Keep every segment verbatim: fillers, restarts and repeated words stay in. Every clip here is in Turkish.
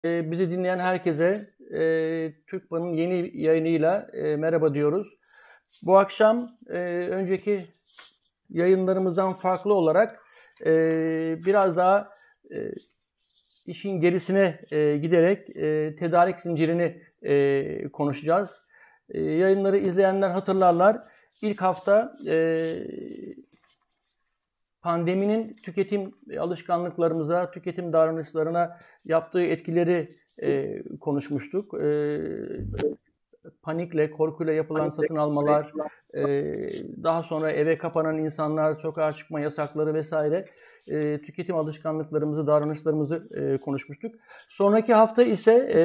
Eee, bizi dinleyen herkese eee, Türkmen'in yeni yayınıyla eee, merhaba diyoruz. Bu akşam eee, önceki yayınlarımızdan farklı olarak eee, biraz daha eee, işin gerisine eee, giderek eee, tedarik zincirini eee, konuşacağız. Eee, yayınları izleyenler hatırlarlar. İlk hafta eee pandeminin tüketim alışkanlıklarımıza, tüketim davranışlarına yaptığı etkileri e, konuşmuştuk. E, panikle, korkuyla yapılan satın almalar, e, daha sonra eve kapanan insanlar, sokağa çıkma yasakları vesaire e, tüketim alışkanlıklarımızı, davranışlarımızı e, konuşmuştuk. Sonraki hafta ise e,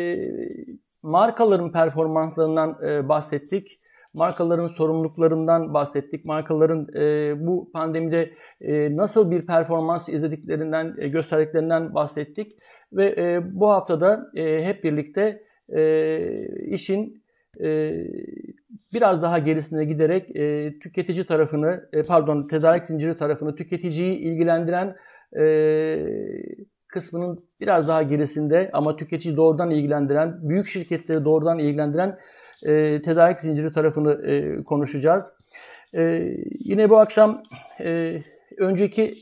markaların performanslarından e, bahsettik. Markaların sorumluluklarından bahsettik. Markaların e, bu pandemide e, nasıl bir performans izlediklerinden, e, gösterdiklerinden bahsettik. Ve e, bu haftada e, hep birlikte e, işin e, biraz daha gerisine giderek e, tüketici tarafını, e, pardon tedarik zinciri tarafını, tüketiciyi ilgilendiren e, kısmının biraz daha gerisinde ama tüketici doğrudan ilgilendiren, büyük şirketleri doğrudan ilgilendiren e, tedarik zinciri tarafını e, konuşacağız. E, yine bu akşam e, önceki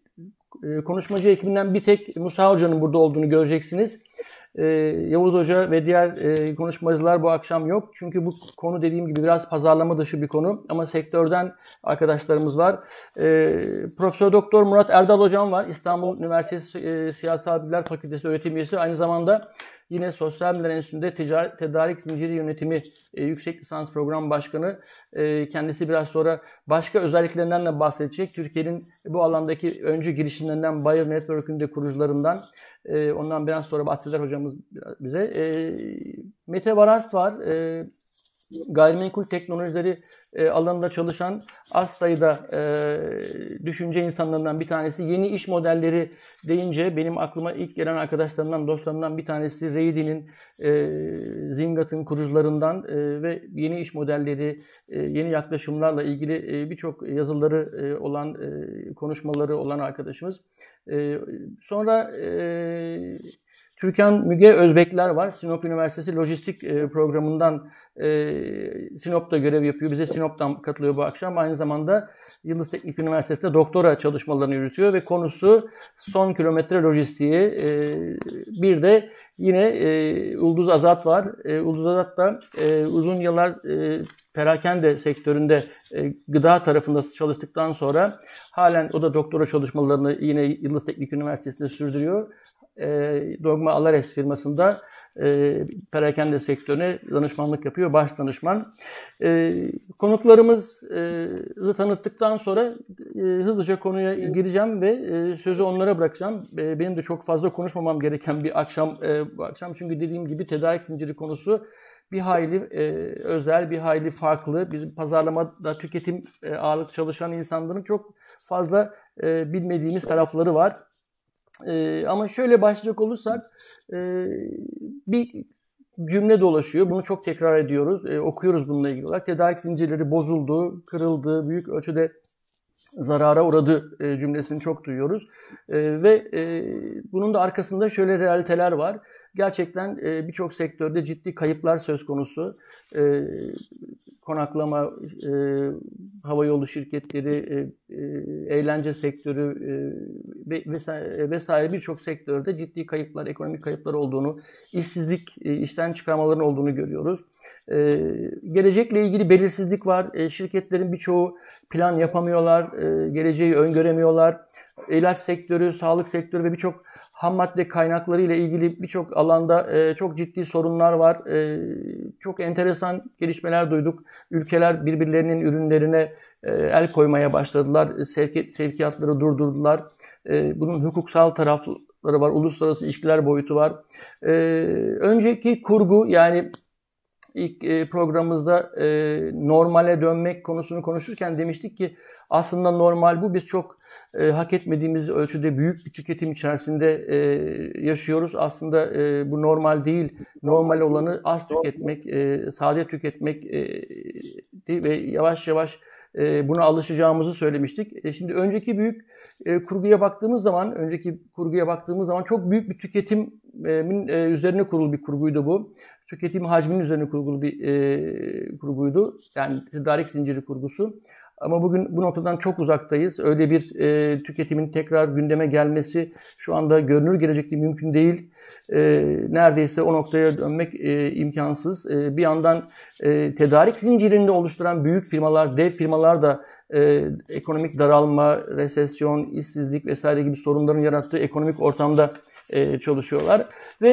e, konuşmacı ekibinden bir tek Musa Hoca'nın burada olduğunu göreceksiniz. E, Yavuz Hoca ve diğer e, konuşmacılar bu akşam yok. Çünkü bu konu dediğim gibi biraz pazarlama dışı bir konu ama sektörden arkadaşlarımız var. E, Profesör Doktor Murat Erdal Hocam var. İstanbul Üniversitesi e, Siyasal Bilgiler Fakültesi öğretim üyesi. Aynı zamanda yine Sosyal Bilimler Enstitüsü'nde Ticaret, Tedarik Zinciri Yönetimi e, Yüksek Lisans Program Başkanı. E, kendisi biraz sonra başka özelliklerinden de bahsedecek. Türkiye'nin bu alandaki öncü girişimlerinden, Bayer Network'ün de kurucularından. E, ondan biraz sonra bahseder hocamız bize. E, Mete Varas var. E, gayrimenkul teknolojileri e, alanında çalışan az sayıda e, düşünce insanlarından bir tanesi. Yeni iş modelleri deyince benim aklıma ilk gelen arkadaşlarımdan, dostlarımdan bir tanesi Reidi'nin, e, Zingat'ın kurucularından e, ve yeni iş modelleri, e, yeni yaklaşımlarla ilgili e, birçok yazıları e, olan, e, konuşmaları olan arkadaşımız. E, sonra e, Türkan Müge Özbekler var. Sinop Üniversitesi Lojistik e, Programı'ndan e, Sinop'ta görev yapıyor. Bize Sinop'tan katılıyor bu akşam. Aynı zamanda Yıldız Teknik Üniversitesi'nde doktora çalışmalarını yürütüyor ve konusu son kilometre lojistiği. E, bir de yine e, Ulduz Azat var. E, Ulduz Azat da e, uzun yıllar e, perakende sektöründe e, gıda tarafında çalıştıktan sonra halen o da doktora çalışmalarını yine Yıldız Teknik Üniversitesi'nde sürdürüyor. Dogma Alares firmasında e, perakende sektörüne danışmanlık yapıyor. Baş danışman. E, konuklarımızı tanıttıktan sonra e, hızlıca konuya gireceğim ve e, sözü onlara bırakacağım. E, benim de çok fazla konuşmamam gereken bir akşam e, bu akşam. Çünkü dediğim gibi tedarik zinciri konusu bir hayli e, özel, bir hayli farklı. Bizim pazarlamada tüketim e, ağırlıklı çalışan insanların çok fazla e, bilmediğimiz tarafları var. Ee, ama şöyle başlayacak olursak e, bir cümle dolaşıyor. Bunu çok tekrar ediyoruz. E, okuyoruz bununla ilgili olarak. Tedarik zincirleri bozuldu, kırıldı, büyük ölçüde zarara uğradı e, cümlesini çok duyuyoruz. E, ve e, bunun da arkasında şöyle realiteler var. Gerçekten e, birçok sektörde ciddi kayıplar söz konusu. E, konaklama, e, havayolu şirketleri, e, e, eğlence sektörü e, vesaire, vesaire birçok sektörde ciddi kayıplar, ekonomik kayıplar olduğunu, işsizlik, e, işten çıkarmaların olduğunu görüyoruz. E, gelecekle ilgili belirsizlik var. E, şirketlerin birçoğu plan yapamıyorlar, e, geleceği öngöremiyorlar. İlaç sektörü, sağlık sektörü ve birçok ham madde kaynakları ile ilgili birçok alanda e, çok ciddi sorunlar var. E, çok enteresan gelişmeler duyduk. Ülkeler birbirlerinin ürünlerine e, el koymaya başladılar. Sevki, sevkiyatları durdurdular. E, bunun hukuksal tarafları var. Uluslararası ilişkiler boyutu var. E, önceki kurgu yani İlk programımızda e, normale dönmek konusunu konuşurken demiştik ki aslında normal bu. Biz çok e, hak etmediğimiz ölçüde büyük bir tüketim içerisinde e, yaşıyoruz. Aslında e, bu normal değil. Normal olanı az tüketmek, e, sade tüketmek e, ve yavaş yavaş e, buna alışacağımızı söylemiştik. E, şimdi önceki büyük e, kurguya baktığımız zaman, önceki kurguya baktığımız zaman çok büyük bir tüketimin e, üzerine kurulu bir kurguydu bu. Tüketim hacminin üzerine kurulu bir e, kurguydu. Yani tedarik zinciri kurgusu. Ama bugün bu noktadan çok uzaktayız. Öyle bir e, tüketimin tekrar gündeme gelmesi şu anda görünür gelecekte mümkün değil. E, neredeyse o noktaya dönmek e, imkansız. E, bir yandan e, tedarik zincirini oluşturan büyük firmalar, dev firmalar da e, ekonomik daralma, resesyon, işsizlik vesaire gibi sorunların yarattığı ekonomik ortamda e, çalışıyorlar. Ve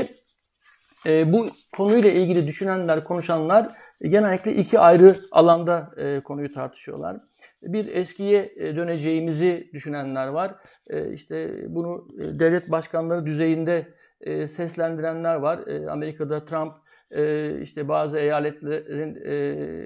E, bu konuyla ilgili düşünenler, konuşanlar genellikle iki ayrı alanda e, konuyu tartışıyorlar. Bir, eskiye döneceğimizi düşünenler var. E, işte bunu devlet başkanları düzeyinde e, seslendirenler var. E, Amerika'da Trump e, işte bazı eyaletlerin e,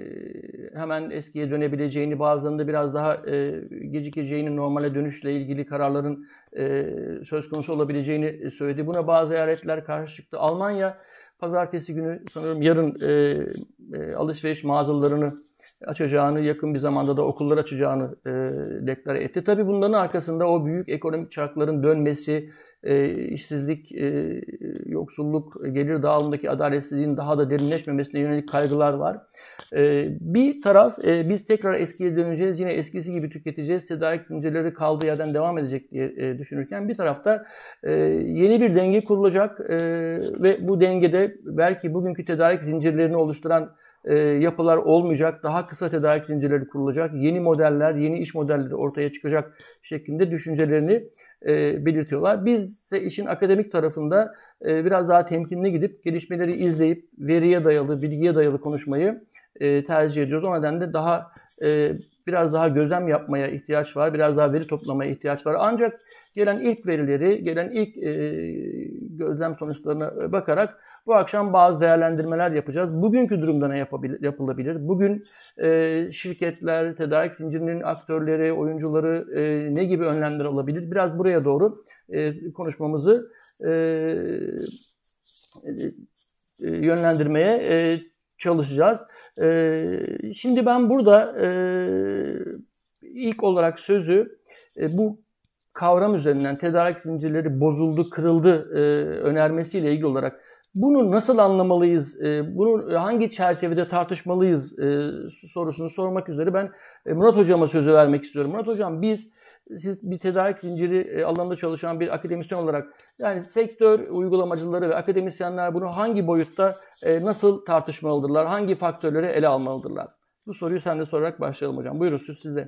hemen eskiye dönebileceğini, bazılarında biraz daha e, gecikeceğini, normale dönüşle ilgili kararların e, söz konusu olabileceğini söyledi. Buna bazı eyaletler karşı çıktı. Almanya pazartesi günü, sanıyorum yarın e, e, alışveriş mağazalarını açacağını, yakın bir zamanda da okullar açacağını e, deklare etti. Tabii bunların arkasında o büyük ekonomik çarkların dönmesi, e, işsizlik, e, yoksulluk, gelir dağılımındaki adaletsizliğin daha da derinleşmemesine yönelik kaygılar var. E, bir taraf e, biz tekrar eskiye döneceğiz, yine eskisi gibi tüketeceğiz, tedarik zincirleri kaldığı yerden devam edecek diye e, düşünürken bir tarafta e, yeni bir denge kurulacak e, ve bu dengede belki bugünkü tedarik zincirlerini oluşturan E, yapılar olmayacak, daha kısa tedarik zincirleri kurulacak, yeni modeller, yeni iş modelleri ortaya çıkacak şeklinde düşüncelerini e, belirtiyorlar. Biz ise işin akademik tarafında e, biraz daha temkinli gidip gelişmeleri izleyip veriye dayalı, bilgiye dayalı konuşmayı e, tercih ediyoruz. O nedenle daha e, biraz daha gözlem yapmaya ihtiyaç var, biraz daha veri toplamaya ihtiyaç var. Ancak gelen ilk verileri, gelen ilk e, gözlem sonuçlarına bakarak bu akşam bazı değerlendirmeler yapacağız. Bugünkü durumda ne yapılabilir? Bugün e, şirketler, tedarik zincirinin aktörleri, oyuncuları e, ne gibi önlemler alabilir? Biraz buraya doğru e, konuşmamızı e, e, yönlendirmeye e, çalışacağız. E, şimdi ben burada e, ilk olarak sözü e, bu kavram üzerinden tedarik zincirleri bozuldu, kırıldı e, önermesiyle ilgili olarak bunu nasıl anlamalıyız, e, bunu hangi çerçevede tartışmalıyız e, sorusunu sormak üzere ben e, Murat Hocam'a sözü vermek istiyorum. Murat Hocam, biz, siz bir tedarik zinciri e, alanında çalışan bir akademisyen olarak, yani sektör uygulamacıları ve akademisyenler bunu hangi boyutta e, nasıl tartışmalıdırlar, hangi faktörleri ele almalıdırlar? Bu soruyu sen de sorarak başlayalım hocam. Buyurun, söz sizde.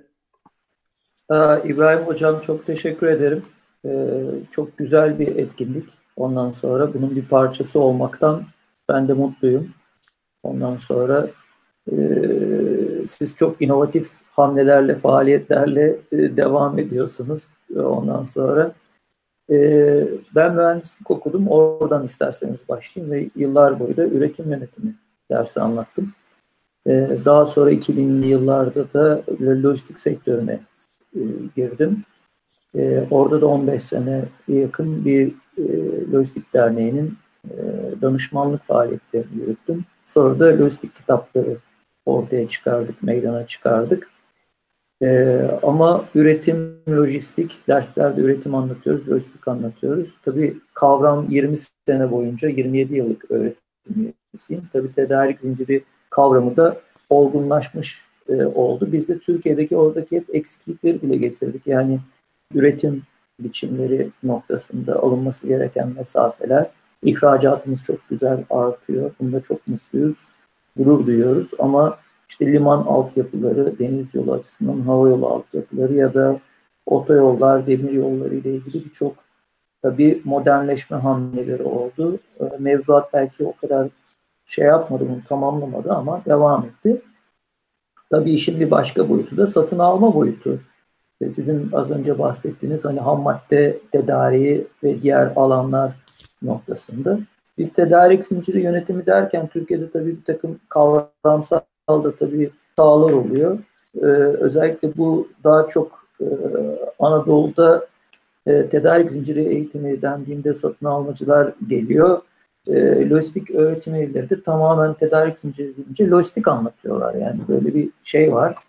İbrahim Hocam, çok teşekkür ederim. Ee, çok güzel bir etkinlik. Ondan sonra bunun bir parçası olmaktan ben de mutluyum. Ondan sonra e, siz çok inovatif hamlelerle, faaliyetlerle e, devam ediyorsunuz. Ondan sonra e, ben mühendislik okudum. Oradan isterseniz başlayayım ve yıllar boyu da üretim yönetimi dersi anlattım. E, daha sonra iki binli yıllarda da lojistik sektörüne e, girdim. E, orada da on beş sene yakın bir e, lojistik derneğinin e, danışmanlık faaliyetlerini yürüttüm. Sonra da lojistik kitapları ortaya çıkardık, meydana çıkardık. E, ama üretim, lojistik, derslerde üretim anlatıyoruz, lojistik anlatıyoruz. Tabii kavram yirmi sene boyunca, yirmi yedi yıllık öğretim üyesiyim. Tabii tedarik zinciri kavramı da olgunlaşmış e, oldu. Biz de Türkiye'deki oradaki hep eksiklikleri dile getirdik. Yani üretim biçimleri noktasında alınması gereken mesafeler, ihracatımız çok güzel artıyor. Bunda çok mutluyuz, gurur duyuyoruz. Ama işte liman altyapıları, deniz yolu açısından hava yolu altyapıları ya da otoyollar, demir yolları ile ilgili birçok tabii modernleşme hamleleri oldu. Mevzuat belki o kadar şey yapmadı, bunu tamamlamadı ama devam etti. Tabii işin bir başka boyutu da satın alma boyutu. Sizin az önce bahsettiğiniz hani ham madde tedariği ve diğer alanlar noktasında. Biz tedarik zinciri yönetimi derken Türkiye'de tabii bir takım kavramsal da tabii sağlar oluyor. Ee, özellikle bu daha çok e, Anadolu'da e, tedarik zinciri eğitimi dendiğinde satın almacılar geliyor. E, lojistik öğretim evleri de tamamen tedarik zinciri deyince lojistik anlatıyorlar. Yani böyle bir şey var.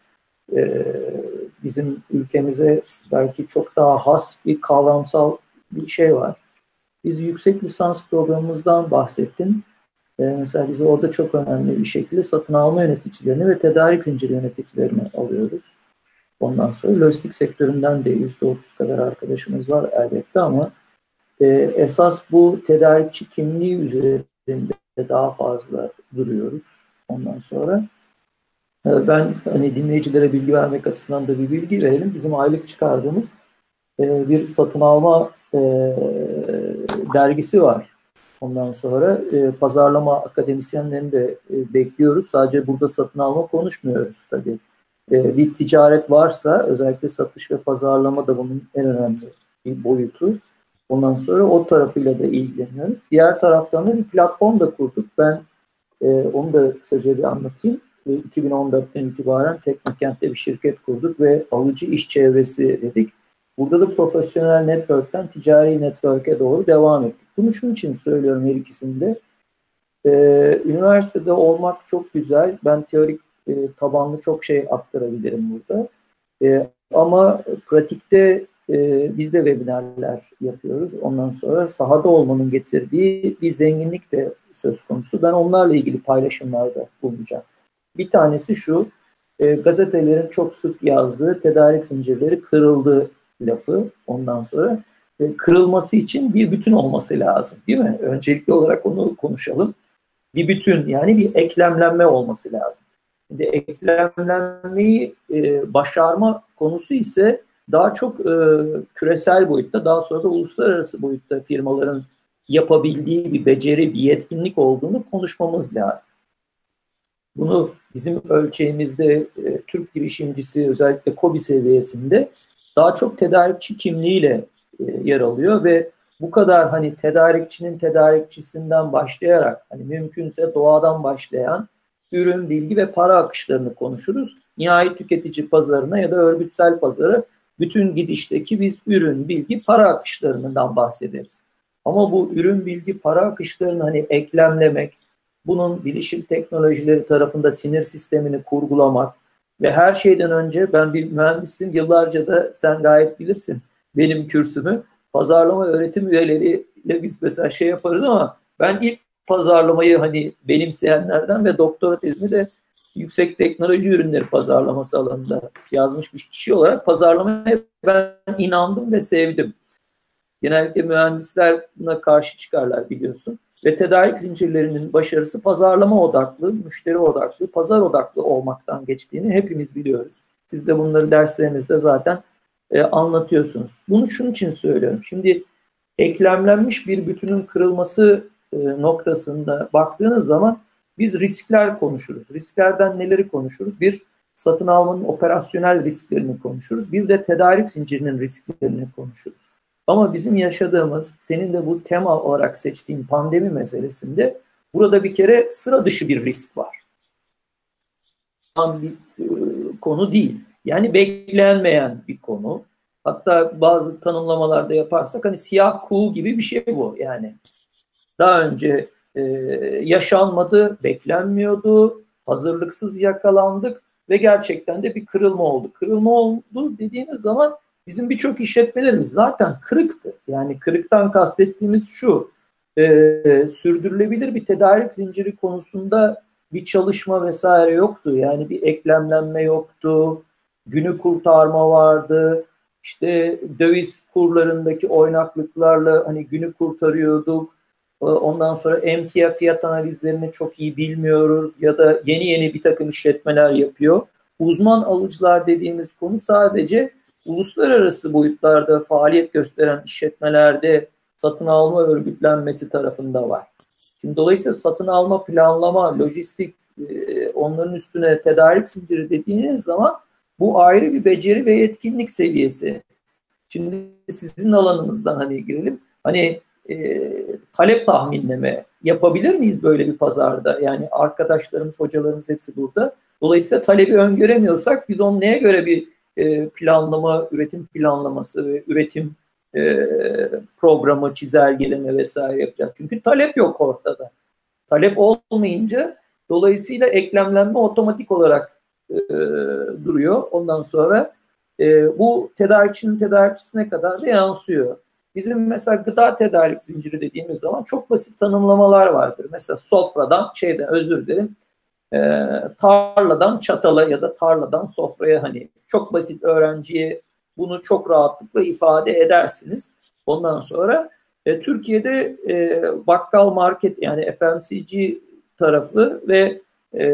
e, bizim ülkemize belki çok daha has bir kavramsal bir şey var. Biz yüksek lisans programımızdan bahsettin. E, mesela biz orada çok önemli bir şekilde satın alma yöneticilerini ve tedarik zinciri yöneticilerini alıyoruz. Ondan sonra lojistik sektöründen de yüzde otuz kadar arkadaşımız var elbette ama e, esas bu tedarikçi kimliği üzerinde daha fazla duruyoruz. Ondan sonra e, ben hani dinleyicilere bilgi vermek açısından da bir bilgi verelim. Bizim aylık çıkardığımız e, bir satın alma e, dergisi var. Ondan sonra e, pazarlama akademisyenlerini de e, bekliyoruz. Sadece burada satın alma konuşmuyoruz tabii. E, bir ticaret varsa özellikle satış ve pazarlama da bunun en önemli bir boyutu. Ondan sonra o tarafıyla da ilgileniyoruz. Diğer taraftan da bir platform da kurduk. Ben e, onu da kısaca bir anlatayım. E, iki bin on dörtten itibaren Teknokent'te bir şirket kurduk ve alıcı iş çevresi dedik. Burada da profesyonel network'ten ticari network'e doğru devam ettik. Bunu şunun için söylüyorum her ikisinde. Ee, üniversitede olmak çok güzel. Ben teorik e, tabanlı çok şey aktarabilirim burada. E, ama pratikte e, biz de webinarlar yapıyoruz. Ondan sonra sahada olmanın getirdiği bir zenginlik de söz konusu. Ben onlarla ilgili paylaşımlarda bulunacağım. Bir tanesi şu, e, gazetelerin çok sık yazdığı tedarik zincirleri kırıldı lafı. Ondan sonra e, kırılması için bir bütün olması lazım, değil mi? Öncelikli olarak onu konuşalım. Bir bütün, yani bir eklemlenme olması lazım. Şimdi eklemlenmeyi e, başarma konusu ise daha çok e, küresel boyutta, daha sonra da uluslararası boyutta firmaların yapabildiği bir beceri, bir yetkinlik olduğunu konuşmamız lazım. Bunu bizim ölçeğimizde e, Türk girişimcisi özellikle KOBİ seviyesinde daha çok tedarikçi kimliğiyle e, yer alıyor ve bu kadar hani tedarikçinin tedarikçisinden başlayarak hani mümkünse doğadan başlayan ürün, bilgi ve para akışlarını konuşuruz. Nihai tüketici pazarına ya da örgütsel pazara bütün gidişteki biz ürün, bilgi, para akışlarından bahsederiz. Ama bu ürün, bilgi, para akışlarını hani eklemlemek, bunun bilişim teknolojileri tarafında sinir sistemini kurgulamak ve her şeyden önce ben bir mühendisim, yıllarca da sen gayet bilirsin benim kürsümü. Pazarlama öğretim üyeleriyle biz mesela şey yaparız ama ben ilk pazarlamayı hani benimseyenlerden ve doktora tezimi de yüksek teknoloji ürünleri pazarlaması alanında yazmış bir kişi olarak pazarlamaya ben inandım ve sevdim. Genellikle mühendisler buna karşı çıkarlar biliyorsun. Ve tedarik zincirlerinin başarısı pazarlama odaklı, müşteri odaklı, pazar odaklı olmaktan geçtiğini hepimiz biliyoruz. Siz de bunları derslerinizde zaten e, anlatıyorsunuz. Bunu şunun için söylüyorum. Şimdi eklemlenmiş bir bütünün kırılması e, noktasında baktığınız zaman biz riskler konuşuruz. Risklerden neleri konuşuruz? Bir, satın almanın operasyonel risklerini konuşuruz. Bir de tedarik zincirinin risklerini konuşuruz. Ama bizim yaşadığımız, senin de bu tema olarak seçtiğin pandemi meselesinde burada bir kere sıra dışı bir risk var. Tam bir e, konu değil. Yani beklenmeyen bir konu. Hatta bazı tanımlamalarda yaparsak hani siyah kuğu gibi bir şey bu yani. Daha önce e, yaşanmadı, beklenmiyordu, hazırlıksız yakalandık ve gerçekten de bir kırılma oldu. Kırılma oldu dediğiniz zaman bizim birçok işletmelerimiz zaten kırıktı. Yani kırıktan kastettiğimiz şu, e, sürdürülebilir bir tedarik zinciri konusunda bir çalışma vesaire yoktu. Yani bir eklemlenme yoktu, günü kurtarma vardı. İşte döviz kurlarındaki oynaklıklarla hani günü kurtarıyorduk. Ondan sonra emtia fiyat analizlerini çok iyi bilmiyoruz ya da yeni yeni bir takım işletmeler yapıyor. Uzman alıcılar dediğimiz konu sadece uluslararası boyutlarda faaliyet gösteren işletmelerde satın alma örgütlenmesi tarafında var. Şimdi dolayısıyla satın alma, planlama, lojistik, onların üstüne tedarik zinciri dediğiniz zaman bu ayrı bir beceri ve yetkinlik seviyesi. Şimdi sizin alanınızdan hani girelim. Hani e, talep tahminleme yapabilir miyiz böyle bir pazarda? Yani arkadaşlarımız, hocalarımız hepsi burada. Dolayısıyla talebi öngöremiyorsak biz onu neye göre bir e, planlama, üretim planlaması ve üretim e, programı, çizelgeleme vesaire yapacağız. Çünkü talep yok ortada. Talep olmayınca dolayısıyla eklemlenme otomatik olarak e, e, duruyor. Ondan sonra e, bu tedarikçinin tedarikçisine kadar da yansıyor. Bizim mesela gıda tedarik zinciri dediğimiz zaman çok basit tanımlamalar vardır. Mesela sofradan, şeyden özür dilerim, e, tarladan çatala ya da tarladan sofraya, hani çok basit, öğrenciye bunu çok rahatlıkla ifade edersiniz. Ondan sonra e, Türkiye'de e, bakkal market, yani F M C G tarafı ve e,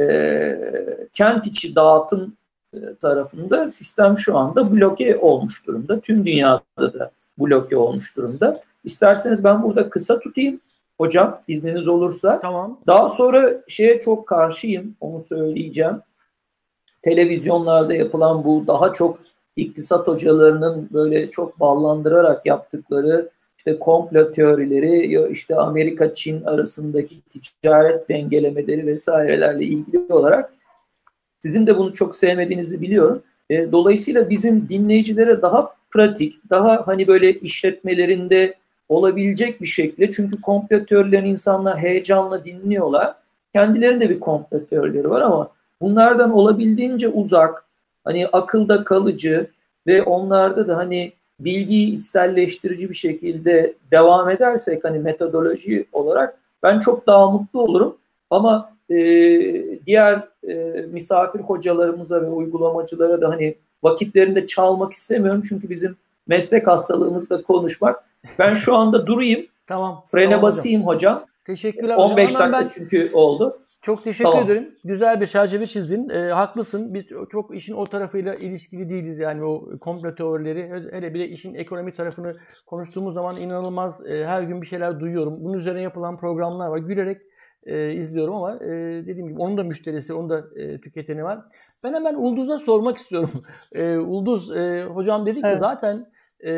kent içi dağıtım e, tarafında sistem şu anda bloke olmuş durumda. Tüm dünyada da bloke olmuş durumda. İsterseniz ben burada kısa tutayım hocam, izniniz olursa. Tamam. Daha sonra şeye çok karşıyım, onu söyleyeceğim. Televizyonlarda yapılan bu daha çok iktisat hocalarının böyle çok ballandırarak yaptıkları işte komplo teorileri, işte Amerika-Çin arasındaki ticaret dengelemeleri vesairelerle ilgili olarak sizin de bunu çok sevmediğinizi biliyorum. Dolayısıyla bizim dinleyicilere daha pratik, daha hani böyle işletmelerinde olabilecek bir şekilde, çünkü komplo teorilerini insanlar heyecanla dinliyorlar. Kendilerinde bir komplo teorileri var ama bunlardan olabildiğince uzak, hani akılda kalıcı ve onlarda da hani bilgiyi içselleştirici bir şekilde devam edersek, hani metodoloji olarak, ben çok daha mutlu olurum. Ama e, diğer e, misafir hocalarımıza ve uygulamacılara da hani vakitlerinde çalmak istemiyorum. Çünkü bizim meslek hastalığımızda konuşmak. Ben şu anda durayım. Tamam. Frene tamam basayım hocam. hocam. Teşekkürler on beş hocam. dakika ben... çünkü oldu. Çok teşekkür tamam. ederim. Güzel bir çerçeve çizdin. E, haklısın. Biz çok işin o tarafıyla ilişkili değiliz. Yani o komplo teorileri. Hele bir de işin ekonomi tarafını konuştuğumuz zaman inanılmaz e, her gün bir şeyler duyuyorum. Bunun üzerine yapılan programlar var. Gülerek e, izliyorum ama e, dediğim gibi onun da müşterisi, onun da e, tüketeni var. Ben hemen Ulduz'a sormak istiyorum. e, Ulduz, e, hocam dedi ki evet. zaten e,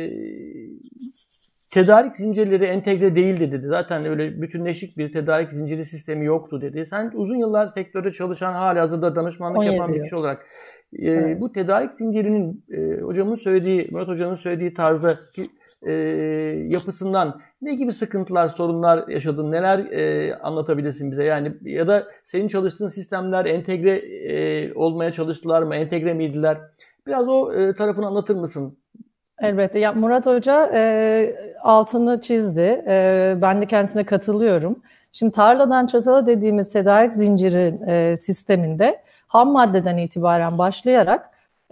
tedarik zincirleri entegre değildi dedi. Zaten öyle bütünleşik bir tedarik zinciri sistemi yoktu dedi. Sen uzun yıllar sektörde çalışan, halihazırda danışmanlık yapan bir kişi olarak e, evet. bu tedarik zincirinin e, hocamın söylediği, Murat Hoca'nın söylediği tarzda e, yapısından ne gibi sıkıntılar, sorunlar yaşadın? Neler e, anlatabilirsin bize? Yani ya da senin çalıştığın sistemler entegre e, olmaya çalıştılar mı? Entegre miydiler? Biraz o e, tarafını anlatır mısın? Elbette. Ya Murat Hoca e, altını çizdi. E, ben de kendisine katılıyorum. Şimdi tarladan çatala dediğimiz tedarik zinciri e, sisteminde ham maddeden itibaren başlayarak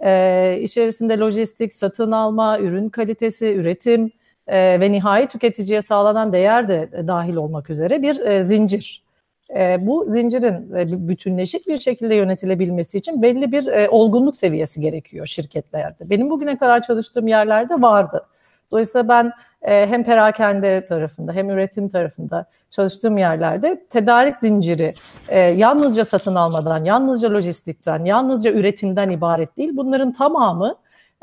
e, içerisinde lojistik, satın alma, ürün kalitesi, üretim e, ve nihai tüketiciye sağlanan değer de e, dahil olmak üzere bir e, zincir. E, bu zincirin e, bütünleşik bir şekilde yönetilebilmesi için belli bir e, olgunluk seviyesi gerekiyor şirketlerde. Benim bugüne kadar çalıştığım yerlerde vardı. Dolayısıyla ben e, hem perakende tarafında hem üretim tarafında çalıştığım yerlerde tedarik zinciri e, yalnızca satın almadan, yalnızca lojistikten, yalnızca üretimden ibaret değil. Bunların tamamı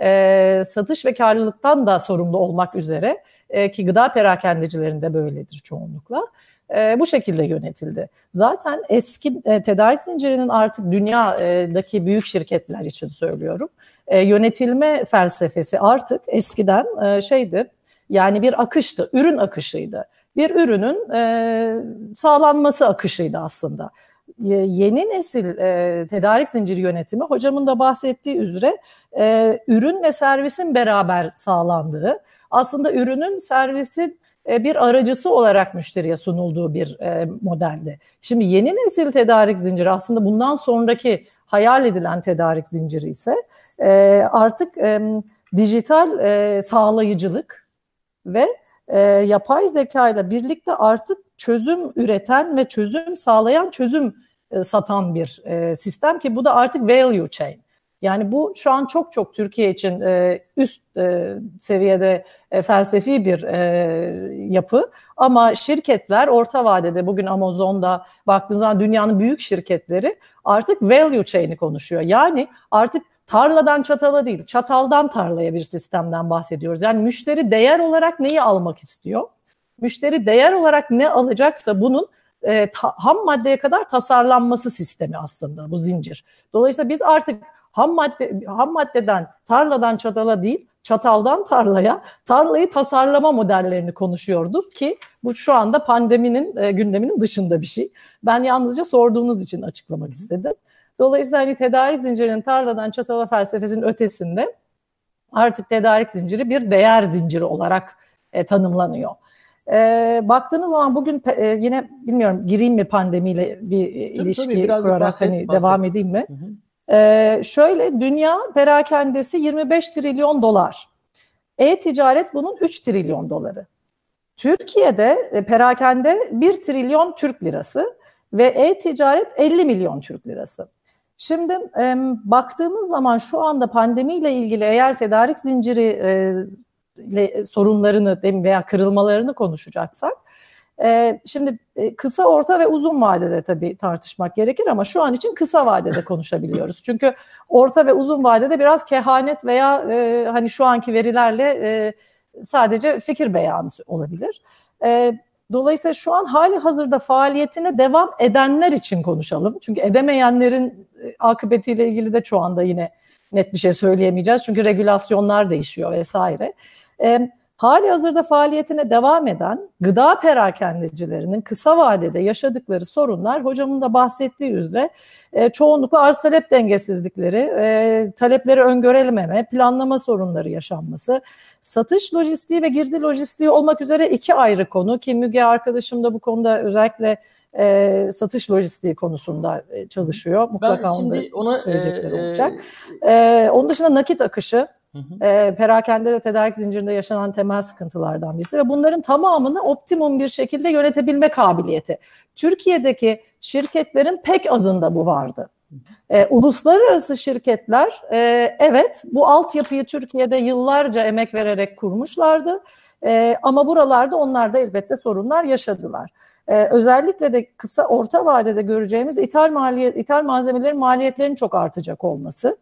e, satış ve karlılıktan da sorumlu olmak üzere e, ki gıda perakendecilerinde böyledir çoğunlukla. E, bu şekilde yönetildi. Zaten eski e, tedarik zincirinin artık dünyadaki büyük şirketler için söylüyorum. E, yönetilme felsefesi artık eskiden e, şeydi, yani bir akıştı, ürün akışıydı. Bir ürünün e, sağlanması akışıydı aslında. E, yeni nesil e, tedarik zinciri yönetimi, hocamın da bahsettiği üzere e, ürün ve servisin beraber sağlandığı, aslında ürünün, servisin bir aracısı olarak müşteriye sunulduğu bir e, modeldi. Şimdi yeni nesil tedarik zinciri, aslında bundan sonraki hayal edilen tedarik zinciri ise e, artık e, dijital e, sağlayıcılık ve e, yapay zeka ile birlikte artık çözüm üreten ve çözüm sağlayan, çözüm e, satan bir e, sistem ki bu da artık value chain. Yani bu şu an çok çok Türkiye için e, üst e, seviyede e, felsefi bir e, yapı. Ama şirketler orta vadede, bugün Amazon'da baktığınız zaman dünyanın büyük şirketleri artık value chain'i konuşuyor. Yani artık tarladan çatala değil, çataldan tarlaya bir sistemden bahsediyoruz. Yani müşteri değer olarak neyi almak istiyor? Müşteri değer olarak ne alacaksa bunun e, ta, ham maddeye kadar tasarlanması sistemi aslında bu zincir. Dolayısıyla biz artık ham madde ham maddeden, tarladan çatala değil, çataldan tarlaya, tarlayı tasarlama modellerini konuşuyorduk ki bu şu anda pandeminin e, gündeminin dışında bir şey. Ben yalnızca sorduğunuz için açıklamak istedim. Dolayısıyla hani tedarik zincirinin tarladan çatala felsefesinin ötesinde artık tedarik zinciri bir değer zinciri olarak e, tanımlanıyor. E, baktığınız zaman bugün e, yine bilmiyorum gireyim mi pandemiyle bir tabii, ilişki tabii, kurarak bahset, hani bahset. devam edeyim mi? Hı hı. E, şöyle dünya perakendesi yirmi beş trilyon dolar. E-ticaret bunun üç trilyon doları. Türkiye'de e, perakende bir trilyon Türk lirası ve e-ticaret elli milyon Türk lirası. Şimdi e, baktığımız zaman şu anda pandemiyle ilgili eğer tedarik zinciri e, le, sorunlarını veya kırılmalarını konuşacaksak, e, şimdi e, kısa, orta ve uzun vadede tabii tartışmak gerekir ama şu an için kısa vadede konuşabiliyoruz. Çünkü orta ve uzun vadede biraz kehanet veya e, hani şu anki verilerle e, sadece fikir beyanı olabilir. E, Dolayısıyla şu an hali hazırda faaliyetine devam edenler için konuşalım. Çünkü edemeyenlerin akıbetiyle ilgili de şu anda yine net bir şey söyleyemeyeceğiz. Çünkü regülasyonlar değişiyor vesaire. E, hali hazırda faaliyetine devam eden gıda perakendecilerinin kısa vadede yaşadıkları sorunlar hocamın da bahsettiği üzere e, çoğunlukla arz talep dengesizlikleri, e, talepleri öngörememe, planlama sorunları yaşanması, satış lojistiği ve girdi lojistiği olmak üzere iki ayrı konu ki Müge arkadaşım da bu konuda özellikle e, satış lojistiği konusunda e, çalışıyor. Mutlaka onda ona, söyleyecekleri e, olacak. E, onun dışında nakit akışı, hı hı. E, perakende de tedarik zincirinde yaşanan temel sıkıntılardan birisi ve bunların tamamını optimum bir şekilde yönetebilme kabiliyeti. Türkiye'deki şirketlerin pek azında bu vardı. E, uluslararası şirketler e, evet bu altyapıyı Türkiye'de yıllarca emek vererek kurmuşlardı e, ama buralarda onlar da elbette sorunlar yaşadılar. E, özellikle de kısa orta vadede göreceğimiz ithal maliyet, ithal malzemelerin maliyetlerinin çok artacak olması.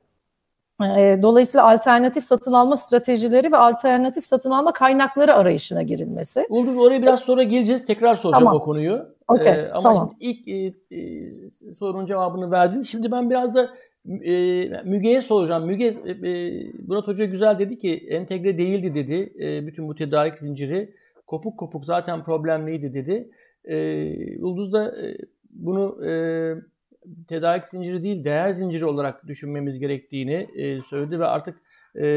E, dolayısıyla alternatif satın alma stratejileri ve alternatif satın alma kaynakları arayışına girilmesi. Ulduz oraya biraz sonra geleceğiz. Tekrar soracağım tamam. o konuyu. Okay, ee, ama tamam. şimdi ilk e, e, sorunun cevabını verdin. Şimdi ben biraz da e, Müge'ye soracağım. Müge, e, Murat Hoca güzel dedi ki entegre değildi dedi. E, bütün bu tedarik zinciri kopuk kopuk zaten problemliydi dedi. E, Ulduz da e, bunu e, tedarik zinciri değil değer zinciri olarak düşünmemiz gerektiğini e, söyledi ve artık e,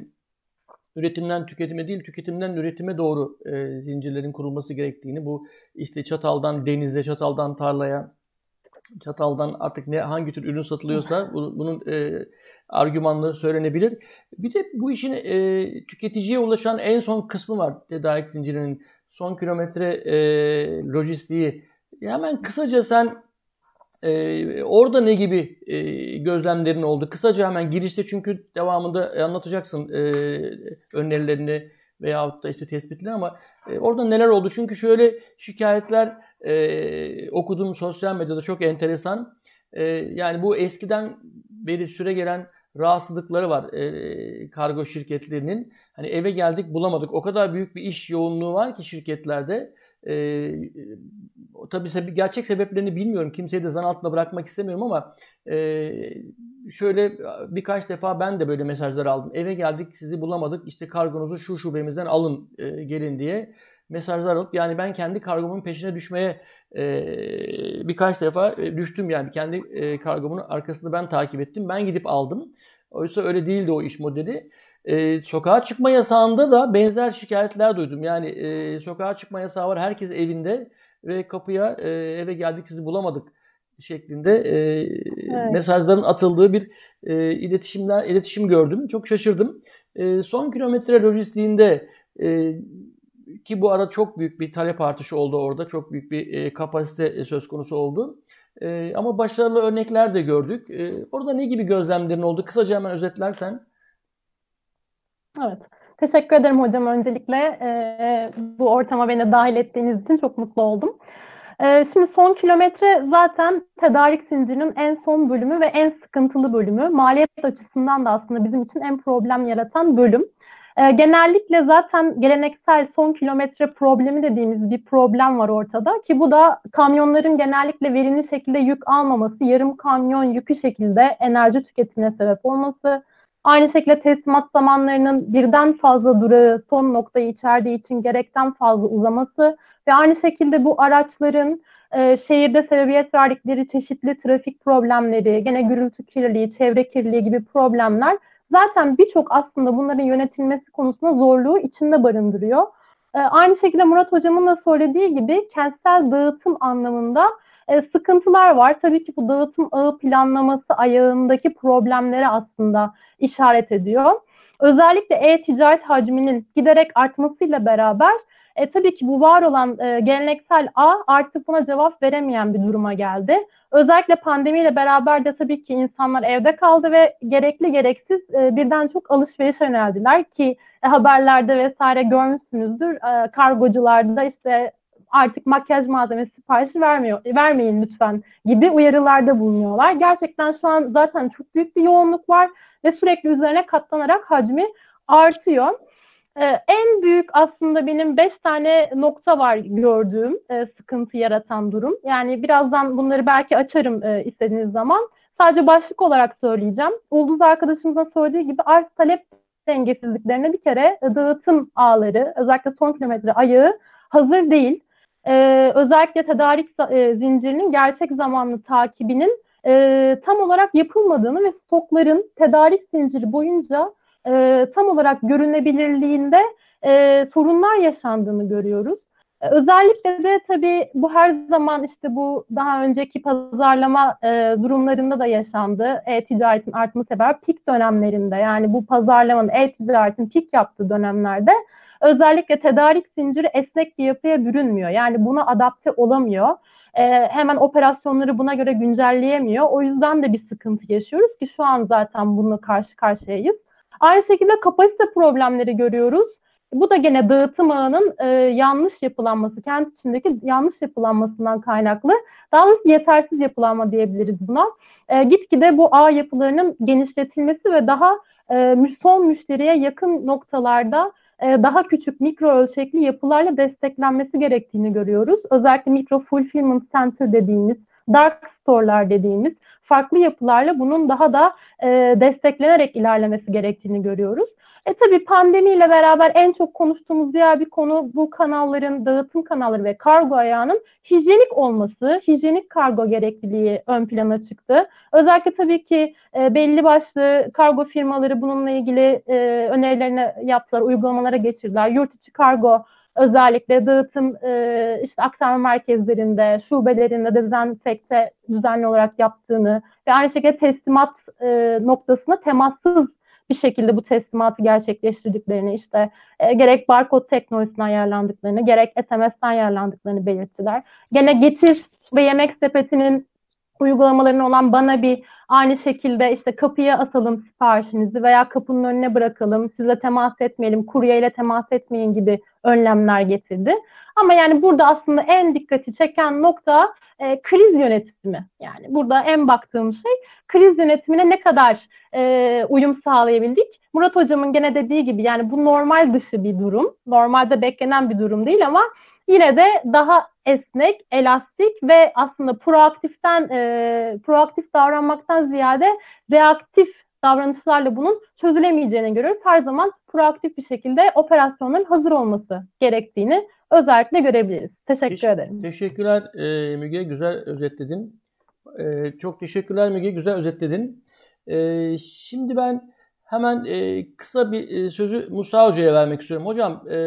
üretimden tüketime değil, tüketimden üretime doğru e, zincirlerin kurulması gerektiğini, bu işte çataldan denize, çataldan tarlaya, çataldan artık ne hangi tür ürün satılıyorsa bu, bunun e, argümanları söylenebilir. Bir de bu işin e, tüketiciye ulaşan en son kısmı var tedarik zincirinin. Son kilometre e, lojistiği. Hemen kısaca sen Ee, orada ne gibi e, gözlemlerin oldu? Kısaca hemen girişte çünkü devamında anlatacaksın e, önerilerini veyahut da işte tespitleri ama e, orada neler oldu? Çünkü şöyle şikayetler e, okudum sosyal medyada çok enteresan. E, yani bu eskiden beri süre gelen rahatsızlıkları var e, kargo şirketlerinin. Hani eve geldik bulamadık. O kadar büyük bir iş yoğunluğu var ki şirketlerde. E, tabii gerçek sebeplerini bilmiyorum. Kimseyi de zan altında bırakmak istemiyorum ama e, şöyle birkaç defa ben de böyle mesajlar aldım. Eve geldik sizi bulamadık. İşte kargonuzu şu şubemizden alın e, gelin diye mesajlar alıp yani ben kendi kargomun peşine düşmeye e, birkaç defa e, düştüm yani kendi e, kargomun arkasında ben takip ettim. Ben gidip aldım. Oysa öyle değildi o iş modeli. E, sokağa çıkma yasağında da benzer şikayetler duydum. Yani e, sokağa çıkma yasağı var. Herkes evinde ve kapıya e, eve geldik sizi bulamadık şeklinde e, evet. mesajların atıldığı bir e, iletişimler iletişim gördüm. Çok şaşırdım. E, son kilometre lojistiğinde e, ki bu arada çok büyük bir talep artışı oldu orada. Çok büyük bir e, kapasite söz konusu oldu. E, ama başarılı örnekler de gördük. E, orada ne gibi gözlemlerin oldu? Kısaca hemen özetlersen. Evet. Teşekkür ederim hocam öncelikle. E, bu ortama beni dahil ettiğiniz için çok mutlu oldum. E, şimdi son kilometre zaten tedarik zincirinin en son bölümü ve en sıkıntılı bölümü. Maliyet açısından da aslında bizim için en problem yaratan bölüm. E, genellikle zaten geleneksel son kilometre problemi dediğimiz bir problem var ortada ki bu da kamyonların genellikle verimli şekilde yük almaması, yarım kamyon yükü şekilde enerji tüketimine sebep olması, Aynı şekilde teslimat zamanlarının birden fazla durağı son noktayı içerdiği için gerekten fazla uzaması ve aynı şekilde bu araçların e, şehirde sebebiyet verdikleri çeşitli trafik problemleri, gene gürültü kirliliği, çevre kirliliği gibi problemler zaten birçok aslında bunların yönetilmesi konusunda zorluğu içinde barındırıyor. E, aynı şekilde Murat Hocam'ın da söylediği gibi kentsel dağıtım anlamında e, sıkıntılar var. Tabii ki bu dağıtım ağı planlaması ayağındaki problemlere aslında işaret ediyor. Özellikle e-ticaret hacminin giderek artmasıyla beraber e, tabii ki bu var olan e, geleneksel ağ artık buna cevap veremeyen bir duruma geldi. Özellikle pandemiyle beraber de tabii ki insanlar evde kaldı ve gerekli gereksiz e, birden çok alışverişe yöneldiler ki e, haberlerde vesaire görmüşsünüzdür. E, kargocularda işte artık makyaj malzemesi siparişi vermiyor, vermeyin lütfen gibi uyarılarda bulunuyorlar. Gerçekten şu an zaten çok büyük bir yoğunluk var ve sürekli üzerine katlanarak hacmi artıyor. Ee, en büyük aslında benim beş tane nokta var gördüğüm e, sıkıntı yaratan durum. Yani birazdan bunları belki açarım e, istediğiniz zaman. Sadece başlık olarak söyleyeceğim. Ulduz arkadaşımızın söylediği gibi arz talep dengesizliklerine bir kere e, dağıtım ağları, özellikle son kilometre ayağı hazır değil. Ee, özellikle tedarik e, zincirinin gerçek zamanlı takibinin e, tam olarak yapılmadığını ve stokların tedarik zinciri boyunca e, tam olarak görünebilirliğinde e, sorunlar yaşandığını görüyoruz. E, özellikle de tabii bu her zaman işte bu daha önceki pazarlama e, durumlarında da yaşandı. E-ticaretin artması sebebiyle pik dönemlerinde, yani bu pazarlamanın, e-ticaretin pik yaptığı dönemlerde özellikle tedarik zinciri esnek bir yapıya bürünmüyor. Yani buna adapte olamıyor. Ee, hemen operasyonları buna göre güncelleyemiyor. O yüzden de bir sıkıntı yaşıyoruz ki şu an zaten bununla karşı karşıyayız. Aynı şekilde kapasite problemleri görüyoruz. Bu da gene dağıtım ağının e, yanlış yapılanması, kent içindeki yanlış yapılanmasından kaynaklı. Daha doğrusu yetersiz yapılanma diyebiliriz buna. E, gitgide bu ağ yapılarının genişletilmesi ve daha e, son müşteriye yakın noktalarda daha küçük mikro ölçekli yapılarla desteklenmesi gerektiğini görüyoruz. Özellikle Micro Fulfillment Center dediğimiz, dark store'lar dediğimiz farklı yapılarla bunun daha da e, desteklenerek ilerlemesi gerektiğini görüyoruz. E tabii pandemiyle beraber en çok konuştuğumuz diğer bir konu bu kanalların, dağıtım kanalları ve kargo ayağının hijyenik olması, hijyenik kargo gerekliliği ön plana çıktı. Özellikle tabii ki e, belli başlı kargo firmaları bununla ilgili e, önerilerini yaptılar, uygulamalara geçirdiler. Yurt içi kargo özellikle dağıtım e, işte aktarma merkezlerinde, şubelerinde dezenfekte düzenli olarak yaptığını ve aynı şekilde teslimat e, noktasına temassız bir şekilde bu teslimatı gerçekleştirdiklerini, işte e, gerek barkod teknolojisinden yararlandıklarını, gerek S M S'ten yararlandıklarını belirttiler. Gene Getir ve Yemek Sepeti'nin uygulamalarının olan Bana Bir aynı şekilde işte kapıya asalım siparişinizi veya kapının önüne bırakalım, sizle temas etmeyelim, kuryeyle temas etmeyin gibi önlemler getirdi. Ama yani burada aslında en dikkati çeken nokta e, kriz yönetimi. Yani burada en baktığım şey kriz yönetimine ne kadar e, uyum sağlayabildik. Murat Hocam'ın gene dediği gibi yani bu normal dışı bir durum. Normalde beklenen bir durum değil ama yine de daha esnek, elastik ve aslında proaktiften e, proaktif davranmaktan ziyade reaktif davranışlarla bunun çözülemeyeceğini görüyoruz. Her zaman proaktif bir şekilde operasyonların hazır olması gerektiğini özellikle görebiliriz. Teşekkür Teş- ederim. Teşekkürler e, Müge, güzel özetledin. E, çok teşekkürler Müge, güzel özetledin. E, şimdi ben hemen e, kısa bir e, sözü Musa Hoca'ya vermek istiyorum. Hocam, e,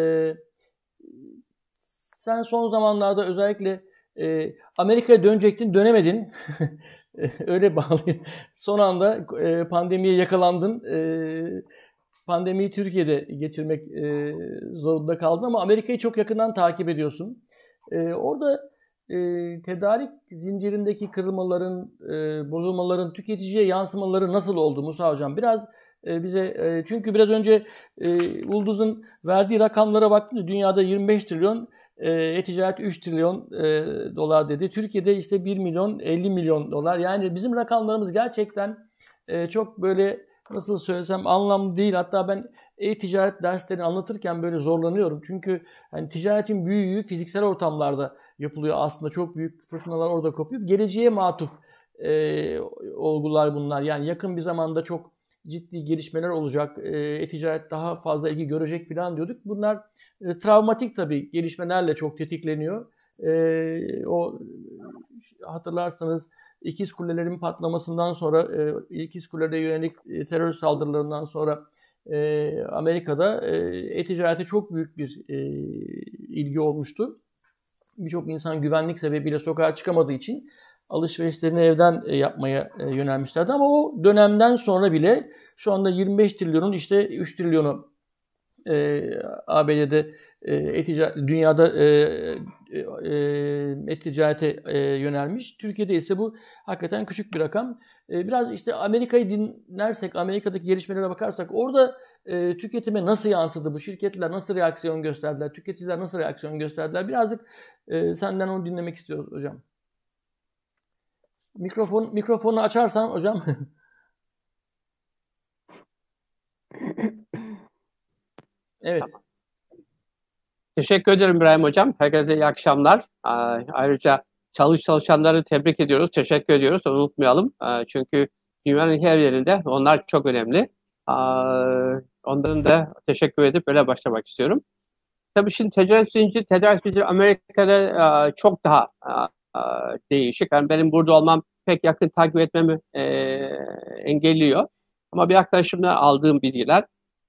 sen son zamanlarda özellikle e, Amerika'ya dönecektin, dönemedin. Öyle bağlı. Son anda e, pandemiye yakalandın. E, pandemiyi Türkiye'de geçirmek e, zorunda kaldın ama Amerika'yı çok yakından takip ediyorsun. E, orada e, tedarik zincirindeki kırılmaların, e, bozulmaların, tüketiciye yansımaları nasıl oldu Musa Hocam? Biraz e, bize, e, çünkü biraz önce e, Ulduz'un verdiği rakamlara baktım. Dünyada yirmi beş trilyon, e-ticaret üç trilyon e, dolar dedi. Türkiye'de işte bir milyon elli milyon dolar. Yani bizim rakamlarımız gerçekten e, çok böyle, nasıl söylesem, anlamlı değil. Hatta ben e-ticaret derslerini anlatırken böyle zorlanıyorum. Çünkü hani ticaretin büyüğü fiziksel ortamlarda yapılıyor aslında. Çok büyük fırtınalar orada kopuyor. Geleceğe matuf e, olgular bunlar. Yani yakın bir zamanda çok ciddi gelişmeler olacak, e-ticaret daha fazla ilgi görecek falan diyorduk. Bunlar e, travmatik tabii gelişmelerle çok tetikleniyor. E, o hatırlarsanız İkiz Kulelerin patlamasından sonra, e, İkiz Kule'de yönelik e, terör saldırılarından sonra e, Amerika'da e, e-ticarete çok büyük bir e, ilgi olmuştu. Birçok insan güvenlik sebebiyle sokağa çıkamadığı için alışverişlerini evden e, yapmaya e, yönelmişlerdi. Ama o dönemden sonra bile şu anda yirmi beş trilyonun işte üç trilyonu e, A B D'de e, e-ticaret, dünyada e, e, e-ticarete e, yönelmiş. Türkiye'de ise bu hakikaten küçük bir rakam. E, biraz işte Amerika'yı dinlersek, Amerika'daki gelişmelere bakarsak orada e, tüketime nasıl yansıdı bu? Şirketler nasıl reaksiyon gösterdiler? Tüketiciler nasıl reaksiyon gösterdiler? Birazcık e, senden onu dinlemek istiyoruz hocam. Mikrofon mikrofonu açarsan hocam. Evet. Tamam. Teşekkür ederim İbrahim Hocam. Herkese iyi akşamlar. Ayrıca çalış çalışanları tebrik ediyoruz, teşekkür ediyoruz. Onu unutmayalım. Çünkü dünyanın her yerinde onlar çok önemli. Onların da teşekkür edip böyle başlamak istiyorum. Tabii şimdi ticaret zinciri, tedarik zinciri Amerika'da çok daha değişik. Yani benim burada olmam pek yakın takip etmemi engelliyor. Ama bir arkadaşımdan aldığım bilgiler,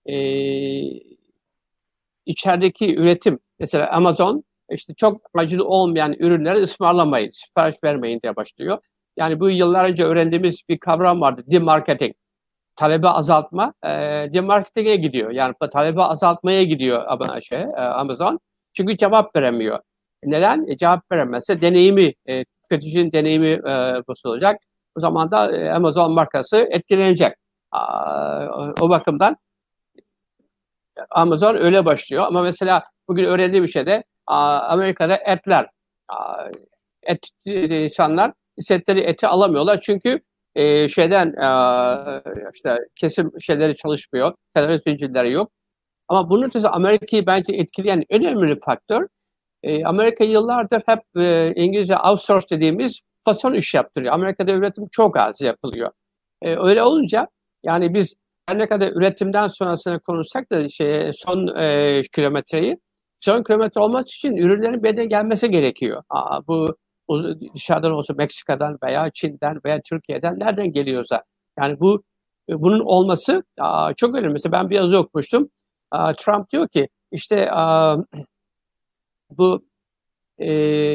içerideki üretim, mesela Amazon işte çok acil olmayan ürünleri ısmarlamayın, sipariş vermeyin diye başlıyor. Yani bu yıllar önce öğrendiğimiz bir kavram vardı, demarketing. Talebi azaltma, e, demarketing'e gidiyor. Yani talebi azaltmaya gidiyor şey, Amazon. Çünkü cevap veremiyor. Neden? E, cevap veremezse deneyimi, e, tüketicinin deneyimi e, bozulacak. O zaman da e, Amazon markası etkilenecek. A, o, o bakımdan Amazon öyle başlıyor. Ama mesela bugün öğrendiğim bir şey de Amerika'da etler, et insanlar istedikleri eti alamıyorlar çünkü e, şeyden e, işte kesim şeyleri çalışmıyor, tedarik zincirleri yok. Ama bunun ötesi Amerika'yı bence etkileyen en önemli faktör, e, Amerika yıllardır hep e, İngilizce outsource dediğimiz fason iş yaptırıyor. Amerika'da üretim çok az yapılıyor. E, öyle olunca yani biz her ne kadar üretimden sonrasını konuşsak da şey, son e, kilometreyi, son kilometre olması için ürünlerin bedene gelmesi gerekiyor. Aa, bu dışarıdan olsa Meksika'dan veya Çin'den veya Türkiye'den nereden geliyorsa. Yani bu bunun olması aa, çok önemli. Mesela ben bir yazı okumuştum. Aa, Trump diyor ki işte aa, bu e,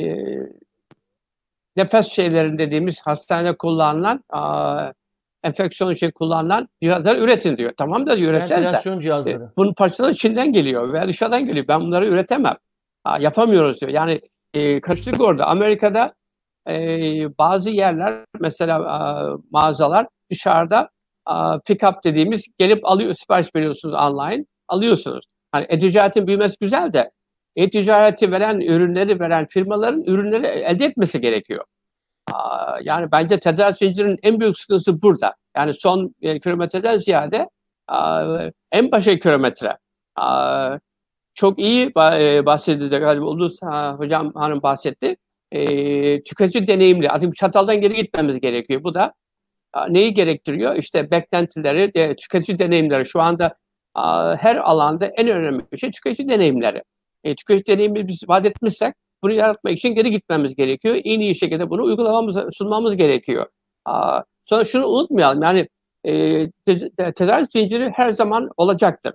nefes şeylerin dediğimiz hastanede kullanılan aa, enfeksiyon için kullanılan cihazları üretin diyor. Tamam da diyor, üreteceğiz de. Ventilasyon cihazları. E, bunun parçaları Çin'den geliyor veya dışarıdan geliyor. Ben bunları üretemem. Aa, yapamıyoruz diyor. Yani e, karışıklık orada. Amerika'da e, bazı yerler mesela a, mağazalar dışarıda a, pick-up dediğimiz gelip alıyor, sipariş veriyorsunuz online, alıyorsunuz. Hani e-ticaretin büyümesi güzel de e-ticareti veren, ürünleri veren firmaların ürünleri elde etmesi gerekiyor. Aa, yani bence tedarik zincirinin en büyük sıkıntısı burada. Yani son e, kilometreden ziyade a, en başa kilometre. A, çok iyi e, bahsedildi galiba. Ulus ha, hocam hanım bahsetti. E, tüketici deneyimli. Artık çataldan geri gitmemiz gerekiyor. Bu da a, neyi gerektiriyor? İşte beklentileri, de, tüketici deneyimleri. Şu anda a, her alanda en önemli şey tüketici deneyimleri. E, tüketici deneyimini biz vaat etmişsek bunu yaratmak için geri gitmemiz gerekiyor. En iyi şekilde bunu uygulamamız, sunmamız gerekiyor. Aa, sonra şunu unutmayalım. Yani e, te- tedarik zinciri her zaman olacaktır.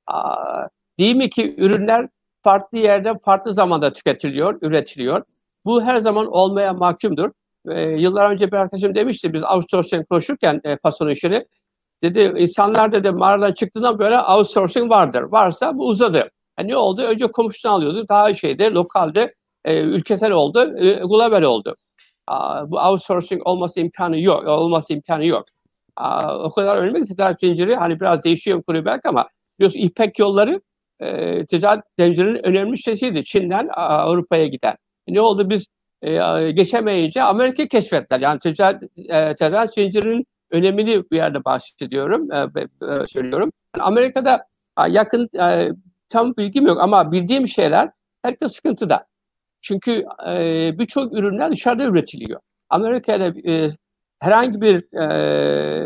Aa, değil mi ki ürünler farklı yerde, farklı zamanda tüketiliyor, üretiliyor. Bu her zaman olmaya mahkumdur. E, yıllar önce bir arkadaşım demişti, biz outsourcing konuşurken e, fason işini, dedi insanlar dedi mağaradan çıktığından böyle outsourcing vardır. Varsa bu uzadı. Yani ne oldu? Önce komşudan alıyordu. Daha şeyde, lokalde, e, ülkesel oldu, e, global oldu. Aa, bu outsourcing olması imkanı yok. Olması imkanı yok. Aa, o kadar önemli ki tedarik zinciri, hani biraz değişiyor konu belki ama biliyorsun İpek yolları e, ticaret zincirinin önemli şeyiydi. Çin'den Avrupa'ya giden. E, ne oldu? Biz e, geçemeyince Amerika'yı keşfettiler. Yani ticaret, e, tedarik zincirinin önemli bir yerde bahsediyorum, e, e, söylüyorum. Yani Amerika'da e, yakın e, tam bilgim yok ama bildiğim şeyler herkes sıkıntıda. Çünkü e, birçok ürünler dışarıda üretiliyor. Amerika'da e, herhangi bir e,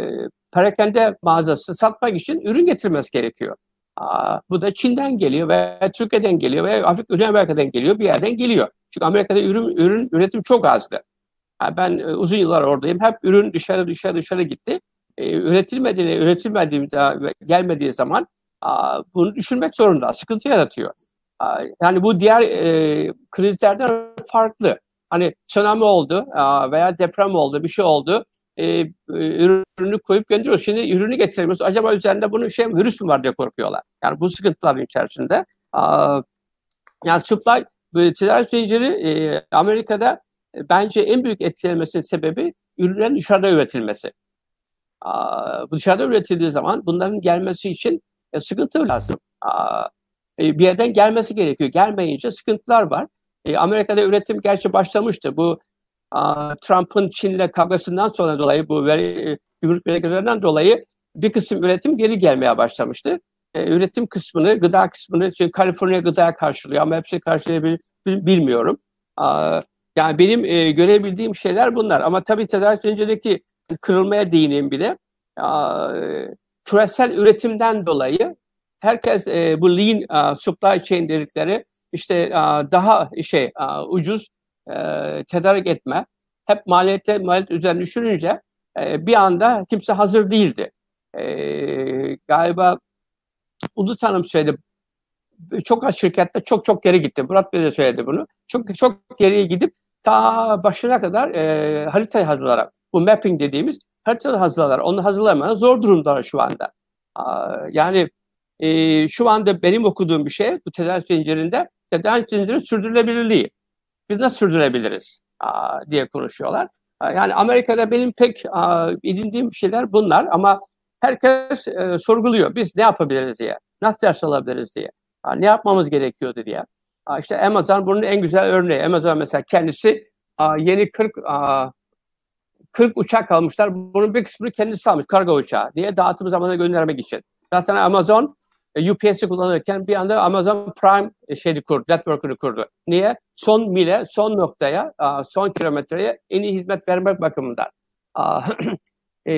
perakende mağazası satmak için ürün getirmesi gerekiyor. Aa, bu da Çin'den geliyor ve Türkiye'den geliyor ve Afrika, Güney Amerika'dan geliyor, bir yerden geliyor. Çünkü Amerika'da ürün, ürün üretim çok azdı. Yani ben e, uzun yıllar oradayım. Hep ürün dışarı dışarı dışarı gitti. E, üretilmediğini, üretilmediğinde gelmediği zaman a, bunu düşünmek zorunda. Sıkıntı yaratıyor. A, yani bu diğer e, krizlerden farklı. Hani tsunami oldu a, veya deprem oldu, bir şey oldu. E, ürünü koyup gönderiyoruz. Şimdi ürünü getiremiyoruz. Acaba üzerinde bunun şey virüs mü var diye korkuyorlar. Yani bu sıkıntıların içerisinde. A, yani supply, tedarik zinciri e, Amerika'da e, bence en büyük etkilenmesinin sebebi ürünlerin dışarıda üretilmesi. Aa, bu dışarıda üretildiği zaman bunların gelmesi için e, sıkıntı lazım. Aa, e, bir yerden gelmesi gerekiyor. Gelmeyince sıkıntılar var. E, Amerika'da üretim gerçi başlamıştı. Bu a, Trump'ın Çin'le kavgasından sonra dolayı, bu veri, gümrük vergilerinden dolayı bir kısım üretim geri gelmeye başlamıştı. E, üretim kısmını, gıda kısmını, çünkü Kaliforniya gıdaya karşılıyor ama hepsini karşılayabilir bilmiyorum. Aa, yani benim e, görebildiğim şeyler bunlar. Ama tabii tedarik zincirindeki kırılmaya değineyim bir de. Aa, küresel üretimden dolayı herkes e, bu lean a, supply chain dedikleri işte a, daha şey a, ucuz e, tedarik etme, hep maliyete maliyet üzerine düşününce e, bir anda kimse hazır değildi. E, galiba Ulus Hanım söyledi. Çok az şirkette çok çok geri gitti. Murat Bey de söyledi bunu. Çok çok geriye gidip ta başına kadar e, haritayı hazırlarak, bu mapping dediğimiz haritayı hazırlarlar. Onu hazırlamayan zor durumdalar şu anda. Aa, yani e, şu anda benim okuduğum bir şey, bu tedarik zincirinde tedarik zinciri sürdürülebilirliği. Biz nasıl sürdürebiliriz Aa, diye konuşuyorlar. Aa, yani Amerika'da benim pek aa, edindiğim şeyler bunlar ama herkes e, sorguluyor. Biz ne yapabiliriz diye, nasıl ders alabiliriz diye. Ha, ne yapmamız gerekiyordu diye. Ha, işte Amazon bunun en güzel örneği. Amazon mesela kendisi a, yeni kırk a, kırk uçak almışlar. Bunun bir kısmını kendisi almış, kargo uçağı diye dağıtım zamanına göndermek için. Zaten Amazon U P S'i kullanırken bir anda Amazon Prime şeydi kurdu, network'ını kurdu. Niye? Son mile, son noktaya, a, son kilometreye en iyi hizmet vermek bakımından. A, e,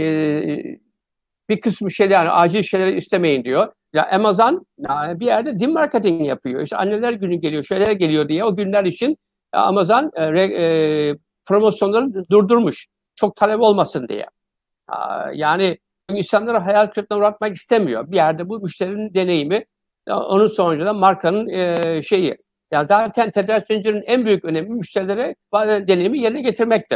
bir kısmı şeyler, yani acil şeyleri istemeyin diyor. Ya Amazon yani bir yerde din marketing yapıyor. İşte anneler günü geliyor, şeyler geliyor diye o günler için Amazon e, e, promosyonları durdurmuş. Çok talep olmasın diye. Yani insanları hayal kırıklığına uğratmak istemiyor. Bir yerde bu müşterinin deneyimi, onun sonucu da markanın e, şeyi. Ya zaten tedarik zincirinin en büyük önemi müşterilere deneyimi yerine getirmektir.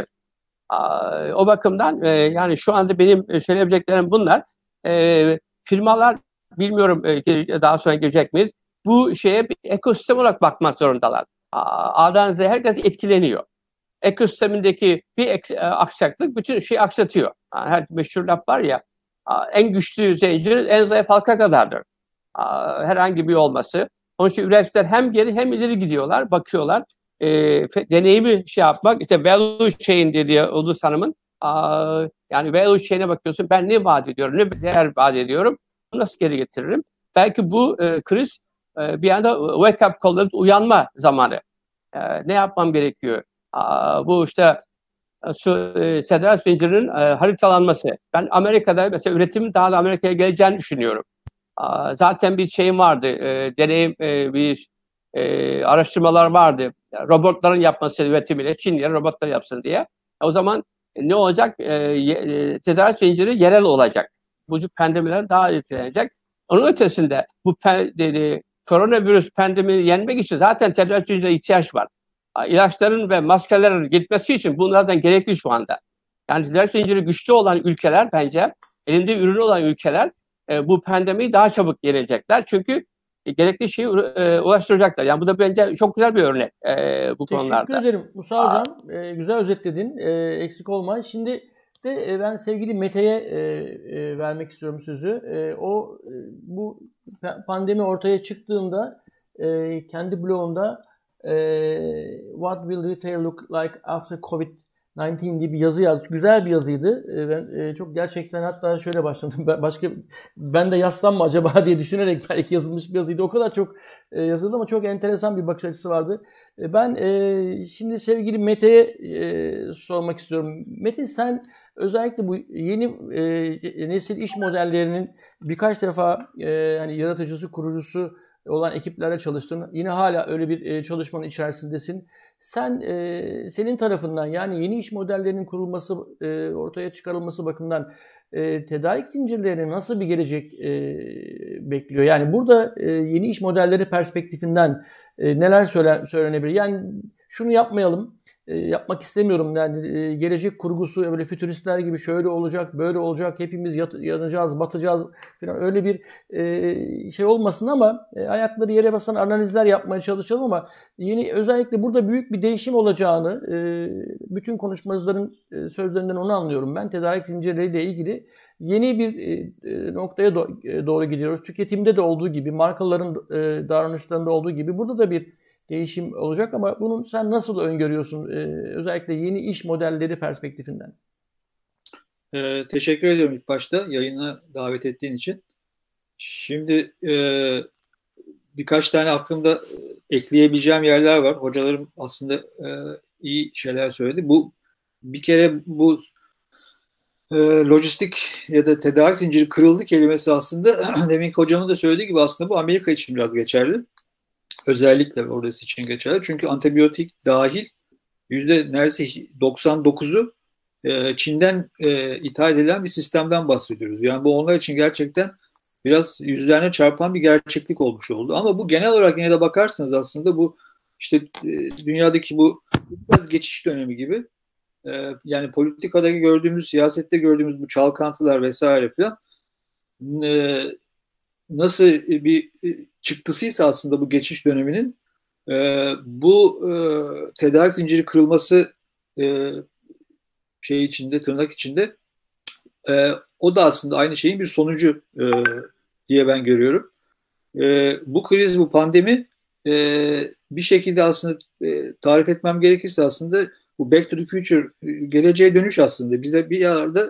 O bakımdan e, yani şu anda benim söyleyebileceklerim bunlar. E, firmalar bilmiyorum e, daha sonra girecek miyiz? Bu şeye bir ekosistem olarak bakmak zorundalar. A'dan Z'ye herkes etkileniyor. Ekosistemindeki bir eks, aksaklık bütün şeyi aksatıyor. Yani her meşhur laf var ya, en güçlü zincir en zayıf halka kadardır. Herhangi bir olması. Onun için üreticiler hem geri hem ileri gidiyorlar, bakıyorlar. E, deneyimi şey yapmak, işte value chain dediği Ulus Hanım'ın, a, yani value chain'e bakıyorsun, ben ne vaat ediyorum, ne değer vaat ediyorum, nasıl geri getiririm? Belki bu e, kriz e, bir anda wake up call'da uyanma zamanı. E, ne yapmam gerekiyor? A, bu işte şu e, tedarik zincirinin e, haritalanması. Ben Amerika'da mesela üretimin daha da Amerika'ya geleceğini düşünüyorum. A, zaten bir şeyim vardı, e, deneyim e, bir e, araştırmalar vardı. Yani robotların yapması üretimiyle Çinliler robotlar yapsın diye. O zaman e, ne olacak? E, e, tedarik zinciri yerel olacak. Bu pandemiler daha etkilenecek. Onun ötesinde bu pe- dedi, koronavirüs pandemini yenmek için zaten tedarik zincirine ihtiyaç var. İlaçların ve maskelerin gitmesi için bunlardan gerekli şu anda. Yani tedarik zinciri güçlü olan ülkeler, bence elinde ürünü olan ülkeler e, bu pandemiyi daha çabuk yenecekler. Çünkü e, gerekli şeyi e, ulaştıracaklar. Yani bu da bence çok güzel bir örnek e, bu Teşekkür konularda. Teşekkür ederim Musa Hocam. E, güzel özetledin. E, eksik olma. Şimdi de e, ben sevgili Mete'ye e, e, vermek istiyorum sözü. E, o e, bu pandemi ortaya çıktığında e, kendi blogunda e, What will retail look like after covid on dokuz diye bir yazı yazdı. Güzel bir yazıydı. Ben e, çok gerçekten hatta şöyle başladım. Ben, başka ben de yazsam mı acaba diye düşünerek belki yazılmış bir yazıydı. O kadar çok e, yazıldı ama çok enteresan bir bakış açısı vardı. E, ben e, şimdi sevgili Mete'ye e, sormak istiyorum. Mete, sen özellikle bu yeni e, nesil iş modellerinin birkaç defa e, hani yaratıcısı, kurucusu olan ekiplerle çalıştın. Yine hala öyle bir e, çalışmanın içerisindesin. Sen e, senin tarafından, yani yeni iş modellerinin kurulması, e, ortaya çıkarılması bakımından e, tedarik zincirlerine nasıl bir gelecek e, bekliyor? Yani burada e, yeni iş modelleri perspektifinden e, neler söyle, söylenebilir? Yani şunu yapmayalım, e, yapmak istemiyorum. Yani e, gelecek kurgusu böyle fütüristler gibi şöyle olacak, böyle olacak, hepimiz yat, yanacağız, batacağız falan, öyle bir e, şey olmasın ama e, ayakları yere basan analizler yapmaya çalışalım ama yeni, özellikle burada büyük bir değişim olacağını, e, bütün konuşmacıların e, sözlerinden onu anlıyorum ben. Tedarik zincirleriyle ilgili yeni bir e, noktaya do- e, doğru gidiyoruz. Tüketimde de olduğu gibi, markaların e, davranışlarında olduğu gibi burada da bir değişim olacak ama bunun sen nasıl öngörüyorsun? Ee, özellikle yeni iş modelleri perspektifinden. Ee, teşekkür ediyorum ilk başta yayına davet ettiğin için. Şimdi e, birkaç tane aklımda ekleyebileceğim yerler var. Hocalarım aslında e, iyi şeyler söyledi. Bu bir kere bu e, lojistik ya da tedarik zinciri kırıldı kelimesi aslında demin ki hocamın da söylediği gibi aslında bu Amerika için biraz geçerli. Özellikle orası için geçerli. Çünkü antibiyotik dahil yüzde neredeyse doksan dokuzu e, Çin'den e, ithal edilen bir sistemden bahsediyoruz. Yani bu onlar için gerçekten biraz yüzlerine çarpan bir gerçeklik olmuş oldu. Ama bu genel olarak yine de bakarsanız aslında bu işte e, dünyadaki bu biraz geçiş dönemi gibi. E, yani politikadaki gördüğümüz, siyasette gördüğümüz bu çalkantılar vesaire filan e, nasıl bir çıktısıysa aslında bu geçiş döneminin e, bu e, tedarik zinciri kırılması e, şey içinde, tırnak içinde e, o da aslında aynı şeyin bir sonucu e, diye ben görüyorum. E, bu kriz, bu pandemi e, bir şekilde aslında e, tarif etmem gerekirse aslında bu Back to the Future, geleceğe dönüş aslında bize bir yerde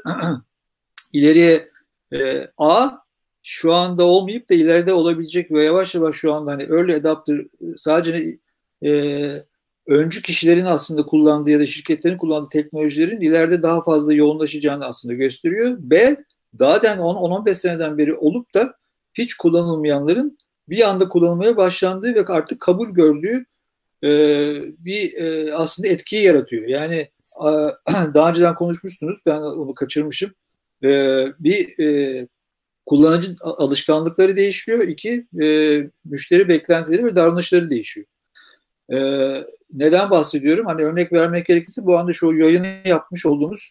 ileriye e, A şu anda olmayıp da ileride olabilecek ve yavaş yavaş şu anda hani early adopter sadece e, öncü kişilerin aslında kullandığı ya da şirketlerin kullandığı teknolojilerin ileride daha fazla yoğunlaşacağını aslında gösteriyor. B, zaten on on beş seneden beri olup da hiç kullanılmayanların bir anda kullanılmaya başlandığı ve artık kabul gördüğü e, bir e, aslında etkiyi yaratıyor. Yani e, daha önceden konuşmuştunuz, ben onu kaçırmışım. E, bir e, kullanıcı alışkanlıkları değişiyor. İki, e, müşteri beklentileri ve davranışları değişiyor. E, neden bahsediyorum? Hani örnek vermek gerekirse bu anda şu yayını yapmış olduğumuz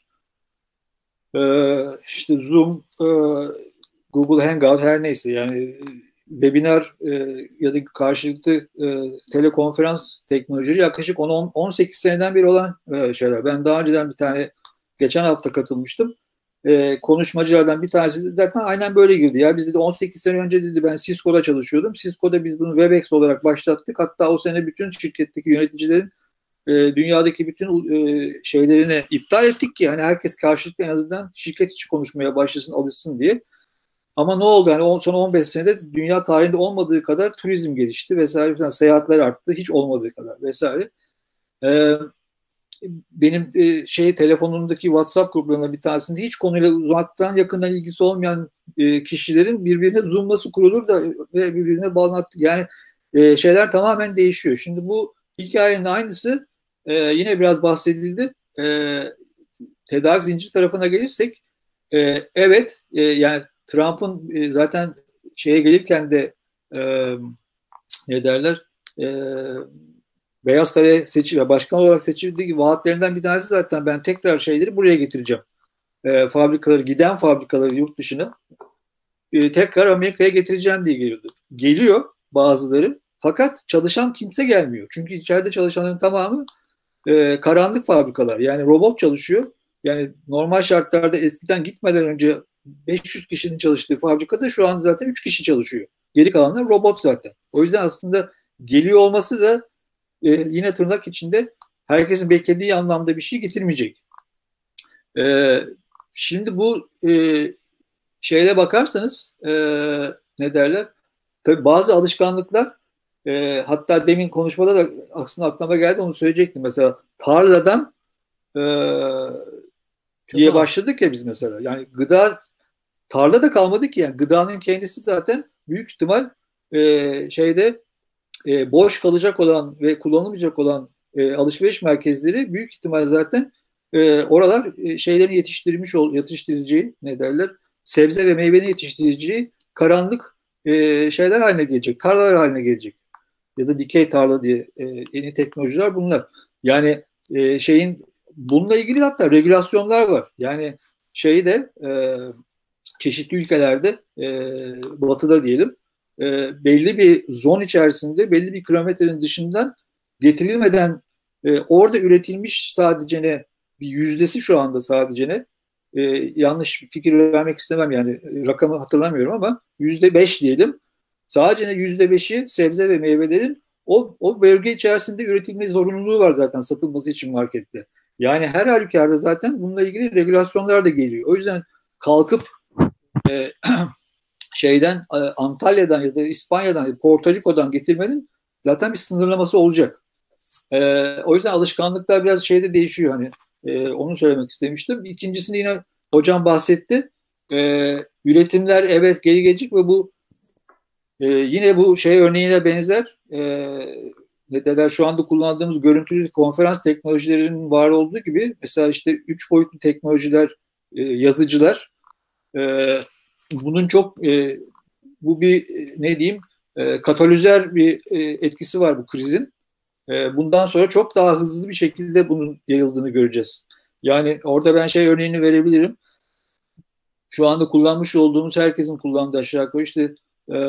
e, işte Zoom, e, Google Hangout her neyse yani webinar e, ya da karşılıklı e, telekonferans teknolojileri yaklaşık on on sekiz seneden beri olan e, şeyler. Ben daha önceden bir tane geçen hafta katılmıştım. E, konuşmacılardan bir tanesi de zaten aynen böyle girdi. Ya biz dedi on sekiz sene önce dedi ben Cisco'da çalışıyordum. Cisco'da biz bunu Webex olarak başlattık. Hatta o sene bütün şirketteki yöneticilerin e, dünyadaki bütün e, şeylerini iptal ettik ki hani herkes karşılıklı en azından şirket içi konuşmaya başlasın, alışsın diye. Ama ne oldu? Yani son on beş senede dünya tarihinde olmadığı kadar turizm gelişti vesaire falan, seyahatler arttı. Hiç olmadığı kadar vesaire. Ee, benim e, şey telefonumdaki WhatsApp gruplarından bir tanesinde hiç konuyla uzaktan yakından ilgisi olmayan e, kişilerin birbirine Zoom'ması kurulur da ve birbirine bağlantı. Yani e, şeyler tamamen değişiyor. Şimdi bu hikayenin aynısı e, yine biraz bahsedildi. E, tedarik zinciri tarafına gelirsek e, evet e, yani Trump'ın e, zaten şeye gelirken de e, ne derler e, Beyaz Saray'a seçildi, başkan olarak seçildiği vaatlerinden bir tanesi zaten ben tekrar şeyleri buraya getireceğim. E, fabrikaları, giden fabrikaları yurt dışına e, tekrar Amerika'ya getireceğim diye geliyordu. Geliyor bazıları fakat çalışan kimse gelmiyor. Çünkü içeride çalışanların tamamı e, karanlık fabrikalar. Yani robot çalışıyor. Yani normal şartlarda eskiden gitmeden önce beş yüz kişinin çalıştığı fabrikada şu an zaten üç kişi çalışıyor. Geri kalanlar robot zaten. O yüzden aslında geliyor olması da e, yine tırnak içinde herkesin beklediği anlamda bir şey getirmeyecek. E, şimdi bu e, şeyle bakarsanız e, ne derler? Tabii bazı alışkanlıklar e, hatta demin konuşmada da aslında aklıma geldi, onu söyleyecektim. Mesela tarladan e, diye başladık ya biz mesela. Yani gıda tarla da kalmadı ki, yani gıdanın kendisi zaten büyük ihtimal e, şeyde e, boş kalacak olan ve kullanılmayacak olan e, alışveriş merkezleri büyük ihtimal zaten e, oralar e, şeylerin yetiştirilmiş ol, yetiştireceği ne derler, sebze ve meyvenin yetiştireceği karanlık e, şeyler haline gelecek, tarlalar haline gelecek. Ya da dikey tarla diye e, yeni teknolojiler bunlar. Yani e, şeyin bununla ilgili hatta regülasyonlar var. Yani şeyi de e, çeşitli ülkelerde e, batıda diyelim e, belli bir zon içerisinde belli bir kilometrenin dışından getirilmeden e, orada üretilmiş sadece ne bir yüzdesi şu anda sadece ne e, yanlış fikir vermek istemem, yani rakamı hatırlamıyorum ama yüzde beş diyelim, sadece yüzde beşi sebze ve meyvelerin o, o bölge içerisinde üretilme zorunluluğu var zaten satılması için markette. Yani her halükarda zaten bununla ilgili regülasyonlar da geliyor. O yüzden kalkıp e, şeyden e, Antalya'dan ya da İspanya'dan, Porto Rico'dan getirmenin zaten bir sınırlaması olacak. E, o yüzden alışkanlıklar biraz şeyde değişiyor. Hani e, onu söylemek istemiştim. İkincisini yine hocam bahsetti. E, üretimler evet geri gelecek ve bu e, yine bu şey örneğine benzer. E, ne derler, şu anda kullandığımız görüntülü konferans teknolojilerinin var olduğu gibi mesela işte üç boyutlu teknolojiler, e, yazıcılar, e, bunun çok e, bu bir ne diyeyim e, katalizör bir e, etkisi var bu krizin. E, bundan sonra çok daha hızlı bir şekilde bunun yayıldığını göreceğiz. Yani orada ben şey örneğini verebilirim. Şu anda kullanmış olduğumuz, herkesin kullandığı aşağı yukarı işte e,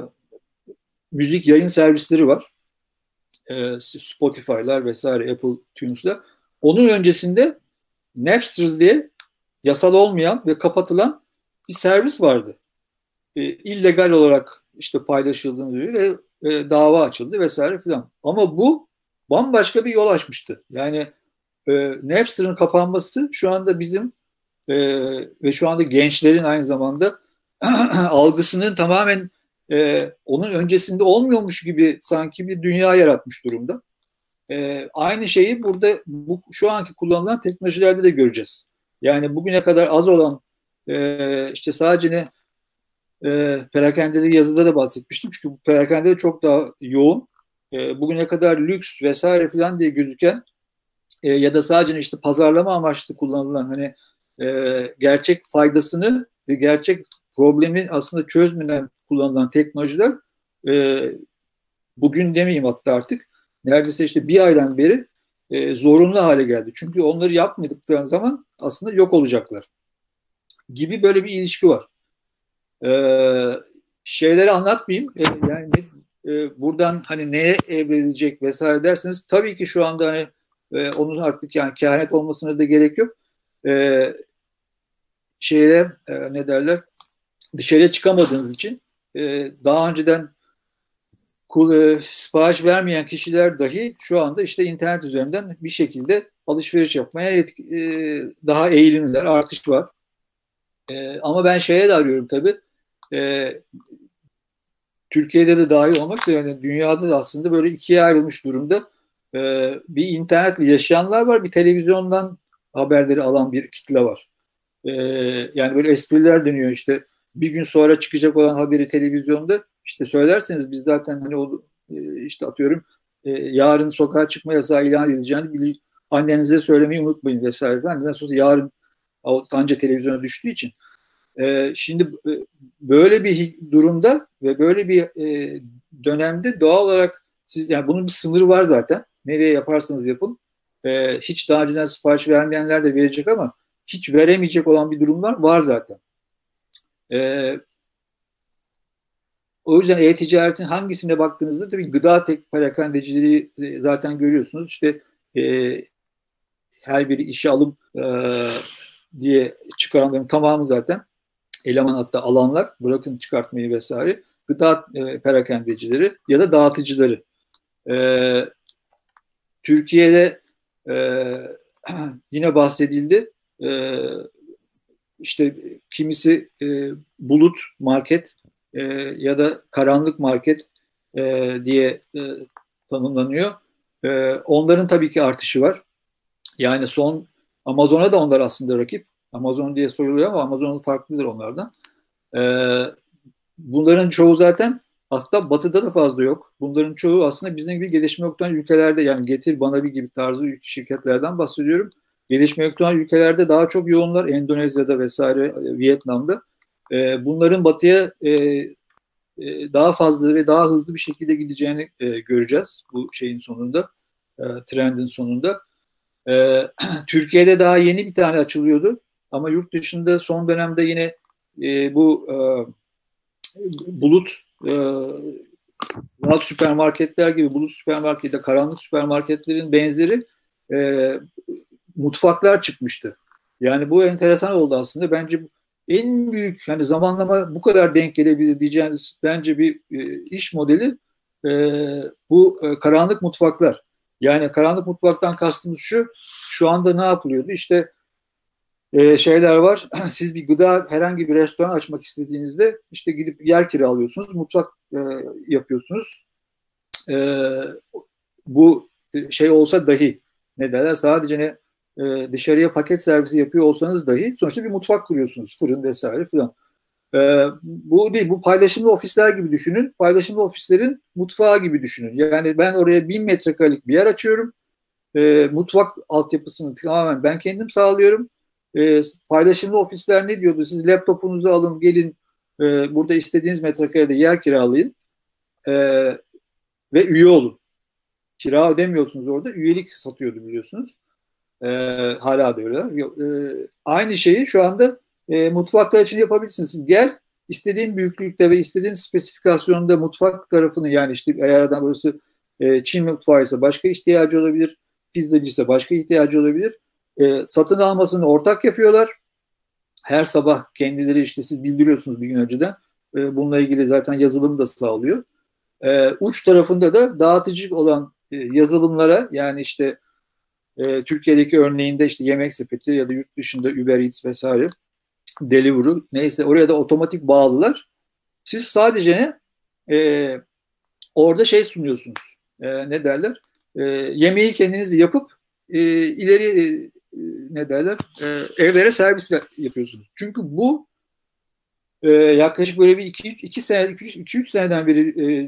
müzik yayın servisleri var. E, Spotify'lar vesaire, Apple Tunes'lar. Onun öncesinde Napster diye yasal olmayan ve kapatılan bir servis vardı. E, illegal olarak işte paylaşıldığını diyor ve e, dava açıldı vesaire filan. Ama bu bambaşka bir yol açmıştı. Yani e, Napster'ın kapanması şu anda bizim e, ve şu anda gençlerin aynı zamanda algısının tamamen e, onun öncesinde olmuyormuş gibi sanki bir dünya yaratmış durumda. E, aynı şeyi burada bu, şu anki kullanılan teknolojilerde de göreceğiz. Yani bugüne kadar az olan e, işte sadece ne e, perakendede yazıda da bahsetmiştim. Çünkü bu perakende çok daha yoğun. E, bugüne kadar lüks vesaire falan diye gözüken e, ya da sadece işte pazarlama amaçlı kullanılan hani e, gerçek faydasını ve gerçek problemin aslında çözmeden kullanılan teknolojiler e, bugün demeyeyim hatta artık neredeyse işte bir aydan beri e, zorunlu hale geldi. Çünkü onları yapmadıkları zaman aslında yok olacaklar gibi böyle bir ilişki var. Ee, şeyleri anlatmayayım. Ee, yani e, buradan hani neye evrilecek vesaire derseniz tabii ki şu anda hani e, onun artık yani kehanet olmasına da gerek yok. Ee, şeyle e, ne derler, dışarıya çıkamadığınız için e, daha önceden e, sipariş vermeyen kişiler dahi şu anda işte internet üzerinden bir şekilde alışveriş yapmaya etki, e, daha eğilimliler, artış var. E, ama ben şeye de arıyorum tabii. E, Türkiye'de de dahil olmak üzere yani dünyada da aslında böyle ikiye ayrılmış durumda. E, bir internetle yaşayanlar var, bir televizyondan haberleri alan bir kitle var. E, yani böyle espriler dönüyor işte bir gün sonra çıkacak olan haberi televizyonda işte söylerseniz biz zaten hani o e, işte atıyorum e, yarın sokağa çıkma yasağı ilan edileceğini bil, annenize söylemeyi unutmayın vesaire falan. Neden sonra yarın anca televizyona düştüğü için. Ee, şimdi böyle bir durumda ve böyle bir e, dönemde doğal olarak siz yani bunun bir sınırı var zaten. Nereye yaparsanız yapın. Ee, hiç daha önceden sipariş vermeyenler de verecek ama hiç veremeyecek olan bir durumlar var zaten. Ee, o yüzden e-ticaretin hangisine baktığınızda tabii gıda tek perakendecileri zaten görüyorsunuz. İşte e, her biri işe alım e, diye çıkaranların tamamı zaten eleman hatta alanlar, bırakın çıkartmayı vesaire, gıda e, perakendecileri ya da dağıtıcıları. E, Türkiye'de e, yine bahsedildi. e, işte kimisi e, bulut market e, ya da karanlık market e, diye e, tanımlanıyor. E, onların tabii ki artışı var. Yani son Amazon'a da onlar aslında rakip. Amazon diye soruluyor ama Amazon farklıdır onlardan. E, bunların çoğu zaten aslında Batı'da da fazla yok. Bunların çoğu aslında bizim gibi gelişmekte olan ülkelerde, yani Getir, Banabi gibi tarzı şirketlerden bahsediyorum. Gelişmekte olan ülkelerde daha çok yoğunlar. Endonezya'da vesaire, Vietnam'da. E, bunların Batı'ya e, e, daha fazla ve daha hızlı bir şekilde gideceğini e, göreceğiz bu şeyin sonunda, e, trendin sonunda. E, Türkiye'de daha yeni bir tane açılıyordu ama yurt dışında son dönemde yine e, bu e, bulut e, bulut süpermarketler gibi bulut süpermarkette karanlık süpermarketlerin benzeri e, mutfaklar çıkmıştı. Yani bu enteresan oldu aslında. Bence en büyük, hani zamanlama bu kadar denk gelebilir diyeceğiniz bence bir e, iş modeli e, bu e, karanlık mutfaklar. Yani karanlık mutfaktan kastımız şu, şu anda ne yapılıyordu? İşte e, şeyler var. Siz bir gıda, herhangi bir restoran açmak istediğinizde işte gidip yer kiralıyorsunuz, mutfak e, yapıyorsunuz. E, bu şey olsa dahi, ne derler, sadece ne e, dışarıya paket servisi yapıyor olsanız dahi sonuçta bir mutfak kuruyorsunuz, fırın vesaire filan. E, bu değil, bu paylaşımlı ofisler gibi düşünün. Paylaşımlı ofislerin mutfağı gibi düşünün. Yani ben oraya bin metrekarelik bir yer açıyorum. E, mutfak altyapısını tamamen ben kendim sağlıyorum. E, paylaşımlı ofisler ne diyordu? Siz laptopunuzu alın, gelin e, burada istediğiniz metrekarede yer kiralayın e, ve üye olun. Kira ödemiyorsunuz orada. Üyelik satıyordu biliyorsunuz. E, hala da öyle. E, aynı şeyi şu anda e, mutfaklar için yapabilirsiniz. Gel, istediğin büyüklükte ve istediğin spesifikasyonda mutfak tarafını, yani işte eğer adam burası e, Çin mutfağıysa başka ihtiyacı olabilir. Pizzacıysa başka ihtiyacı olabilir. E, satın almasını ortak yapıyorlar. Her sabah kendileri, işte siz bildiriyorsunuz bir gün önceden. E, bununla ilgili zaten yazılım da sağlıyor. E, uç tarafında da dağıtıcı olan e, yazılımlara, yani işte e, Türkiye'deki örneğinde işte Yemek Sepeti ya da yurt dışında Uber Eats vesaire, Deliveroo, neyse oraya da otomatik bağlılar. Siz sadece ne e, orada şey sunuyorsunuz. E, ne derler? E, yemeği kendiniz yapıp e, ileri e, ne derler? E, evlere servis yapıyorsunuz. Çünkü bu e, yaklaşık böyle bir iki iki sene iki üç seneden beri e,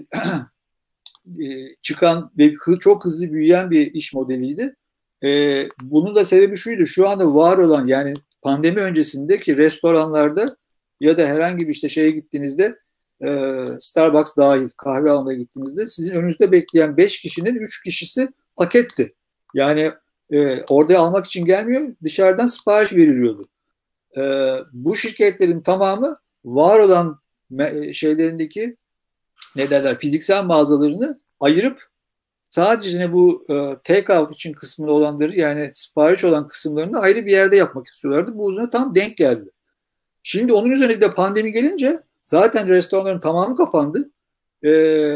e, çıkan ve çok hızlı büyüyen bir iş modeliydi. E, bunun da sebebi şuydu. Şu anda var olan, yani pandemi öncesindeki restoranlarda ya da herhangi bir işte şeye gittiğinizde, e, Starbucks dahil kahve almaya gittiğinizde sizin önünüzde bekleyen beş kişinin üç kişisi paketti. Yani e, orada almak için gelmiyor, dışarıdan sipariş veriliyordu. E, bu şirketlerin tamamı var olan şeylerindeki ne derler fiziksel mağazalarını ayırıp sadece ne bu e, take out için kısmında olanları, yani sipariş olan kısımlarını ayrı bir yerde yapmak istiyorlardı. Bu uzuna tam denk geldi. Şimdi onun üzerine de pandemi gelince zaten restoranların tamamı kapandı. E,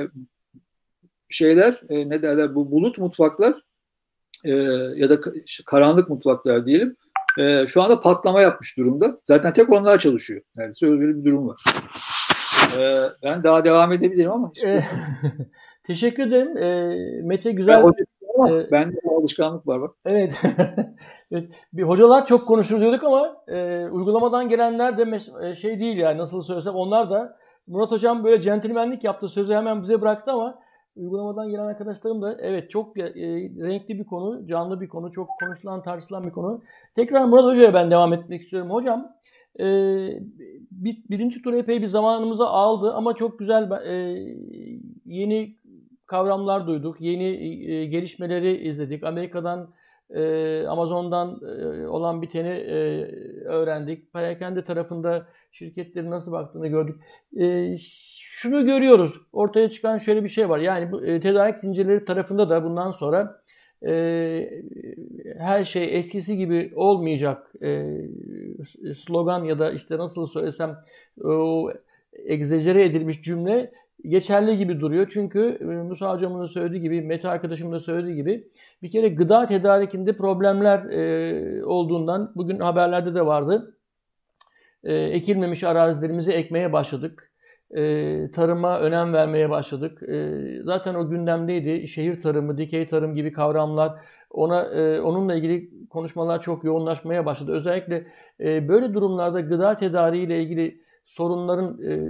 şeyler e, ne derler bu bulut mutfaklar e, ya da karanlık mutfaklar diyelim. E, şu anda patlama yapmış durumda. Zaten tek onlar çalışıyor. Yani öyle bir durum var. E, ben daha devam edebilirim ama. Teşekkür ederim. E, Mete güzel. Ben e, bende alışkanlık var bak. Evet. Evet. Bir hocalar çok konuşur diyorduk ama e, uygulamadan gelenler de mes- şey değil, yani nasıl söylesem, onlar da Murat Hocam böyle centilmenlik yaptı. Sözü hemen bize bıraktı ama uygulamadan gelen arkadaşlarım da evet çok e, renkli bir konu, canlı bir konu, çok konuşulan, tartışılan bir konu. Tekrar Murat Hoca'ya ben devam etmek istiyorum. Hocam e, bir, birinci tur epey bir zamanımızı aldı ama çok güzel e, yeni kavramlar duyduk, yeni e, gelişmeleri izledik. Amerika'dan, e, Amazon'dan e, olan biteni e, öğrendik. Perakende tarafında şirketlerin nasıl baktığını gördük. E, şunu görüyoruz, ortaya çıkan şöyle bir şey var. Yani bu e, tedarik zincirleri tarafında da bundan sonra e, her şey eskisi gibi olmayacak e, slogan ya da işte nasıl söylesem o egzajere edilmiş cümle geçerli gibi duruyor. Çünkü Musa Hocam'ın da söylediği gibi, Mete arkadaşımın da söylediği gibi bir kere gıda tedarikinde problemler e, olduğundan bugün haberlerde de vardı. E, ekilmemiş arazilerimizi ekmeye başladık. E, tarıma önem vermeye başladık. E, zaten o gündemdeydi. Şehir tarımı, dikey tarım gibi kavramlar, ona e, onunla ilgili konuşmalar çok yoğunlaşmaya başladı. Özellikle e, böyle durumlarda gıda tedariği ile ilgili sorunların e,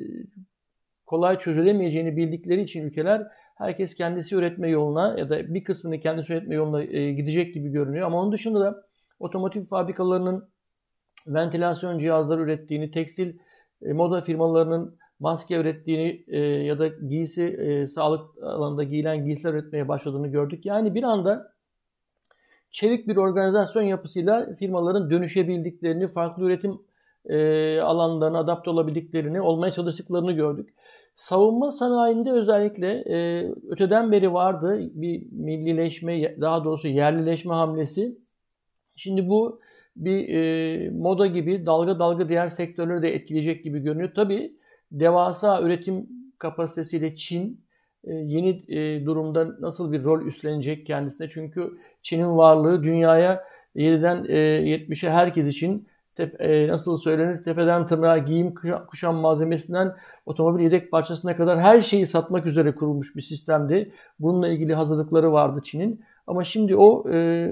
kolay çözülemeyeceğini bildikleri için ülkeler herkes kendisi üretme yoluna ya da bir kısmını kendisi üretme yoluna e, gidecek gibi görünüyor. Ama onun dışında da otomotiv fabrikalarının ventilasyon cihazları ürettiğini, tekstil e, moda firmalarının maske ürettiğini e, ya da giysi, e, sağlık alanında giyilen giysiler üretmeye başladığını gördük. Yani bir anda çevik bir organizasyon yapısıyla firmaların dönüşebildiklerini, farklı üretim e, alanlarına adapte olabildiklerini, olmaya çalıştıklarını gördük. Savunma sanayinde özellikle e, öteden beri vardı bir millileşme, daha doğrusu yerlileşme hamlesi. Şimdi bu bir e, moda gibi dalga dalga diğer sektörleri de etkileyecek gibi görünüyor. Tabii devasa üretim kapasitesiyle Çin e, yeni e, durumda nasıl bir rol üstlenecek kendisine? Çünkü Çin'in varlığı dünyaya yediden yetmişe herkes için tep, e, nasıl söylenir tepeden tırnağa giyim kuşam malzemesinden otomobil yedek parçasına kadar her şeyi satmak üzere kurulmuş bir sistemdi. Bununla ilgili hazırlıkları vardı Çin'in. Ama şimdi o e,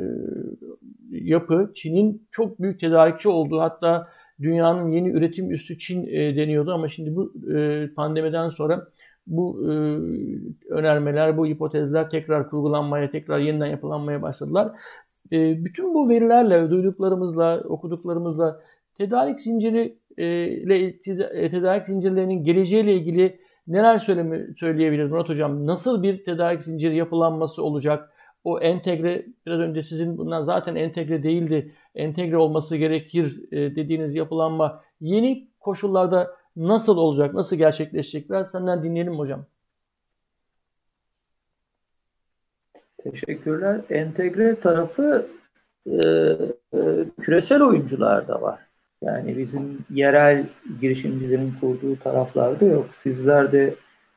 yapı Çin'in çok büyük tedarikçi olduğu, hatta dünyanın yeni üretim üssü Çin e, deniyordu ama şimdi bu e, pandemiden sonra bu e, önermeler, bu hipotezler tekrar kurgulanmaya, tekrar yeniden yapılanmaya başladılar. E, bütün bu verilerle, duyduklarımızla, okuduklarımızla tedarik zinciri e, ile tedarik zincirlerinin geleceğiyle ilgili neler söyleme, söyleyebiliriz Murat Hocam? Nasıl bir tedarik zinciri yapılanması olacak? O entegre, biraz önce sizin bundan zaten entegre değildi, entegre olması gerekir dediğiniz yapılanma yeni koşullarda nasıl olacak, nasıl gerçekleşecek? Biraz senden dinleyelim hocam. Teşekkürler. Entegre tarafı e, e, küresel oyuncularda var. Yani bizim yerel girişimcilerin kurduğu taraflarda yok. Sizler de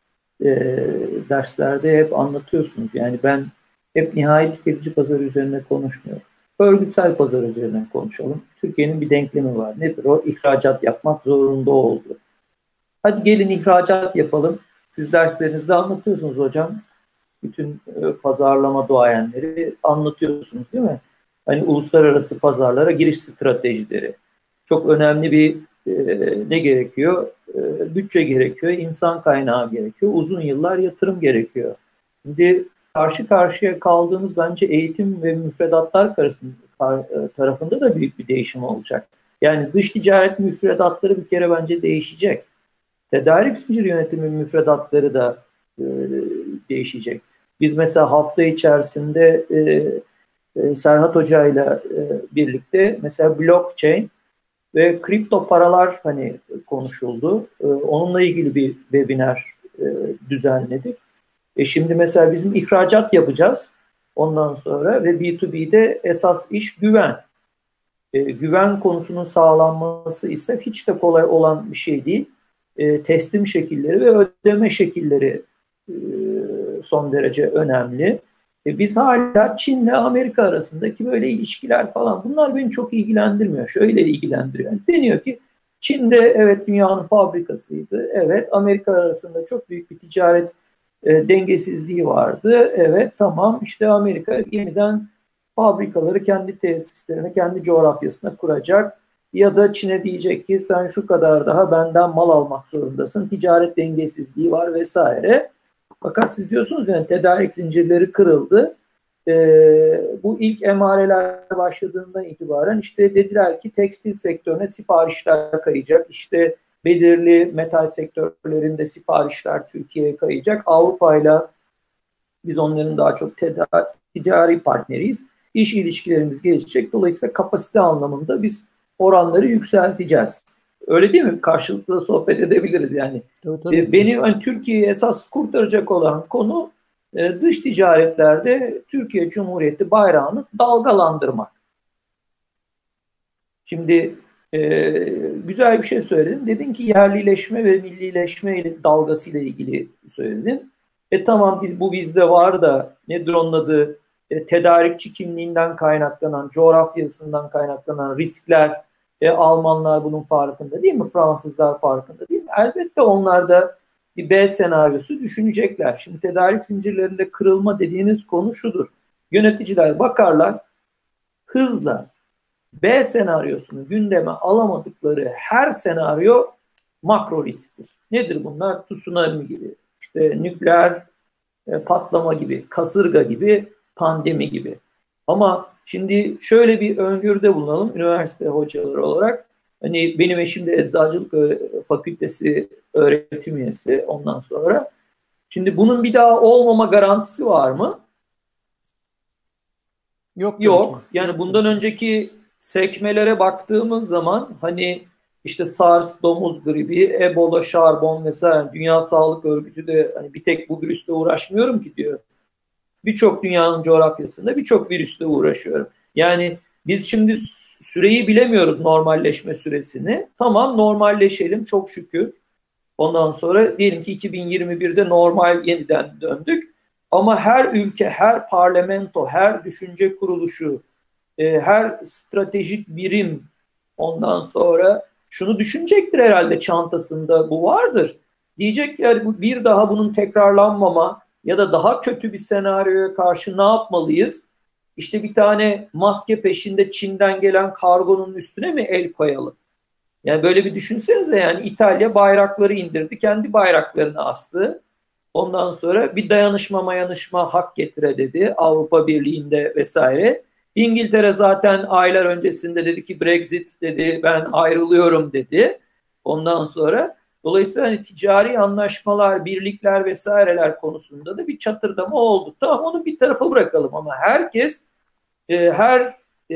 e, derslerde hep anlatıyorsunuz. Yani ben hep nihai tüketici pazarı üzerine konuşmuyorum. Örgütsel pazar üzerine konuşalım. Türkiye'nin bir denklemi var. Nedir o? İhracat yapmak zorunda oldu. Hadi gelin ihracat yapalım. Siz derslerinizde anlatıyorsunuz hocam. Bütün e, pazarlama duayenleri anlatıyorsunuz değil mi? Hani uluslararası pazarlara giriş stratejileri. Çok önemli bir e, ne gerekiyor? E, bütçe gerekiyor, insan kaynağı gerekiyor, uzun yıllar yatırım gerekiyor. Şimdi karşı karşıya kaldığımız bence eğitim ve müfredatlar tarafında da büyük bir değişim olacak. Yani dış ticaret müfredatları bir kere bence değişecek. Tedarik zinciri yönetimi müfredatları da e, değişecek. Biz mesela hafta içerisinde e, e, Serhat Hoca ile birlikte mesela blockchain ve kripto paralar hani konuşuldu. E, onunla ilgili bir webinar e, düzenledik. E şimdi mesela bizim ihracat yapacağız ondan sonra ve B iki B'de esas iş güven. E, güven konusunun sağlanması ise hiç de kolay olan bir şey değil. E, teslim şekilleri ve ödeme şekilleri e, son derece önemli. E, biz hala Çin'le Amerika arasındaki böyle ilişkiler falan bunlar beni çok ilgilendirmiyor. Şöyle ilgilendiriyor. Yani deniyor ki Çin'de evet dünyanın fabrikasıydı. Evet Amerika arasında çok büyük bir ticaret E, dengesizliği vardı. Evet tamam işte Amerika yeniden fabrikaları kendi tesislerine, kendi coğrafyasına kuracak. Ya da Çin'e diyecek ki sen şu kadar daha benden mal almak zorundasın. Ticaret dengesizliği var vesaire. Fakat siz diyorsunuz yani tedarik zincirleri kırıldı. E, bu ilk emareler başladığından itibaren işte dediler ki tekstil sektörüne siparişler kayacak. İşte belirli metal sektörlerinde siparişler Türkiye'ye kayacak. Avrupa'yla biz onların daha çok ticari partneriyiz. İş ilişkilerimiz gelişecek. Dolayısıyla kapasite anlamında biz oranları yükselteceğiz. Öyle değil mi? Karşılıklı sohbet edebiliriz yani. Tabii, tabii. Benim hani Türkiye'yi esas kurtaracak olan konu dış ticaretlerde Türkiye Cumhuriyeti bayrağını dalgalandırmak. Şimdi Ee, güzel bir şey söyledin. Dedin ki yerlileşme ve millileşme dalgasıyla ilgili söyledin. E tamam biz bu bizde var da nedir onun adı? E, tedarikçi kimliğinden kaynaklanan, coğrafyasından kaynaklanan riskler, e, Almanlar bunun farkında değil mi? Fransızlar farkında değil mi? Elbette onlar da bir B senaryosu düşünecekler. Şimdi tedarik zincirlerinde kırılma dediğiniz konu şudur. Yöneticiler bakarlar, hızla B senaryosunu gündeme alamadıkları her senaryo makro risktir. Nedir bunlar? Tsunami gibi, işte nükleer e, patlama gibi, kasırga gibi, pandemi gibi. Ama şimdi şöyle bir öngörüde bulunalım üniversite hocaları olarak. Hani benim eşim de Eczacılık Fakültesi öğretim üyesi ondan sonra. Şimdi bunun bir daha olmama garantisi var mı? Yok. Yok. Yani bundan önceki sekmelere baktığımız zaman hani işte SARS, domuz gribi, Ebola, şarbon vesaire Dünya Sağlık Örgütü de hani bir tek bu virüsle uğraşmıyorum ki diyor. Birçok dünyanın coğrafyasında birçok virüsle uğraşıyorum. Yani biz şimdi süreyi bilemiyoruz, normalleşme süresini. Tamam, normalleşelim çok şükür. Ondan sonra diyelim ki iki bin yirmi birde normal yeniden döndük. Ama her ülke, her parlamento, her düşünce kuruluşu, e, her stratejik birim ondan sonra şunu düşünecektir herhalde, çantasında bu vardır. Diyecek yani bu bir daha bunun tekrarlanmama ya da daha kötü bir senaryoya karşı ne yapmalıyız? İşte bir tane maske peşinde Çin'den gelen kargonun üstüne mi el koyalım? Yani böyle bir düşünsenize, yani İtalya bayrakları indirdi, kendi bayraklarını astı. Ondan sonra bir dayanışma mayanışma hak getire dedi Avrupa Birliği'nde vesaire. İngiltere zaten aylar öncesinde dedi ki Brexit dedi, ben ayrılıyorum dedi. Ondan sonra dolayısıyla hani ticari anlaşmalar, birlikler vesaireler konusunda da bir çatırdama oldu. Tamam, onu bir tarafa bırakalım ama herkes e, her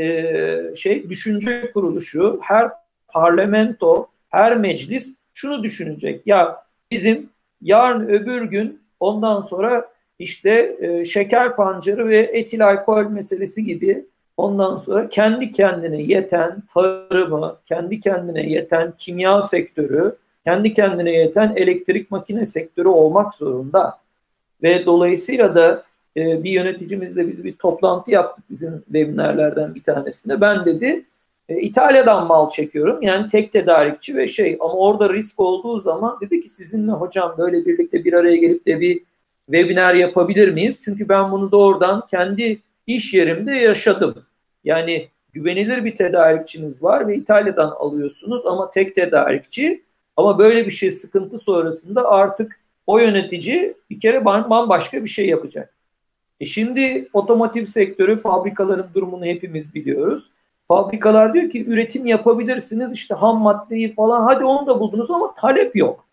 e, şey düşünce kuruluşu, her parlamento, her meclis şunu düşünecek. Ya bizim yarın öbür gün ondan sonra işte e, şeker pancarı ve etil alkol meselesi gibi ondan sonra kendi kendine yeten tarımı, kendi kendine yeten kimya sektörü, kendi kendine yeten elektrik makine sektörü olmak zorunda. Ve dolayısıyla da e, bir yöneticimizle biz bir toplantı yaptık bizim webinarlardan bir tanesinde. Ben dedi e, İtalya'dan mal çekiyorum, yani tek tedarikçi ve şey, ama orada risk olduğu zaman dedi ki sizinle hocam böyle birlikte bir araya gelip de bir webinar yapabilir miyiz? Çünkü ben bunu doğrudan kendi iş yerimde yaşadım. Yani güvenilir bir tedarikçiniz var ve İtalya'dan alıyorsunuz ama tek tedarikçi, ama böyle bir şey sıkıntı sonrasında artık o yönetici bir kere bambaşka bir şey yapacak. E şimdi otomotiv sektörü, fabrikaların durumunu hepimiz biliyoruz. Fabrikalar diyor ki üretim yapabilirsiniz, işte ham maddeyi falan, hadi onu da buldunuz ama talep yok.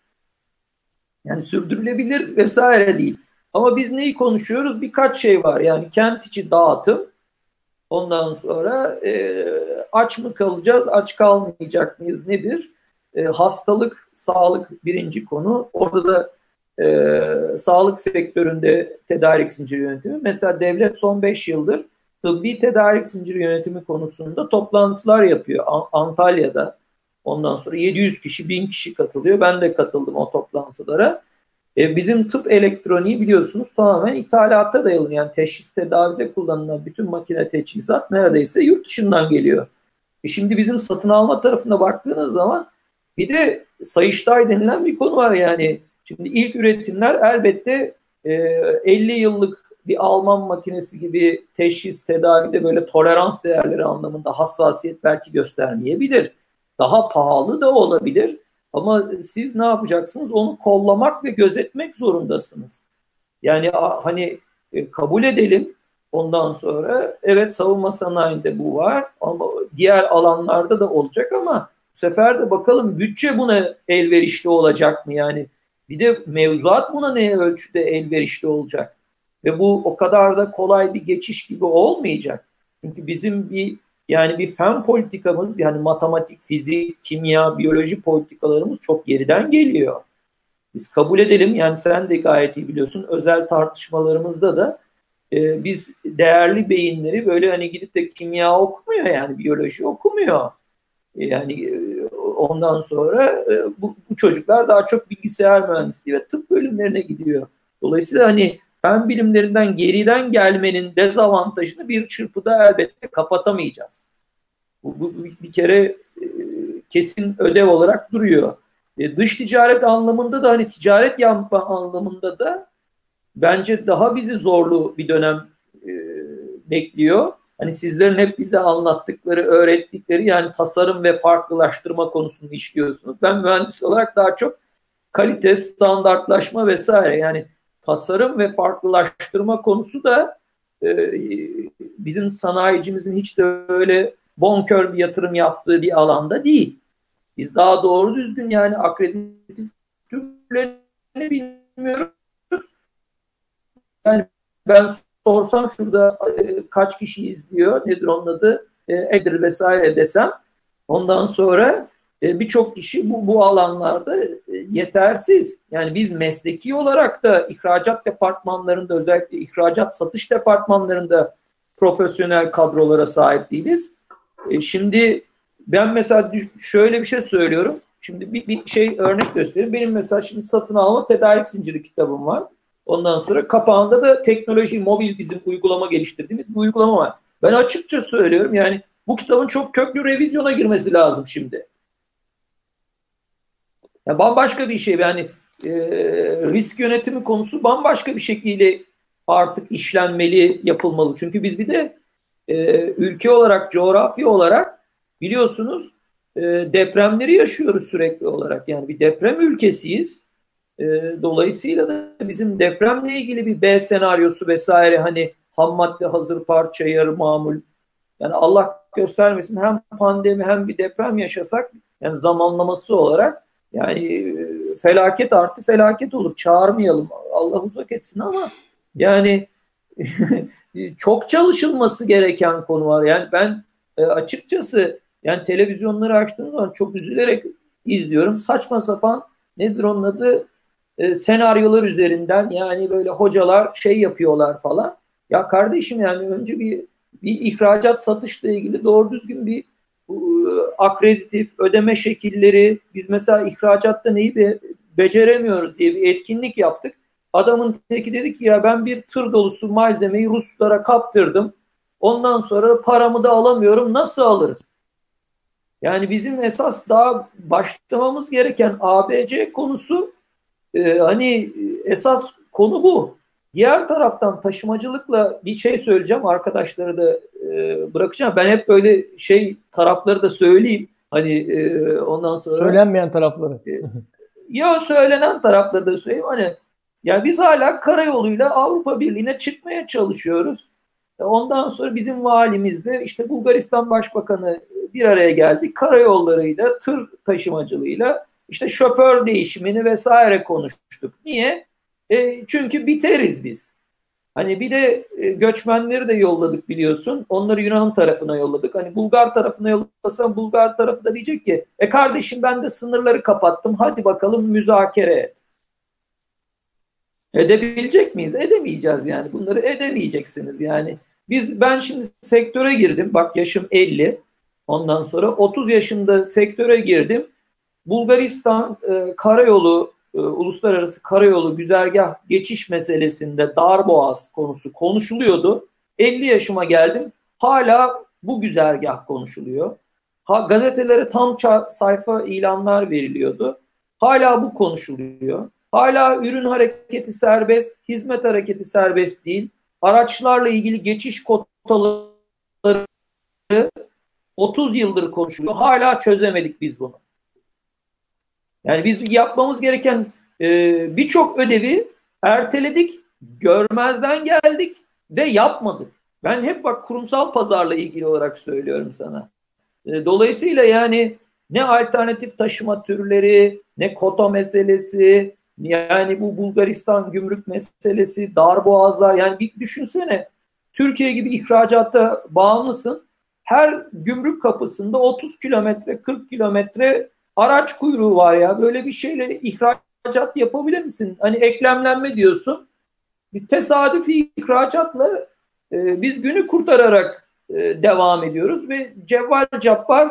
Yani sürdürülebilir vesaire değil. Ama biz neyi konuşuyoruz? Birkaç şey var. Yani kent içi dağıtım. Ondan sonra e, aç mı kalacağız, aç kalmayacak mıyız, nedir? E, hastalık, sağlık birinci konu. Orada da e, sağlık sektöründe tedarik zinciri yönetimi. Mesela devlet son beş yıldır tıbbi tedarik zinciri yönetimi konusunda toplantılar yapıyor. Antalya'da ondan sonra yedi yüz kişi, bin kişi katılıyor. Ben de katıldım o toplantılara. E, bizim tıp elektroniği biliyorsunuz tamamen ithalata dayalı. Yani teşhis tedavide kullanılan bütün makine teçhizat neredeyse yurt dışından geliyor. E şimdi bizim satın alma tarafına baktığınız zaman bir de Sayıştay denilen bir konu var yani. Şimdi ilk üretimler elbette e, elli yıllık bir Alman makinesi gibi teşhis tedavide böyle tolerans değerleri anlamında hassasiyet belki göstermeyebilir. Daha pahalı da olabilir. Ama siz ne yapacaksınız? Onu kollamak ve gözetmek zorundasınız. Yani hani e, kabul edelim ondan sonra, evet savunma sanayinde bu var ama diğer alanlarda da olacak, ama bu sefer de bakalım bütçe buna elverişli olacak mı? Yani bir de mevzuat buna ne ölçüde elverişli olacak? Ve bu o kadar da kolay bir geçiş gibi olmayacak. Çünkü bizim bir yani bir fen politikamız, yani matematik, fizik, kimya, biyoloji politikalarımız çok geriden geliyor. Biz kabul edelim, yani sen de gayet iyi biliyorsun, özel tartışmalarımızda da e, biz değerli beyinleri böyle hani gidip de kimya okumuyor, yani biyoloji okumuyor. Yani ondan sonra bu, bu çocuklar daha çok bilgisayar mühendisliği ve tıp bölümlerine gidiyor. Dolayısıyla hani fen bilimlerinden geriden gelmenin dezavantajını bir çırpıda elbette kapatamayacağız. Bu, bu bir kere kesin ödev olarak duruyor. Dış ticaret anlamında da hani ticaret yapma anlamında da bence daha bizi zorlu bir dönem e, bekliyor. Hani sizlerin hep bize anlattıkları, öğrettikleri yani tasarım ve farklılaştırma konusunu işliyorsunuz. Ben mühendis olarak daha çok kalite, standartlaşma vesaire yani tasarım ve farklılaştırma konusu da e, bizim sanayicimizin hiç de öyle bonkör bir yatırım yaptığı bir alanda değil. Biz daha doğru düzgün yani akreditif türlerini bilmiyoruz. Yani ben sorsam şurada e, kaç kişi izliyor, nedir onun adı, e, Edir vesaire desem, ondan sonra e, birçok kişi bu, bu alanlarda e, yetersiz. Yani biz mesleki olarak da ihracat departmanlarında, özellikle ihracat satış departmanlarında profesyonel kadrolara sahip değiliz. E, şimdi ben mesela şöyle bir şey söylüyorum. Şimdi bir, bir şey örnek göstereyim. Benim mesela şimdi satın alma tedarik zinciri kitabım var. Ondan sonra kapağında da teknoloji, mobil bizim uygulama geliştirdiğimiz bir uygulama var. Ben açıkça söylüyorum yani bu kitabın çok köklü revizyona girmesi lazım şimdi. Ya bambaşka bir şey yani e, risk yönetimi konusu bambaşka bir şekilde artık işlenmeli, yapılmalı. Çünkü biz bir de e, ülke olarak, coğrafya olarak biliyorsunuz e, depremleri yaşıyoruz sürekli olarak. Yani bir deprem ülkesiyiz. E, dolayısıyla da bizim depremle ilgili bir B senaryosu vesaire hani ham madde, hazır parça, yarı mamul. Yani Allah göstermesin hem pandemi hem bir deprem yaşasak yani zamanlaması olarak yani e, felaket artı felaket olur. Çağırmayalım. Allah uzak etsin ama yani çok çalışılması gereken konu var. Yani ben e, açıkçası yani televizyonları açtığım zaman çok üzülerek izliyorum. Saçma sapan nedir onun adı e, senaryolar üzerinden yani böyle hocalar şey yapıyorlar falan. Ya kardeşim yani önce bir bir ihracat satışla ilgili doğru düzgün bir e, akreditif ödeme şekilleri biz mesela ihracatta neyi be, beceremiyoruz diye bir etkinlik yaptık. Adamın teki dedi ki ya ben bir tır dolusu malzemeyi Ruslara kaptırdım. Ondan sonra paramı da alamıyorum. Nasıl alırım? Yani bizim esas daha başlamamız gereken A B C konusu e, hani esas konu bu. Diğer taraftan taşımacılıkla bir şey söyleyeceğim. Arkadaşları da e, bırakacağım. Ben hep böyle şey tarafları da söyleyeyim. Hani e, ondan sonra. Söylenmeyen tarafları. E, ya söylenen tarafları da söyleyeyim. Hani yani biz hala karayoluyla Avrupa Birliği'ne çıkmaya çalışıyoruz. Ondan sonra bizim valimizle işte Bulgaristan Başbakanı bir araya geldik. Karayollarıyla, tır taşımacılığıyla işte şoför değişimini vesaire konuştuk. Niye? E, çünkü biteriz biz. Hani bir de e, göçmenleri de yolladık biliyorsun. Onları Yunan tarafına yolladık. Hani Bulgar tarafına yollasam Bulgar tarafı da diyecek ki e kardeşim ben de sınırları kapattım. Hadi bakalım müzakere et. Edebilecek miyiz? Edemeyeceğiz yani. Bunları edemeyeceksiniz yani. Biz ben şimdi sektöre girdim. Bak yaşım elli. Ondan sonra otuz yaşında sektöre girdim. Bulgaristan e, karayolu e, uluslararası karayolu güzergah geçiş meselesinde darboğaz konusu konuşuluyordu. elli yaşıma geldim. Hala bu güzergah konuşuluyor. Ha, gazetelere tam sayfa ilanlar veriliyordu. Hala bu konuşuluyor. Hala ürün hareketi serbest, hizmet hareketi serbest değil. Araçlarla ilgili geçiş kotaları otuz yıldır konuşuluyor. Hala çözemedik biz bunu. Yani biz yapmamız gereken e, birçok ödevi erteledik, görmezden geldik ve yapmadık. Ben hep bak kurumsal pazarla ilgili olarak söylüyorum sana. E, dolayısıyla yani ne alternatif taşıma türleri, ne kota meselesi, yani bu Bulgaristan gümrük meselesi, darboğazlar yani bir düşünsene Türkiye gibi ihracatta bağımlısın. Her gümrük kapısında otuz kilometre, kırk kilometre araç kuyruğu var ya. Böyle bir şeyle ihracat yapabilir misin? Hani eklemlenme diyorsun. Bir tesadüfi ihracatla e, biz günü kurtararak e, devam ediyoruz ve Cevval Cabbar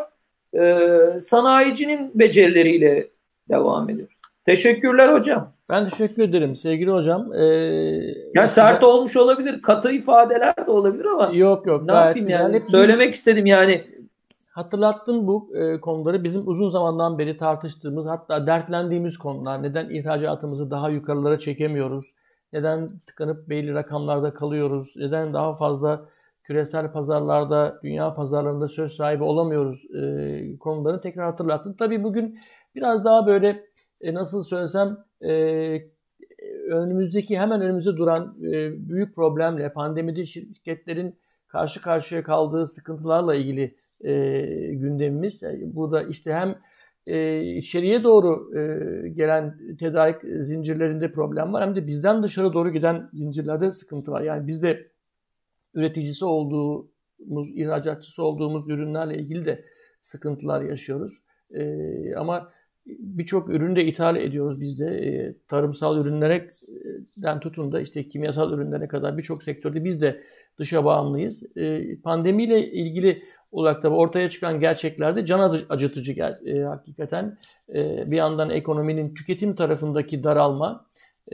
e, sanayicinin becerileriyle devam ediyoruz. Teşekkürler hocam. Ben teşekkür ederim sevgili hocam. Ee, ya sert ben... olmuş olabilir, katı ifadeler de olabilir ama yok yok. Ne yapayım yani? Hep söylemek bir... istedim yani. Hatırlattın bu e, konuları. Bizim uzun zamandan beri tartıştığımız, hatta dertlendiğimiz konular. Neden ihracatımızı daha yukarılara çekemiyoruz? Neden tıkanıp belli rakamlarda kalıyoruz? Neden daha fazla küresel pazarlarda, dünya pazarlarında söz sahibi olamıyoruz e, konularını tekrar hatırlattın. Tabii bugün biraz daha böyle e, nasıl söylesem e, önümüzdeki hemen önümüzde duran e, büyük problemle, pandemide şirketlerin karşı karşıya kaldığı sıkıntılarla ilgili e, gündemimiz. Yani burada işte hem e, içeriye doğru e, gelen tedarik zincirlerinde problem var, hem de bizden dışarı doğru giden zincirlerde sıkıntı var. Yani bizde üreticisi olduğumuz, ihracatçısı olduğumuz ürünlerle ilgili de sıkıntılar yaşıyoruz. Ee, ama birçok ürünü de ithal ediyoruz biz de. Ee, tarımsal ürünlerden tutun da işte kimyasal ürünlere kadar birçok sektörde biz de dışa bağımlıyız. Ee, pandemiyle ilgili olarak da ortaya çıkan gerçeklerde can acıtıcı gel, e, hakikaten. E, bir yandan ekonominin tüketim tarafındaki daralma, e,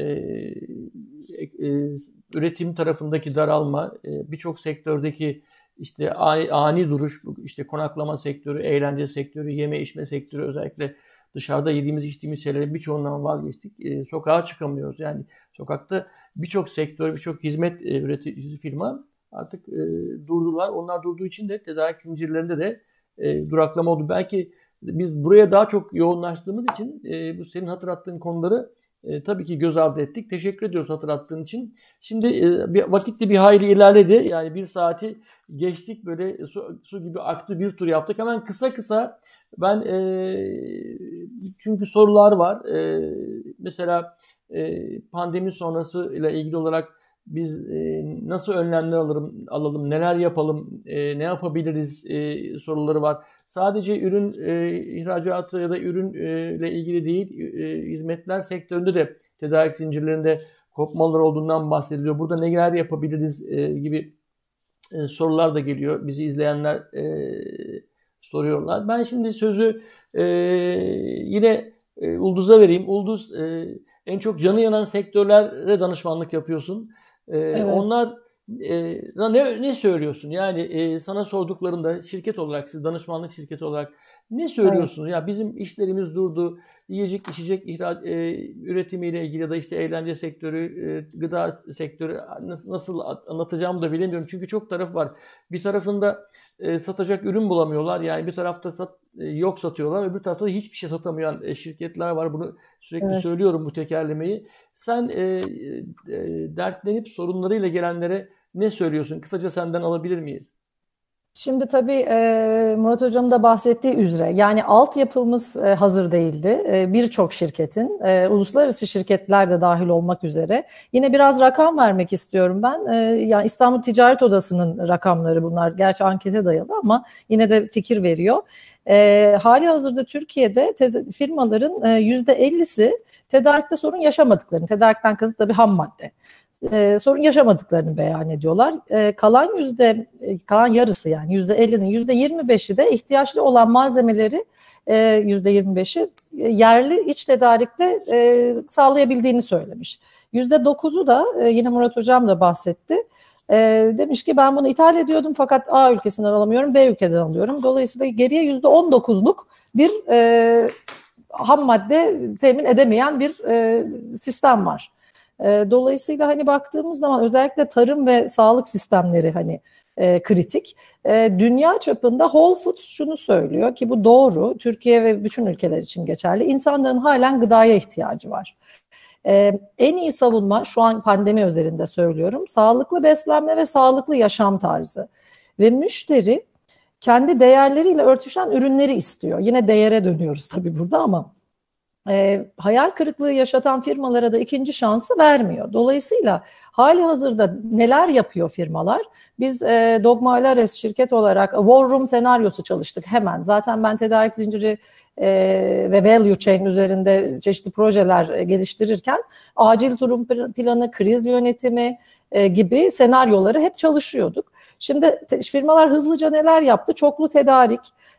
e, üretim tarafındaki daralma, birçok sektördeki işte ani, ani duruş, işte konaklama sektörü, eğlence sektörü, yeme içme sektörü, özellikle dışarıda yediğimiz içtiğimiz şeylerin birçoğundan vazgeçtik. Sokağa çıkamıyoruz. Yani sokakta birçok sektör, birçok hizmet üreticisi firma artık durdular. Onlar durduğu için de tedarik zincirlerinde de duraklama oldu. Belki biz buraya daha çok yoğunlaştığımız için bu senin hatırlattığın konuları E, tabii ki göz ardı ettik. Teşekkür ediyoruz hatırlattığın için. Şimdi e, bir, vakit de bir hayli ilerledi. Yani bir saati geçtik, böyle su, su gibi aktı, bir tur yaptık. Hemen kısa kısa ben e, çünkü sorular var. E, mesela e, pandemi sonrası ile ilgili olarak biz e, nasıl önlemler alırım, alalım, neler yapalım, e, ne yapabiliriz e, soruları var. Sadece ürün e, ihracatı ya da ürünle e, ilgili değil, e, hizmetler sektöründe de tedarik zincirlerinde kopmalar olduğundan bahsediliyor. Burada neler yapabiliriz e, gibi e, sorular da geliyor. Bizi izleyenler e, soruyorlar. Ben şimdi sözü e, yine e, Ulduz'a vereyim. Ulduz, e, en çok canı yanan sektörlere danışmanlık yapıyorsun. E, evet. Onlar e, ne, ne söylüyorsun? Yani e, sana sorduklarında şirket olarak, siz danışmanlık şirketi olarak ne söylüyorsunuz? Evet. Ya bizim işlerimiz durdu, yiyecek içecek ihraç, e, üretimiyle ilgili ya da işte eğlence sektörü, e, gıda sektörü nasıl, nasıl anlatacağımı da bilemiyorum. Çünkü çok taraf var. Bir tarafında e, satacak ürün bulamıyorlar. Yani bir tarafta sat, e, yok satıyorlar. Öbür tarafta da hiçbir şey satamayan e, şirketler var. Bunu sürekli evet. söylüyorum, bu tekerlemeyi. Sen e, e, dertlenip sorunlarıyla gelenlere ne söylüyorsun? Kısaca senden alabilir miyiz? Şimdi tabii e, Murat Hocam da bahsettiği üzere, yani altyapımız e, hazır değildi. E, Birçok şirketin, e, uluslararası şirketler de dahil olmak üzere. Yine biraz rakam vermek istiyorum ben. E, yani İstanbul Ticaret Odası'nın rakamları bunlar. Gerçi ankete dayalı ama yine de fikir veriyor. E, hali hazırda Türkiye'de te- firmaların e, yüzde ellisi tedarikte sorun yaşamadıklarını, tedarikten kasıt tabii ham madde. Ee, sorun yaşamadıklarını beyan ediyorlar. Ee, kalan yüzde kalan yarısı, yani yüzde ellinin yüzde yirmi beşi de ihtiyaçlı olan malzemeleri e, yüzde yirmi beşi yerli iç tedarikle e, sağlayabildiğini söylemiş. Yüzde dokuzu da e, yine Murat Hocam da bahsetti. E, demiş ki ben bunu ithal ediyordum fakat A ülkesinden alamıyorum, B ülkeden alıyorum. Dolayısıyla geriye yüzde on dokuzluk bir e, ham madde temin edemeyen bir e, sistem var. Dolayısıyla hani baktığımız zaman özellikle tarım ve sağlık sistemleri hani e, kritik. E, dünya çapında Whole Foods şunu söylüyor ki bu doğru. Türkiye ve bütün ülkeler için geçerli. İnsanların halen gıdaya ihtiyacı var. E, en iyi savunma, şu an pandemi özelinde söylüyorum, sağlıklı beslenme ve sağlıklı yaşam tarzı. Ve müşteri kendi değerleriyle örtüşen ürünleri istiyor. Yine değere dönüyoruz tabii burada ama E, hayal kırıklığı yaşatan firmalara da ikinci şansı vermiyor. Dolayısıyla hali hazırda neler yapıyor firmalar? Biz e, Dogma Alares şirket olarak War Room senaryosu çalıştık hemen. Zaten ben tedarik zinciri e, ve value chain üzerinde çeşitli projeler geliştirirken acil durum planı, kriz yönetimi e, gibi senaryoları hep çalışıyorduk. Şimdi firmalar hızlıca neler yaptı? Çoklu tedarik,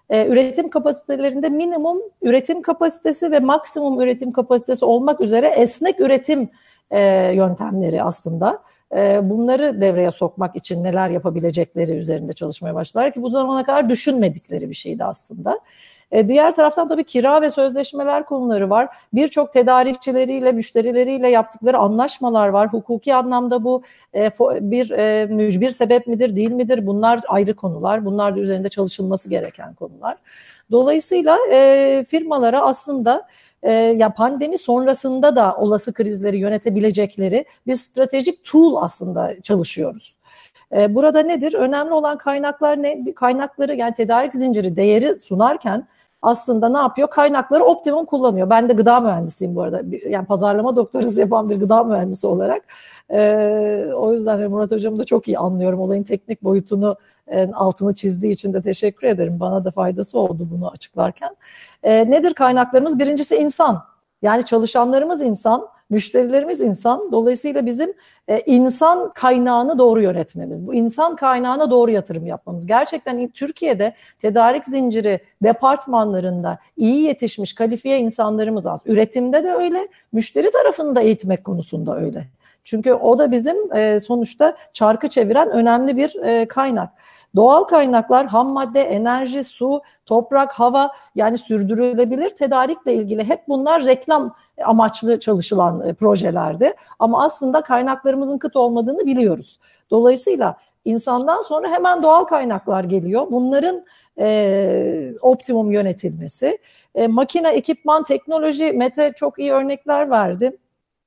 e, üretim kapasitelerinde minimum üretim kapasitesi ve maksimum üretim kapasitesi olmak üzere esnek üretim e, yöntemleri aslında. E, bunları devreye sokmak için neler yapabilecekleri üzerinde çalışmaya başlar ki bu zamana kadar düşünmedikleri bir şeydi aslında. E, diğer taraftan tabii kira ve sözleşmeler konuları var. Birçok tedarikçileriyle, müşterileriyle yaptıkları anlaşmalar var. Hukuki anlamda bu e, bir e, mücbir sebep midir, değil midir? Bunlar ayrı konular. Bunlar da üzerinde çalışılması gereken konular. Dolayısıyla e, firmalara aslında e, ya pandemi sonrasında da olası krizleri yönetebilecekleri bir stratejik tool aslında çalışıyoruz. E, burada nedir? Önemli olan kaynaklar ne? Kaynakları yani tedarik zinciri değeri sunarken aslında ne yapıyor? Kaynakları optimum kullanıyor. Ben de gıda mühendisiyim bu arada. Yani pazarlama doktorası yapan bir gıda mühendisi olarak. Ee, o yüzden Murat Hocam'ı da çok iyi anlıyorum. Olayın teknik boyutunu e, altını çizdiği için de teşekkür ederim. Bana da faydası oldu bunu açıklarken. Ee, nedir kaynaklarımız? Birincisi insan. Yani çalışanlarımız insan, müşterilerimiz insan. Dolayısıyla bizim e, insan kaynağını doğru yönetmemiz, bu insan kaynağına doğru yatırım yapmamız. Gerçekten Türkiye'de tedarik zinciri departmanlarında iyi yetişmiş, kalifiye insanlarımız az. Üretimde de öyle, müşteri tarafını da eğitmek konusunda öyle. Çünkü o da bizim e, sonuçta çarkı çeviren önemli bir e, kaynak. Doğal kaynaklar, ham madde, enerji, su, toprak, hava yani sürdürülebilir tedarikle ilgili hep bunlar reklam amaçlı çalışılan e, projelerdi. Ama aslında kaynaklarımızın kıt olmadığını biliyoruz. Dolayısıyla insandan sonra hemen doğal kaynaklar geliyor. Bunların e, optimum yönetilmesi. E, makine, ekipman, teknoloji, Mete çok iyi örnekler verdi.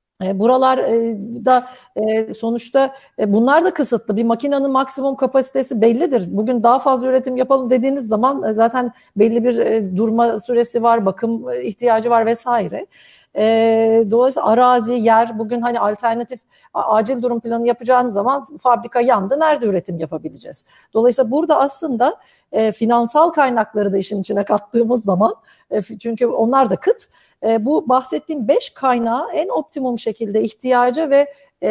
Buralarda sonuçta bunlar da kısıtlı. Bir makinenin maksimum kapasitesi bellidir. Bugün daha fazla üretim yapalım dediğiniz zaman zaten belli bir durma süresi var, bakım ihtiyacı var vesaire. Dolayısıyla arazi, yer, bugün hani alternatif acil durum planı yapacağınız zaman fabrika yandı, nerede üretim yapabileceğiz? Dolayısıyla burada aslında e, finansal kaynakları da işin içine kattığımız zaman e, çünkü onlar da kıt. E, bu bahsettiğim beş kaynağı en optimum şekilde ihtiyaca ve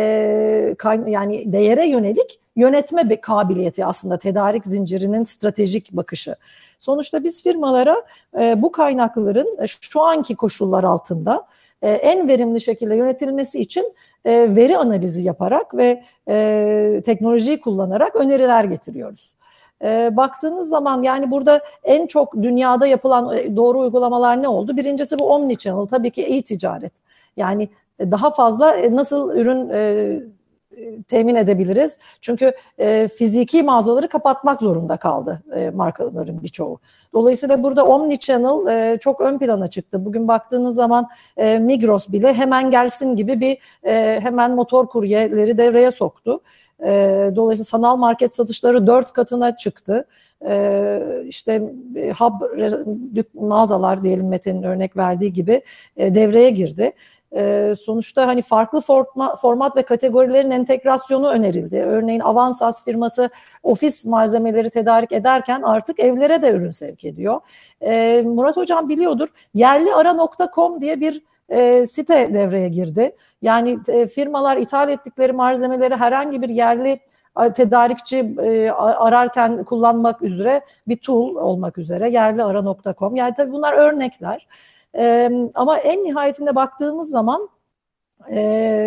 e, kayna- yani değere yönelik yönetme kabiliyeti aslında tedarik zincirinin stratejik bakışı. Sonuçta biz firmalara e, bu kaynakların e, şu anki koşullar altında e, en verimli şekilde yönetilmesi için e, veri analizi yaparak ve e, teknolojiyi kullanarak öneriler getiriyoruz. E, baktığınız zaman yani burada en çok dünyada yapılan e, doğru uygulamalar ne oldu? Birincisi bu omnichannel, tabii ki e-ticaret. Yani e, daha fazla e, nasıl ürün e, temin edebiliriz? Çünkü e, fiziki mağazaları kapatmak zorunda kaldı e, markaların birçoğu. Dolayısıyla burada omnichannel e, çok ön plana çıktı. Bugün baktığınız zaman e, Migros bile hemen gelsin gibi bir e, hemen motor kuryeleri devreye soktu. E, dolayısıyla sanal market satışları dört katına çıktı. E, işte e, hub mağazalar diyelim Mete'nin örnek verdiği gibi e, devreye girdi. Ee, sonuçta hani farklı forma, format ve kategorilerin entegrasyonu önerildi. Örneğin Avansas firması ofis malzemeleri tedarik ederken artık evlere de ürün sevk ediyor. Ee, Murat Hocam biliyordur, yerliara nokta com diye bir e, site devreye girdi. Yani e, firmalar ithal ettikleri malzemeleri herhangi bir yerli tedarikçi e, ararken kullanmak üzere bir tool olmak üzere yerliara nokta com. Yani tabii bunlar örnekler. Ee, ama en nihayetinde baktığımız zaman e,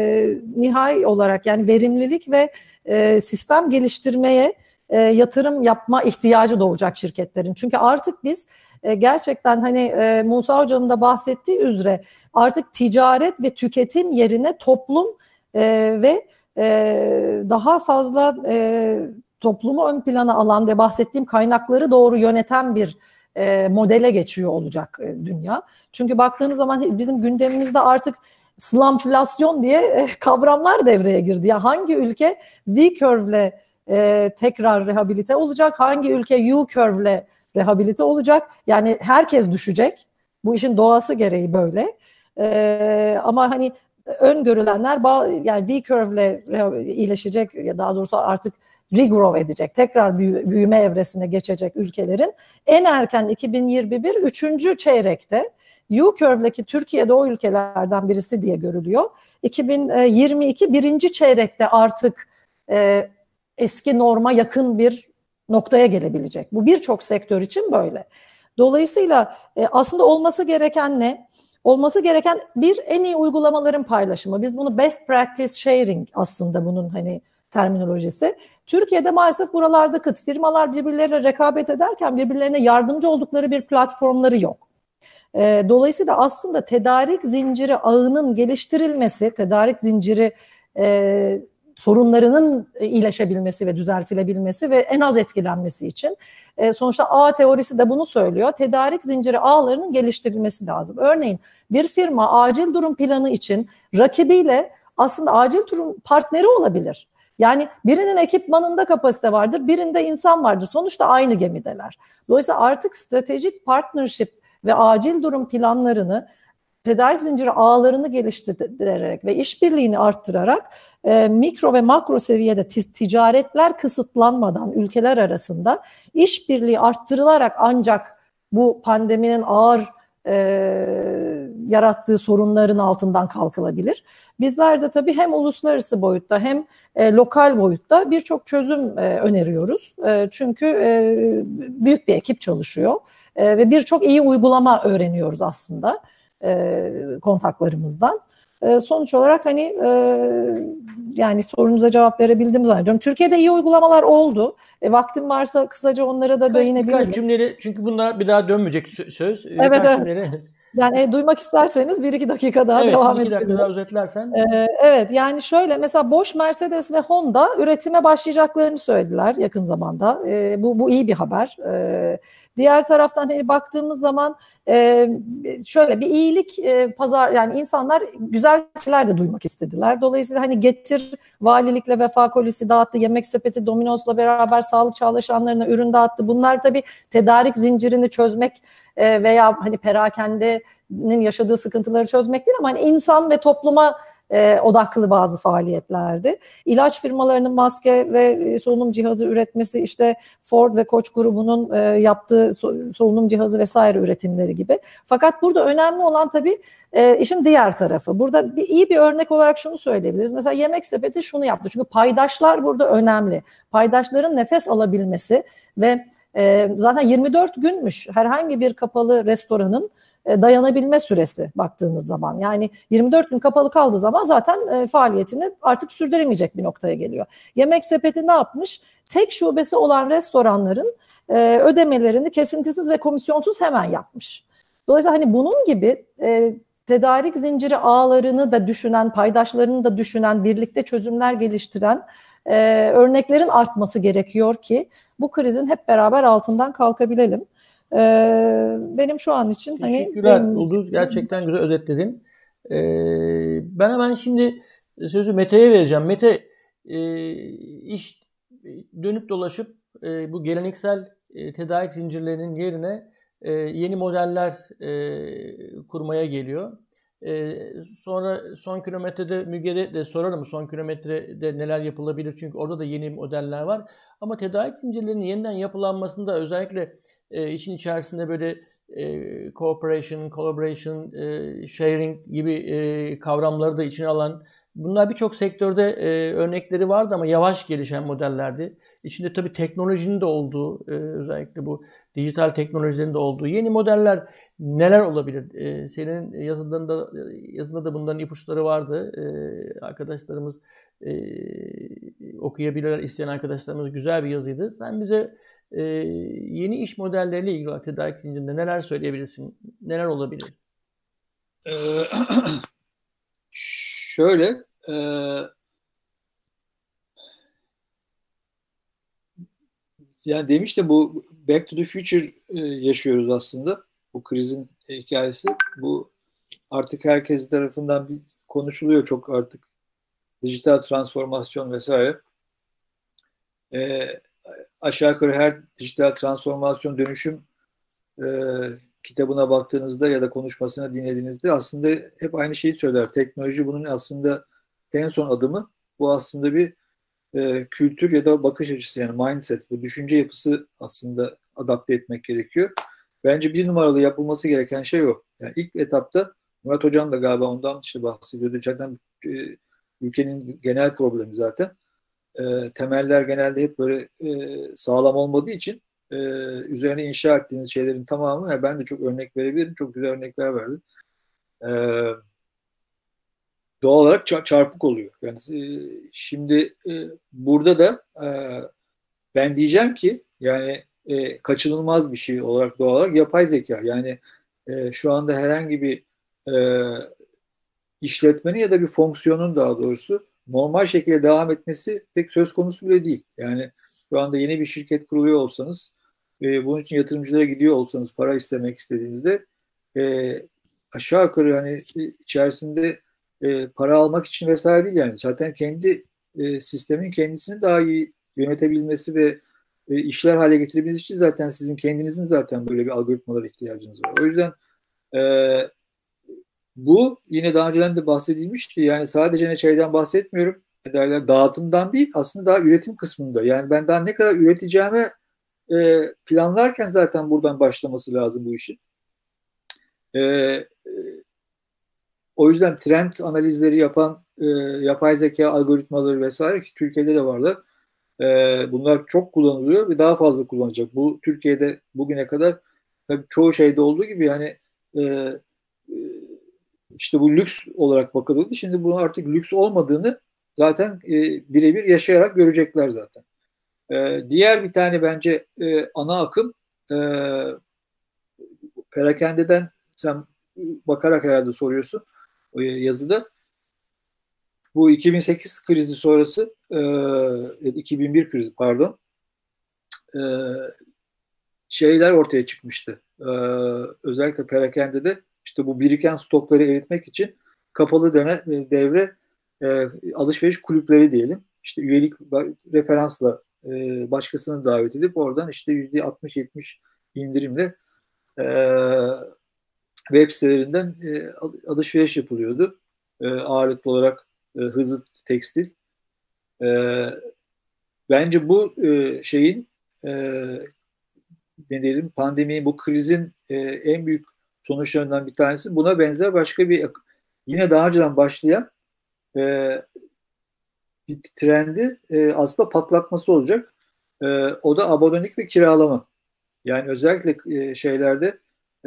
nihai olarak yani verimlilik ve e, sistem geliştirmeye e, yatırım yapma ihtiyacı doğacak şirketlerin. Çünkü artık biz e, gerçekten hani e, Musa Hocam'ın da bahsettiği üzere artık ticaret ve tüketim yerine toplum e, ve e, daha fazla e, toplumu ön plana alan ve bahsettiğim kaynakları doğru yöneten bir E, modele geçiyor olacak e, dünya. Çünkü baktığınız zaman bizim gündemimizde artık slumflasyon diye e, kavramlar devreye girdi. Ya hangi ülke V-curve'le e, tekrar rehabilite olacak? Hangi ülke U-curve'le rehabilite olacak? Yani herkes düşecek. Bu işin doğası gereği böyle. E, ama hani öngörülenler yani V-curve'le iyileşecek ya daha doğrusu artık regrow edecek, tekrar büyüme evresine geçecek ülkelerin en erken iki bin yirmi bir üçüncü çeyrekte U-curve'deki Türkiye'de o ülkelerden birisi diye görülüyor. iki bin yirmi iki birinci çeyrekte artık e, eski norma yakın bir noktaya gelebilecek. Bu birçok sektör için böyle. Dolayısıyla e, aslında olması gereken ne? Olması gereken bir en iyi uygulamaların paylaşımı. Biz bunu best practice sharing aslında bunun hani terminolojisi. Türkiye'de maalesef buralarda kıt. Firmalar birbirleriyle rekabet ederken birbirlerine yardımcı oldukları bir platformları yok. E, dolayısıyla aslında tedarik zinciri ağının geliştirilmesi, tedarik zinciri e, sorunlarının iyileşebilmesi ve düzeltilebilmesi ve en az etkilenmesi için e, sonuçta ağ teorisi de bunu söylüyor. Tedarik zinciri ağlarının geliştirilmesi lazım. Örneğin bir firma acil durum planı için rakibiyle aslında acil durum partneri olabilir. Yani birinin ekipmanında kapasite vardır, birinde insan vardır. Sonuçta aynı gemideler. Dolayısıyla artık stratejik partnership ve acil durum planlarını, tedarik zinciri ağlarını geliştirerek ve işbirliğini arttırarak e, mikro ve makro seviyede ticaretler kısıtlanmadan ülkeler arasında işbirliği arttırılarak ancak bu pandeminin ağır e, yarattığı sorunların altından kalkılabilir. Bizler de tabii hem uluslararası boyutta hem e, lokal boyutta birçok çözüm e, öneriyoruz. E, çünkü e, büyük bir ekip çalışıyor e, ve birçok iyi uygulama öğreniyoruz aslında e, kontaklarımızdan. E, sonuç olarak hani e, yani sorunuza cevap verebildim zannediyorum. Türkiye'de iyi uygulamalar oldu. E, vaktim varsa kısaca onlara da değinebilirim. Birkaç cümleleri, çünkü bunlar bir daha dönmeyecek söz. Evet, Birkaç evet. cümleleri. Yani e, duymak isterseniz bir iki dakika daha evet, devam bir iki edelim. dakika daha özetlersen. Ee, evet, yani şöyle mesela Bosch, Mercedes ve Honda üretime başlayacaklarını söylediler yakın zamanda. Ee, bu bu iyi bir haber. Ee, diğer taraftan hani baktığımız zaman e, şöyle bir iyilik e, pazar, yani insanlar güzel şeyler de duymak istediler. Dolayısıyla hani Getir valilikle Vefa Kolisi dağıttı, Yemek Sepeti Domino'sla beraber sağlık çalışanlarına ürün dağıttı. Bunlar tabii tedarik zincirini çözmek e, veya hani perakendenin yaşadığı sıkıntıları çözmek değil ama hani insan ve topluma e, odaklı bazı faaliyetlerdi. İlaç firmalarının maske ve e, solunum cihazı üretmesi, işte Ford ve Koç grubunun e, yaptığı so- solunum cihazı vesaire üretimleri gibi. Fakat burada önemli olan tabii e, işin diğer tarafı. Burada bir, iyi bir örnek olarak şunu söyleyebiliriz. Mesela Yemek Sepeti şunu yaptı. Çünkü paydaşlar burada önemli. Paydaşların nefes alabilmesi ve e, zaten yirmi dört günmüş herhangi bir kapalı restoranın dayanabilme süresi baktığınız zaman. Yani yirmi dört gün kapalı kaldığı zaman zaten e, faaliyetini artık sürdüremeyecek bir noktaya geliyor. Yemek Sepeti ne yapmış? Tek şubesi olan restoranların e, ödemelerini kesintisiz ve komisyonsuz hemen yapmış. Dolayısıyla hani bunun gibi e, tedarik zinciri ağlarını da düşünen, paydaşlarını da düşünen, birlikte çözümler geliştiren e, örneklerin artması gerekiyor ki bu krizin hep beraber altından kalkabilelim. Benim şu an için hani teşekkürler Ulduz, gerçekten güzel özetledin. Ee, ben hemen şimdi sözü Mete'ye vereceğim. Mete, e, iş dönüp dolaşıp e, bu geleneksel e, tedarik zincirlerinin yerine e, yeni modeller e, kurmaya geliyor. E, sonra son kilometrede Müge'de de sorarım, son kilometrede neler yapılabilir, çünkü orada da yeni modeller var. Ama tedarik zincirlerinin yeniden yapılanmasında özellikle E, işin içerisinde böyle e, cooperation, collaboration, e, sharing gibi e, kavramları da içine alan, bunlar birçok sektörde e, örnekleri vardı ama yavaş gelişen modellerdi. İçinde tabii teknolojinin de olduğu, e, özellikle bu dijital teknolojilerin de olduğu yeni modeller neler olabilir? E, senin yazılarında, yazında da bunların ipuçları vardı. E, arkadaşlarımız e, okuyabilirler, isteyen arkadaşlarımız, güzel bir yazıydı. Sen bize Ee, yeni iş modelleriyle ilgili tedarik zincirinde neler söyleyebilirsin? Neler olabilir? Ee, şöyle e, yani demiş de bu Back to the Future e, yaşıyoruz aslında. Bu krizin hikayesi. Bu artık herkes tarafından bir konuşuluyor çok artık. Dijital transformasyon vesaire. Eee aşağı yukarı her dijital transformasyon dönüşüm e, kitabına baktığınızda ya da konuşmasını dinlediğinizde aslında hep aynı şeyi söyler. Teknoloji bunun aslında en son adımı. Bu aslında bir e, kültür ya da bakış açısı, yani mindset, bu düşünce yapısı aslında adapte etmek gerekiyor. Bence bir numaralı yapılması gereken şey o. Yani ilk etapta Murat Hocam da galiba ondan işte bahsediyordu. Zaten e, ülkenin genel problemi zaten. E, temeller genelde hep böyle e, sağlam olmadığı için e, üzerine inşa ettiğiniz şeylerin tamamı, yani ben de çok örnek verebilirim. Çok güzel örnekler verdim. E, doğal olarak çarpık oluyor. Yani e, şimdi e, burada da e, ben diyeceğim ki yani e, kaçınılmaz bir şey olarak doğal olarak yapay zeka. Yani e, şu anda herhangi bir e, işletmenin ya da bir fonksiyonun daha doğrusu normal şekilde devam etmesi pek söz konusu bile değil. Yani şu anda yeni bir şirket kuruyor olsanız, e, bunun için yatırımcılara gidiyor olsanız, para istemek istediğinizde e, aşağı yukarı hani içerisinde e, para almak için vesaire değil yani. Zaten kendi e, sistemin kendisini daha iyi yönetebilmesi ve e, işler hale getirebilmesi için zaten sizin kendinizin zaten böyle bir algoritmalara ihtiyacınız var. O yüzden e, bu yine daha önceden de bahsedilmişti. Yani sadece şeyden bahsetmiyorum. Ne derler, dağıtımdan değil, aslında daha üretim kısmında. Yani ben daha ne kadar üreteceğime e, planlarken zaten buradan başlaması lazım bu işin. E, e, o yüzden trend analizleri yapan e, yapay zeka algoritmaları vesaire ki Türkiye'de de varlar. E, bunlar çok kullanılıyor ve daha fazla kullanacak. Bu Türkiye'de bugüne kadar tabii çoğu şeyde olduğu gibi yani e, İşte bu lüks olarak bakılırdı. Şimdi bunun artık lüks olmadığını zaten e, birebir yaşayarak görecekler zaten. E, diğer bir tane bence e, ana akım e, perakendeden sen bakarak herhalde soruyorsun e, yazıda. Bu iki bin sekiz krizi sonrası e, iki bin bir krizi pardon e, şeyler ortaya çıkmıştı. E, özellikle perakendede İşte bu biriken stokları eritmek için kapalı dönem devre e, alışveriş kulüpleri diyelim. İşte üyelik referansla e, başkasını davet edip oradan işte yüzde altmış yetmiş indirimle e, web sitelerinden e, alışveriş yapılıyordu. E, ağırlıklı olarak e, hızlı tekstil. E, bence bu e, şeyin e, ne diyelim pandeminin, bu krizin e, en büyük sonuçlarından bir tanesi buna benzer başka bir yine daha önceden başlayan e, bir trendi e, aslında patlatması olacak. E, o da abonelik ve kiralama. Yani özellikle e, şeylerde e,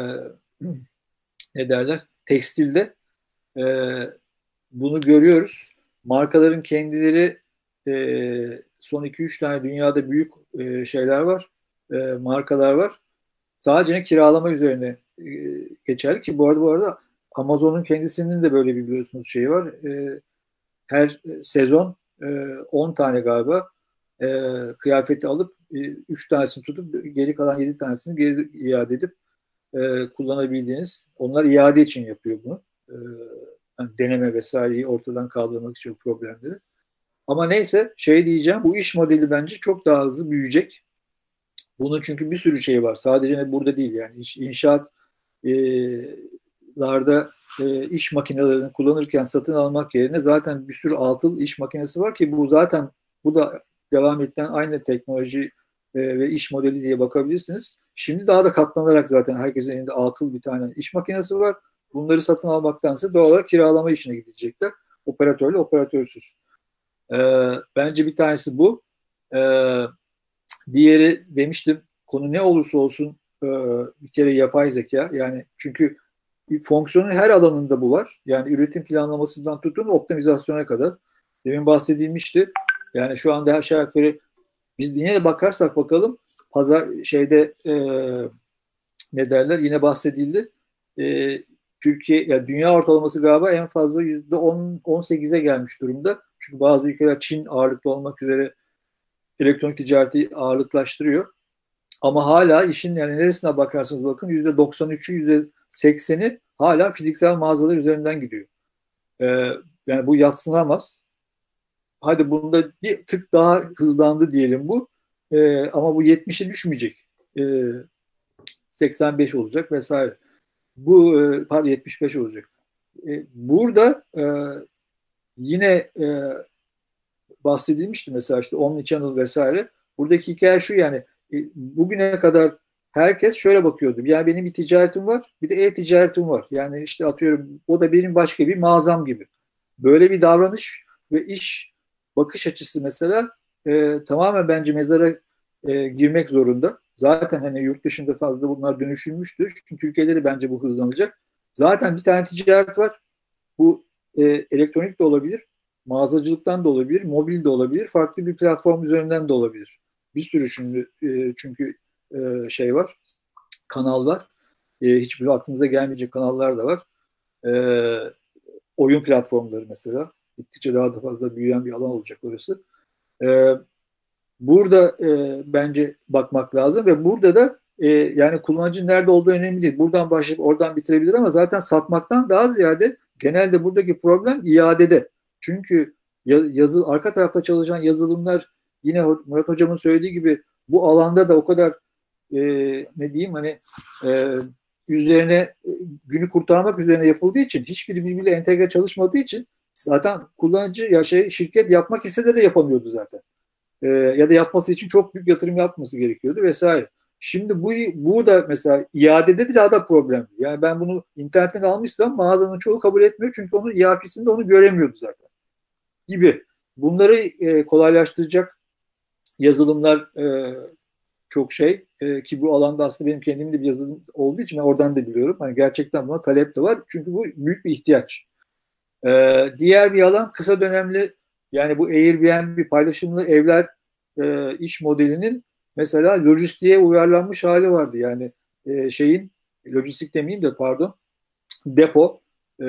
ne derler? Tekstilde e, bunu görüyoruz. Markaların kendileri e, son iki üç tane dünyada büyük e, şeyler var. E, markalar var. Sadece kiralama üzerine e, geçerli ki bu arada bu arada Amazon'un kendisinin de böyle bir biliyorsunuz şeyi var. E, her sezon e, on tane galiba e, kıyafeti alıp e, üç tanesini tutup geri kalan yedi tanesini geri iade edip e, kullanabildiğiniz. Onlar iade için yapıyor bunu. E, yani deneme vesaireyi ortadan kaldırmak için problemleri. Ama neyse şey diyeceğim, bu iş modeli bence çok daha hızlı büyüyecek. Bunun çünkü bir sürü şey var. Sadece burada değil yani inşaatlarda e, iş makinelerini kullanırken satın almak yerine zaten bir sürü atıl iş makinesi var ki bu zaten bu da devam eden aynı teknoloji e, ve iş modeli diye bakabilirsiniz. Şimdi daha da katlanarak zaten herkesin elinde atıl bir tane iş makinesi var. Bunları satın almaktansa doğal olarak kiralama işine gidecekler. Operatörle operatörsüz. E, bence bir tanesi bu. Evet. Diğeri demiştim, konu ne olursa olsun e, bir kere yapay zeka. Yani çünkü fonksiyonun her alanında bu var. Yani üretim planlamasından tutun optimizasyona kadar. Demin bahsedilmişti. Yani şu anda aşağı yukarı biz yine de bakarsak bakalım pazar şeyde e, ne derler yine bahsedildi. E, Türkiye yani dünya ortalaması galiba en fazla yüzde on on sekize gelmiş durumda. Çünkü bazı ülkeler Çin ağırlıklı olmak üzere elektronik ticareti ağırlıklaştırıyor. Ama hala işin yani neresine bakarsanız bakın yüzde doksan üçü yüzde sekseni hala fiziksel mağazalar üzerinden gidiyor. Ee, yani bu yadsınamaz. Hadi bunda bir tık daha hızlandı diyelim bu. Ee, ama bu yetmişe düşmeyecek. Ee, seksen beş olacak vesaire. Bu e, pardon yetmiş beş olacak. Ee, burada e, yine e, bahsedilmişti mesela işte Omnichannel vesaire. Buradaki hikaye şu yani e, bugüne kadar herkes şöyle bakıyordu. Yani benim bir ticaretim var, bir de e-ticaretim var. Yani işte atıyorum o da benim başka bir mağazam gibi. Böyle bir davranış ve iş bakış açısı mesela e, tamamen bence mezara e, girmek zorunda. Zaten hani yurt dışında fazla bunlar dönüşülmüştür. Çünkü Türkiye'de de bence bu hızlanacak. Zaten bir tane ticaret var. Bu e, elektronik de olabilir, mağazacılıktan da olabilir, mobil de olabilir, farklı bir platform üzerinden de olabilir. Bir sürü şimdi e, çünkü e, şey var, kanal var. E, hiçbir aklımıza gelmeyecek kanallar da var. E, oyun platformları mesela. Gittikçe daha da fazla büyüyen bir alan olacak orası. E, burada e, bence bakmak lazım ve burada da e, yani kullanıcının nerede olduğu önemli değil. Buradan başlayıp oradan bitirebilir ama zaten satmaktan daha ziyade genelde buradaki problem iadede. Çünkü yazı, arka tarafta çalışan yazılımlar yine Murat Hocam'ın söylediği gibi bu alanda da o kadar e, ne diyeyim hani e, üzerine günü kurtarmak üzerine yapıldığı için hiçbiri birbiriyle entegre çalışmadığı için zaten kullanıcı ya şey şirket yapmak istese de yapamıyordu zaten. E, ya da yapması için çok büyük yatırım yapması gerekiyordu vesaire. Şimdi bu burada mesela iadede de daha da problem. Yani ben bunu internetten almışsam mağazanın çoğu kabul etmiyor çünkü onun E R P'sinde onu göremiyordu zaten. Gibi. Bunları e, kolaylaştıracak yazılımlar e, çok şey e, ki bu alanda aslında benim kendim de bir yazılım olduğu için ben oradan da biliyorum. Hani gerçekten buna talep de var. Çünkü bu büyük bir ihtiyaç. E, diğer bir alan kısa dönemli yani bu Airbnb paylaşımlı evler e, iş modelinin mesela lojistiğe uyarlanmış hali vardı. Yani e, şeyin lojistik demeyeyim de pardon depo e,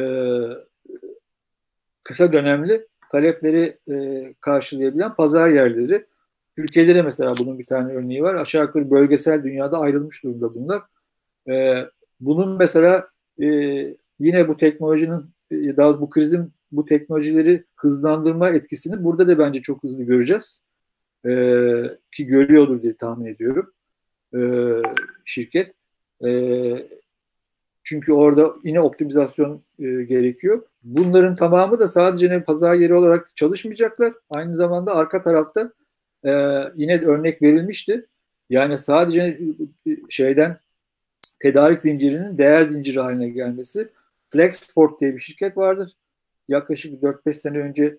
kısa dönemli talepleri e, karşılayabilen pazar yerleri. Türkiye'de de mesela bunun bir tane örneği var. Aşağı yukarı bölgesel dünyada ayrılmış durumda bunlar. E, bunun mesela e, yine bu teknolojinin e, daha bu krizin bu teknolojileri hızlandırma etkisini burada da bence çok hızlı göreceğiz. E, ki görüyordur diye tahmin ediyorum e, şirket. E, çünkü orada yine optimizasyon e, gerekiyor. Bunların tamamı da sadece ne pazar yeri olarak çalışmayacaklar. Aynı zamanda arka tarafta e, yine örnek verilmişti. Yani sadece şeyden tedarik zincirinin değer zinciri haline gelmesi. Flexport diye bir şirket vardır. Yaklaşık dört beş sene önce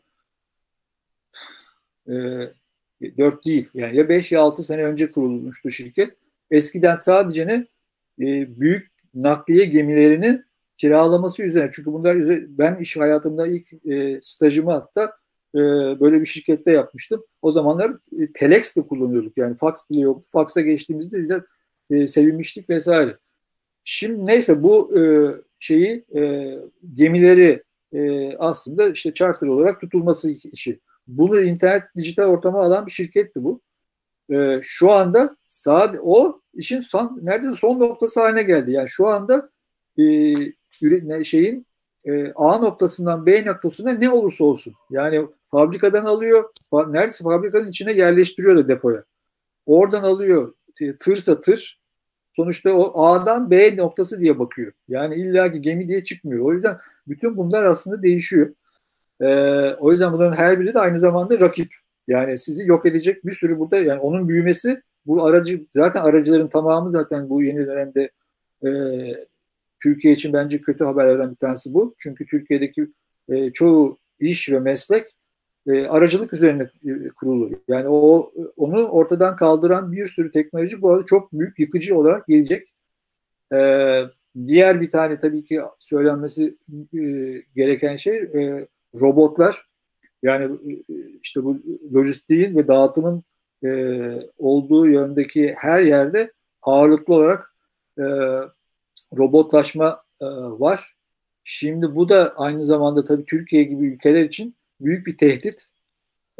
e, dört değil yani ya beş ya altı sene önce kurulmuştu şirket. Eskiden sadece ne e, büyük nakliye gemilerinin kiralaması üzerine. Çünkü bunlar üzerine, ben iş hayatımda ilk e, stajımı hatta e, böyle bir şirkette yapmıştım. O zamanlar e, telex de kullanıyorduk. Yani fax bile yoktu. Fax'a geçtiğimizde bile e, sevinmiştik vesaire. Şimdi neyse bu e, şeyi e, gemileri e, aslında işte charter olarak tutulması işi. Bunu internet dijital ortama alan bir şirketti bu. E, şu anda sadece o işin son, neredeyse son noktası haline geldi. Yani şu anda e, şeyin e, A noktasından B noktasına ne olursa olsun. Yani fabrikadan alıyor, fa, neredeyse fabrikanın içine yerleştiriyor da depoya. Oradan alıyor, tırsa tır. Sonuçta o A'dan B noktası diye bakıyor. Yani illaki gemi diye çıkmıyor. O yüzden bütün bunlar aslında değişiyor. Ee, o yüzden bunların her biri de aynı zamanda rakip. Yani sizi yok edecek bir sürü burada yani onun büyümesi bu aracı zaten aracıların tamamı zaten bu yeni dönemde e, Türkiye için bence kötü haberlerden bir tanesi bu. Çünkü Türkiye'deki e, çoğu iş ve meslek e, aracılık üzerine e, kurulu. Yani o onu ortadan kaldıran bir sürü teknoloji bu arada çok büyük yıkıcı olarak gelecek. E, diğer bir tane tabii ki söylenmesi e, gereken şey e, robotlar. Yani işte bu lojistiğin ve dağıtımın e, olduğu yöndeki her yerde ağırlıklı olarak e, robotlaşma e, var. Şimdi bu da aynı zamanda tabii Türkiye gibi ülkeler için büyük bir tehdit. E,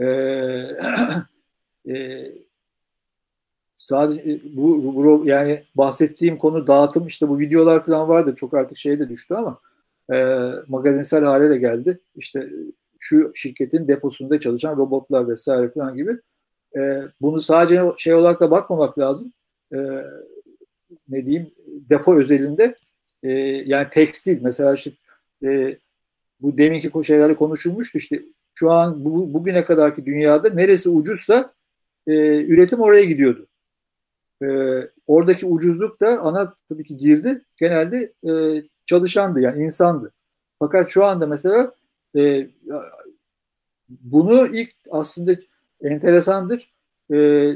e, sadece bu, bu yani bahsettiğim konu dağıtım işte bu videolar falan vardı çok artık şeye de düştü ama e, magazinsel hale de geldi. İşte şu şirketin deposunda çalışan robotlar vesaire falan gibi. E, bunu sadece şey olarak da bakmamak lazım. E, ne diyeyim depo özelinde e, yani tekstil mesela işte e, bu deminki şeylerle konuşulmuştu işte şu an bu, bugüne kadarki dünyada neresi ucuzsa e, üretim oraya gidiyordu. E, oradaki ucuzluk da ana tabii ki girdi genelde e, çalışandı yani insandı. Fakat şu anda mesela e, bunu ilk aslında enteresandır. E,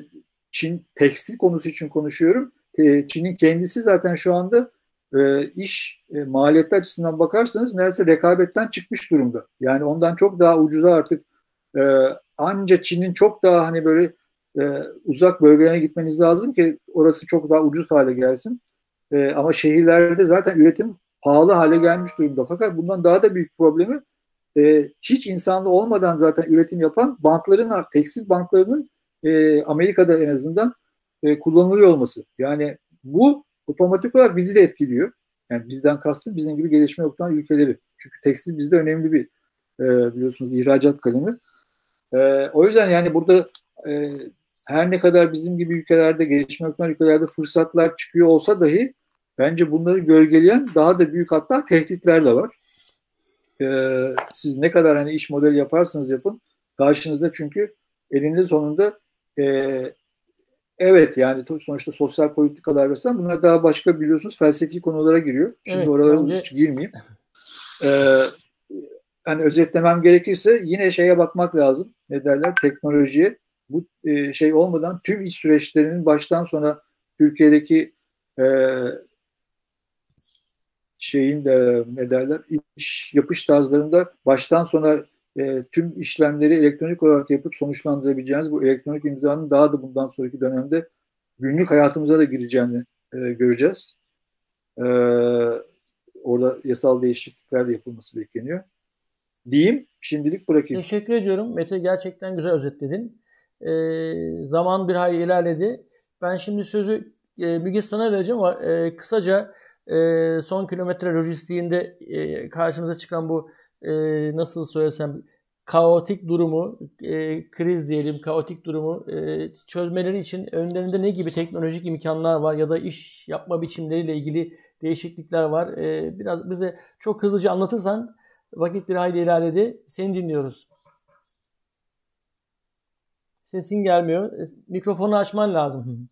Çin tekstil konusu için konuşuyorum. E, Çin'in kendisi zaten şu anda e, iş e, maliyetler açısından bakarsanız neredeyse rekabetten çıkmış durumda. Yani ondan çok daha ucuza artık e, anca Çin'in çok daha hani böyle e, uzak bölgelerine gitmeniz lazım ki orası çok daha ucuz hale gelsin. E, ama şehirlerde zaten üretim pahalı hale gelmiş durumda. Fakat bundan daha da büyük problemi e, hiç insanlı olmadan zaten üretim yapan bankların, tekstil banklarının e, Amerika'da en azından e, kullanılıyor olması. Yani bu otomatik olarak bizi de etkiliyor. Yani bizden kastım bizim gibi gelişme okutan ülkeleri. Çünkü tekstil bizde önemli bir e, biliyorsunuz ihracat kalemi. E, o yüzden yani burada e, her ne kadar bizim gibi ülkelerde, gelişme okutan ülkelerde fırsatlar çıkıyor olsa dahi bence bunları gölgeleyen daha da büyük hatta tehditler de var. Ee, siz ne kadar hani iş modeli yaparsanız yapın karşınızda çünkü elinde sonunda e, evet yani sonuçta sosyal politikalar vesaire bunlar daha başka biliyorsunuz felsefi konulara giriyor. Şimdi evet, oralara bence... hiç girmeyeyim. Ee, hani özetlemem gerekirse yine şeye bakmak lazım. Ne derler? Teknolojiye. Bu e, şey olmadan tüm iş süreçlerinin baştan sona Türkiye'deki e, şeyin de ne derler iş yapış tarzlarında baştan sona e, tüm işlemleri elektronik olarak yapıp sonuçlandırabileceğiniz bu elektronik imzanın daha da bundan sonraki dönemde günlük hayatımıza da gireceğini e, göreceğiz. E, orada yasal değişiklikler de yapılması bekleniyor. Diyeyim, şimdilik bırakayım. Teşekkür ediyorum. Mete gerçekten güzel özetledin. E, zaman bir hayli ilerledi. Ben şimdi sözü e, Müge sana vereceğim ama e, kısaca e, son kilometre lojistiğinde e, karşımıza çıkan bu e, nasıl söylesem kaotik durumu, e, kriz diyelim, kaotik durumu e, çözmeleri için önlerinde ne gibi teknolojik imkanlar var ya da iş yapma biçimleriyle ilgili değişiklikler var. E, biraz bize çok hızlıca anlatırsan, vakit bir hayli ilerledi. Seni dinliyoruz. Sesin gelmiyor. Mikrofonu açman lazım.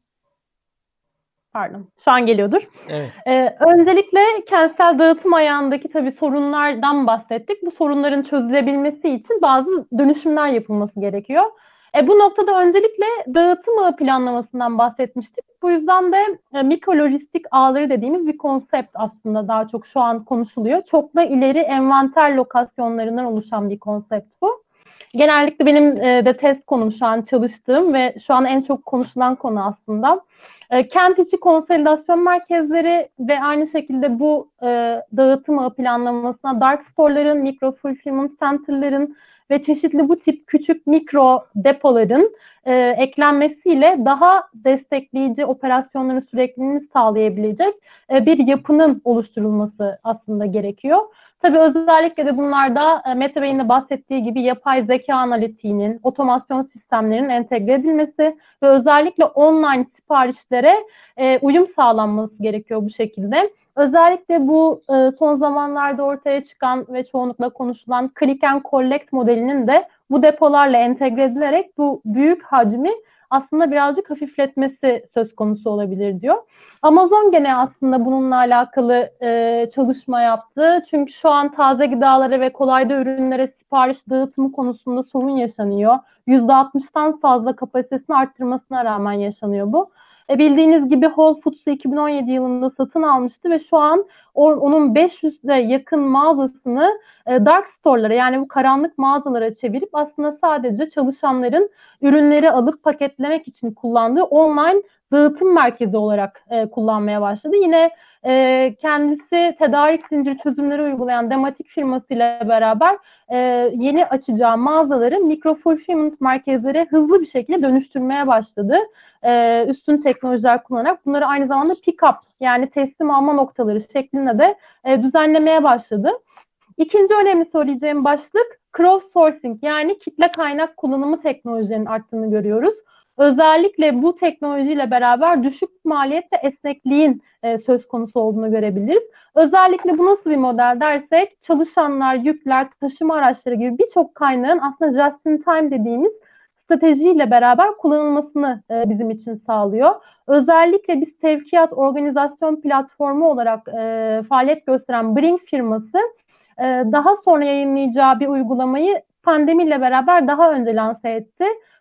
Pardon. Şu an geliyordur. Evet. Ee, öncelikle kentsel dağıtım ayağındaki tabii sorunlardan bahsettik. Bu sorunların çözülebilmesi için bazı dönüşümler yapılması gerekiyor. E, bu noktada öncelikle dağıtım ağı planlamasından bahsetmiştik. Bu yüzden de e, mikrolojistik ağları dediğimiz bir konsept aslında daha çok şu an konuşuluyor. Çok da ileri envanter lokasyonlarından oluşan bir konsept bu. Genellikle benim e, de test konum şu an çalıştığım ve şu an en çok konuşulan konu aslında. E, kent içi konsolidasyon merkezleri ve aynı şekilde bu e, dağıtım ağı planlamasına dark store'ların, mikro fulfillment center'ların ve çeşitli bu tip küçük mikro depoların e, eklenmesiyle daha destekleyici operasyonların sürekliliğini sağlayabilecek e, bir yapının oluşturulması aslında gerekiyor. Tabii özellikle de bunlarda e, Mete Bey'in de bahsettiği gibi yapay zeka analitiğinin, otomasyon sistemlerinin entegre edilmesi ve özellikle online siparişlere e, uyum sağlanması gerekiyor bu şekilde. Özellikle bu e, son zamanlarda ortaya çıkan ve çoğunlukla konuşulan click and collect modelinin de bu depolarla entegre edilerek bu büyük hacmi aslında birazcık hafifletmesi söz konusu olabilir diyor. Amazon gene aslında bununla alakalı e, çalışma yaptı. Çünkü şu an taze gıdalara ve kolayda ürünlere sipariş dağıtımı konusunda sorun yaşanıyor. yüzde altmıştan fazla kapasitesini arttırmasına rağmen yaşanıyor bu. E bildiğiniz gibi Whole Foods'u iki bin on yedi yılında satın almıştı ve şu an onun beş yüze yakın mağazasını e, dark store'lara yani bu karanlık mağazalara çevirip aslında sadece çalışanların ürünleri alıp paketlemek için kullandığı online dağıtım merkezi olarak e, kullanmaya başladı. Yine e, kendisi tedarik zinciri çözümleri uygulayan Dematic firmasıyla beraber e, yeni açacağı mağazaları mikro fulfillment merkezlere hızlı bir şekilde dönüştürmeye başladı. E, üstün teknolojiler kullanarak bunları aynı zamanda pick-up yani teslim alma noktaları şeklinde de e, düzenlemeye başladı. İkinci önemli söyleyeceğim başlık crowdsourcing yani kitle kaynak kullanımı teknolojilerinin arttığını görüyoruz. Özellikle bu teknolojiyle beraber düşük maliyet ve esnekliğin e, söz konusu olduğunu görebiliriz. Özellikle bu nasıl bir model dersek çalışanlar, yükler, taşıma araçları gibi birçok kaynağın aslında just in time dediğimiz stratejiyle beraber kullanılmasını e, bizim için sağlıyor. Özellikle biz sevkiyat organizasyon platformu olarak e, faaliyet gösteren Bring firması e, daha sonra yayınlayacağı bir uygulamayı pandemiyle beraber daha önce lanse etti.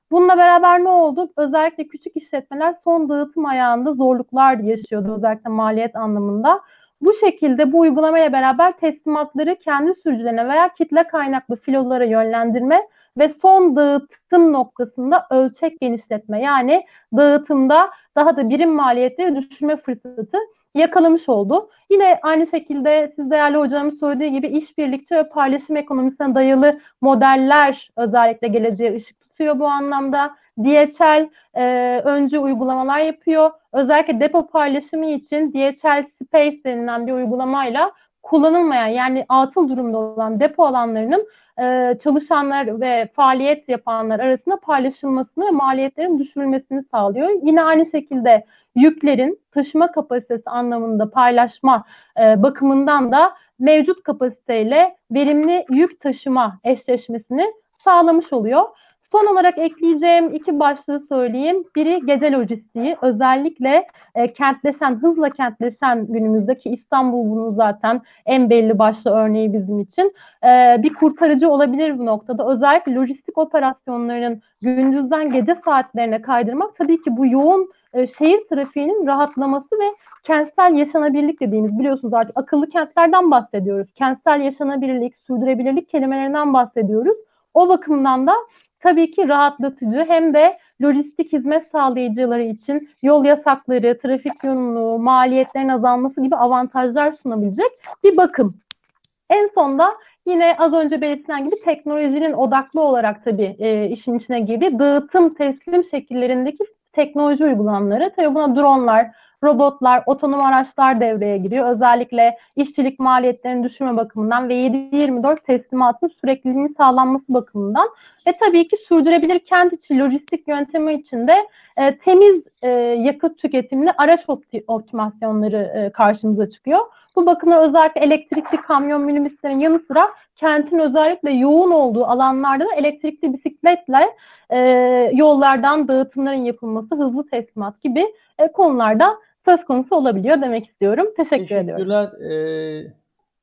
Bununla beraber ne oldu? Özellikle küçük işletmeler son dağıtım ayağında zorluklar yaşıyordu, özellikle maliyet anlamında. Bu şekilde bu uygulamayla beraber teslimatları kendi sürücülerine veya kitle kaynaklı filolara yönlendirme ve son dağıtım noktasında ölçek genişletme, yani dağıtımda daha da birim maliyetleri düşürme fırsatı yakalamış oldu. Yine aynı şekilde siz değerli hocamın söylediği gibi işbirlikçi ve paylaşım ekonomisine dayalı modeller özellikle geleceğe ışık tutuyor bu anlamda. D H L e, öncü uygulamalar yapıyor. Özellikle depo paylaşımı için D H L Space denilen bir uygulamayla kullanılmayan, yani atıl durumda olan depo alanlarının e, çalışanlar ve faaliyet yapanlar arasında paylaşılmasını ve maliyetlerin düşürülmesini sağlıyor. Yine aynı şekilde yüklerin taşıma kapasitesi anlamında paylaşma e, bakımından da mevcut kapasiteyle verimli yük taşıma eşleşmesini sağlamış oluyor. Son olarak ekleyeceğim iki başlığı söyleyeyim. Biri gece lojistiği. Özellikle e, kentleşen, hızla kentleşen günümüzdeki İstanbul bunun zaten en belli başlı örneği bizim için. E, bir kurtarıcı olabilir bu noktada. Özellikle lojistik operasyonlarının gündüzden gece saatlerine kaydırmak tabii ki bu yoğun e, şehir trafiğinin rahatlaması ve kentsel yaşanabilirlik dediğimiz, biliyorsunuz artık akıllı kentlerden bahsediyoruz. Kentsel yaşanabilirlik, sürdürülebilirlik kelimelerinden bahsediyoruz. O bakımdan da tabii ki rahatlatıcı, hem de lojistik hizmet sağlayıcıları için yol yasakları, trafik yoğunluğu, maliyetlerin azalması gibi avantajlar sunabilecek bir bakım. En sonda yine az önce belirtilen gibi teknolojinin odaklı olarak tabii e, işin içine girdiği dağıtım teslim şekillerindeki teknoloji uygulamaları. Tabii buna dronlar, robotlar, otonom araçlar devreye giriyor. Özellikle işçilik maliyetlerini düşürme bakımından ve yedi yirmi dört teslimatın sürekliliğinin sağlanması bakımından ve tabii ki sürdürülebilir kent içi lojistik yöntemi için de e, temiz e, yakıt tüketimli araç opti- optimasyonları e, karşımıza çıkıyor. Bu bakımdan özellikle elektrikli kamyon, minibüslerin yanı sıra kentin özellikle yoğun olduğu alanlarda da elektrikli bisikletle e, yollardan dağıtımların yapılması, hızlı teslimat gibi e, konularda söz konusu olabiliyor demek istiyorum. Teşekkür Teşekkürler. ediyorum. Teşekkürler. Ee,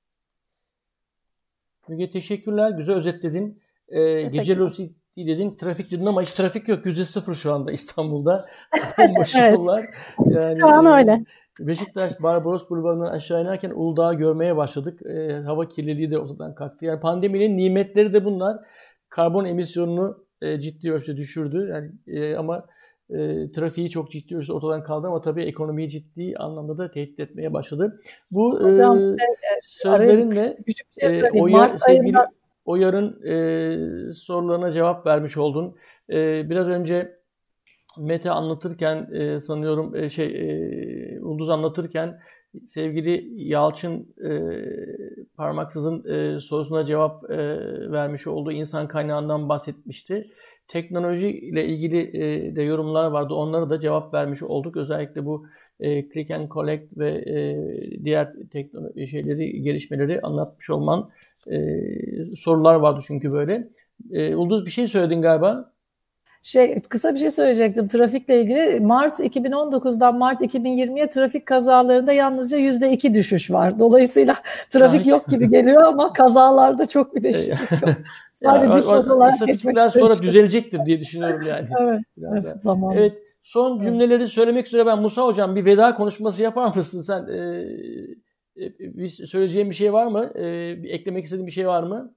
Müge teşekkürler. Güzel özetledin. Ee, gece lojistiği dedin, trafik dedin ama hiç trafik yok. Yüzde sıfır şu anda İstanbul'da. Bomboş Evet. yollar. Yani, Şu an öyle. Beşiktaş Barbaros Bulvarı'ndan aşağı inerken Uludağ'ı görmeye başladık. E, hava kirliliği de ortadan kalktı. Yani pandeminin nimetleri de bunlar. Karbon emisyonunu e, ciddi ölçüde düşürdü. Yani e, ama e, trafiği çok ciddi ölçüde ortadan kaldı ama tabii ekonomiyi ciddi anlamda da tehdit etmeye başladı. Bu Hocam, e, şey, sözlerinle küçük bir şey e, söyleyeyim. o, Mart sevgili ayında Oyar'ın e, sorularına cevap vermiş oldun. E, biraz önce Mete anlatırken e, sanıyorum e, şey e, Ulduz anlatırken sevgili Yalçın e, Parmaksız'ın e, sorusuna cevap e, vermiş olduğu insan kaynağından bahsetmişti. Teknoloji ile ilgili e, de yorumlar vardı. Onlara da cevap vermiş olduk. Özellikle bu e, click and collect ve e, diğer teknoloji şeyleri, gelişmeleri anlatmış olman, e, sorular vardı çünkü böyle. E, Ulduz bir şey söyledin galiba. Şey, kısa bir şey söyleyecektim trafikle ilgili. Mart iki bin on dokuzdan Mart iki bin yirmiye trafik kazalarında yalnızca yüzde iki düşüş var. Dolayısıyla trafik yok gibi geliyor ama kazalarda çok bir değişiklik yok. Sadece dipnot olarak İstatistikler sonra düzelecektir diye düşünüyorum yani. Evet, evet, zamanla. Evet, son cümleleri söylemek üzere ben Musa Hocam bir veda konuşması yapar mısın sen? Ee, bir söyleyeceğin bir şey var mı? Ee, bir eklemek istediğin bir şey var mı?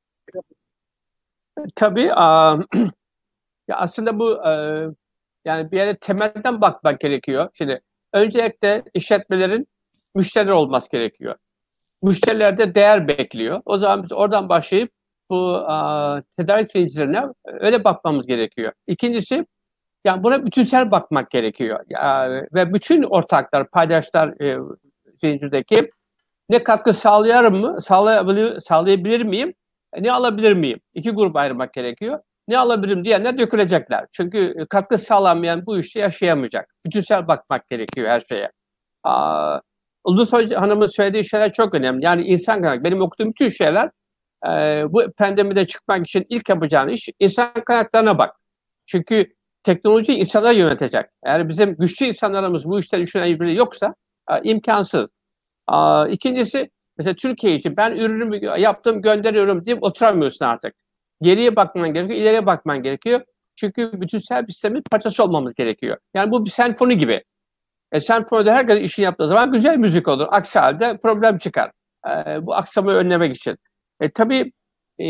Tabii. A, ya aslında bu e, yani bir yere temelden bakmak gerekiyor. Şimdi öncelikle işletmelerin müşteriler olması gerekiyor. Müşteriler de değer bekliyor. O zaman biz oradan başlayıp bu a, tedarik zincirine öyle bakmamız gerekiyor. İkincisi, yani buna bütünsel bakmak gerekiyor. Ya, ve bütün ortaklar, paydaşlar e, zincirdeki ne katkı sağlayarım mı, sağlayabilir, sağlayabilir miyim, ne alabilir miyim? İki grup ayırmak gerekiyor. Ne alabilirim diyenler dökülecekler. Çünkü katkı sağlamayan bu işte yaşayamayacak. Bütünsel bakmak gerekiyor her şeye. Aa, Ulduz Hanım'ın söylediği şeyler çok önemli. Yani insan kaynakları. Benim okuduğum bütün şeyler e, bu pandemide çıkmak için ilk yapacağın iş insan kaynaklarına bak. Çünkü teknoloji insanlar yönetecek. Eğer bizim güçlü insanlarımız bu işleri düşünen biri yoksa e, imkansız. Aa, ikincisi, mesela Türkiye için ben ürünümü yaptım gönderiyorum deyip oturamıyorsun artık. Geriye bakman gerekiyor, ileriye bakman gerekiyor. Çünkü bütünsel bir sistemin parçası olmamız gerekiyor. Yani bu bir senfoni gibi. E, senfonide herkes işini yaptığı zaman güzel müzik olur. Aksi halde problem çıkar. E, bu aksamayı önlemek için. E, tabii e,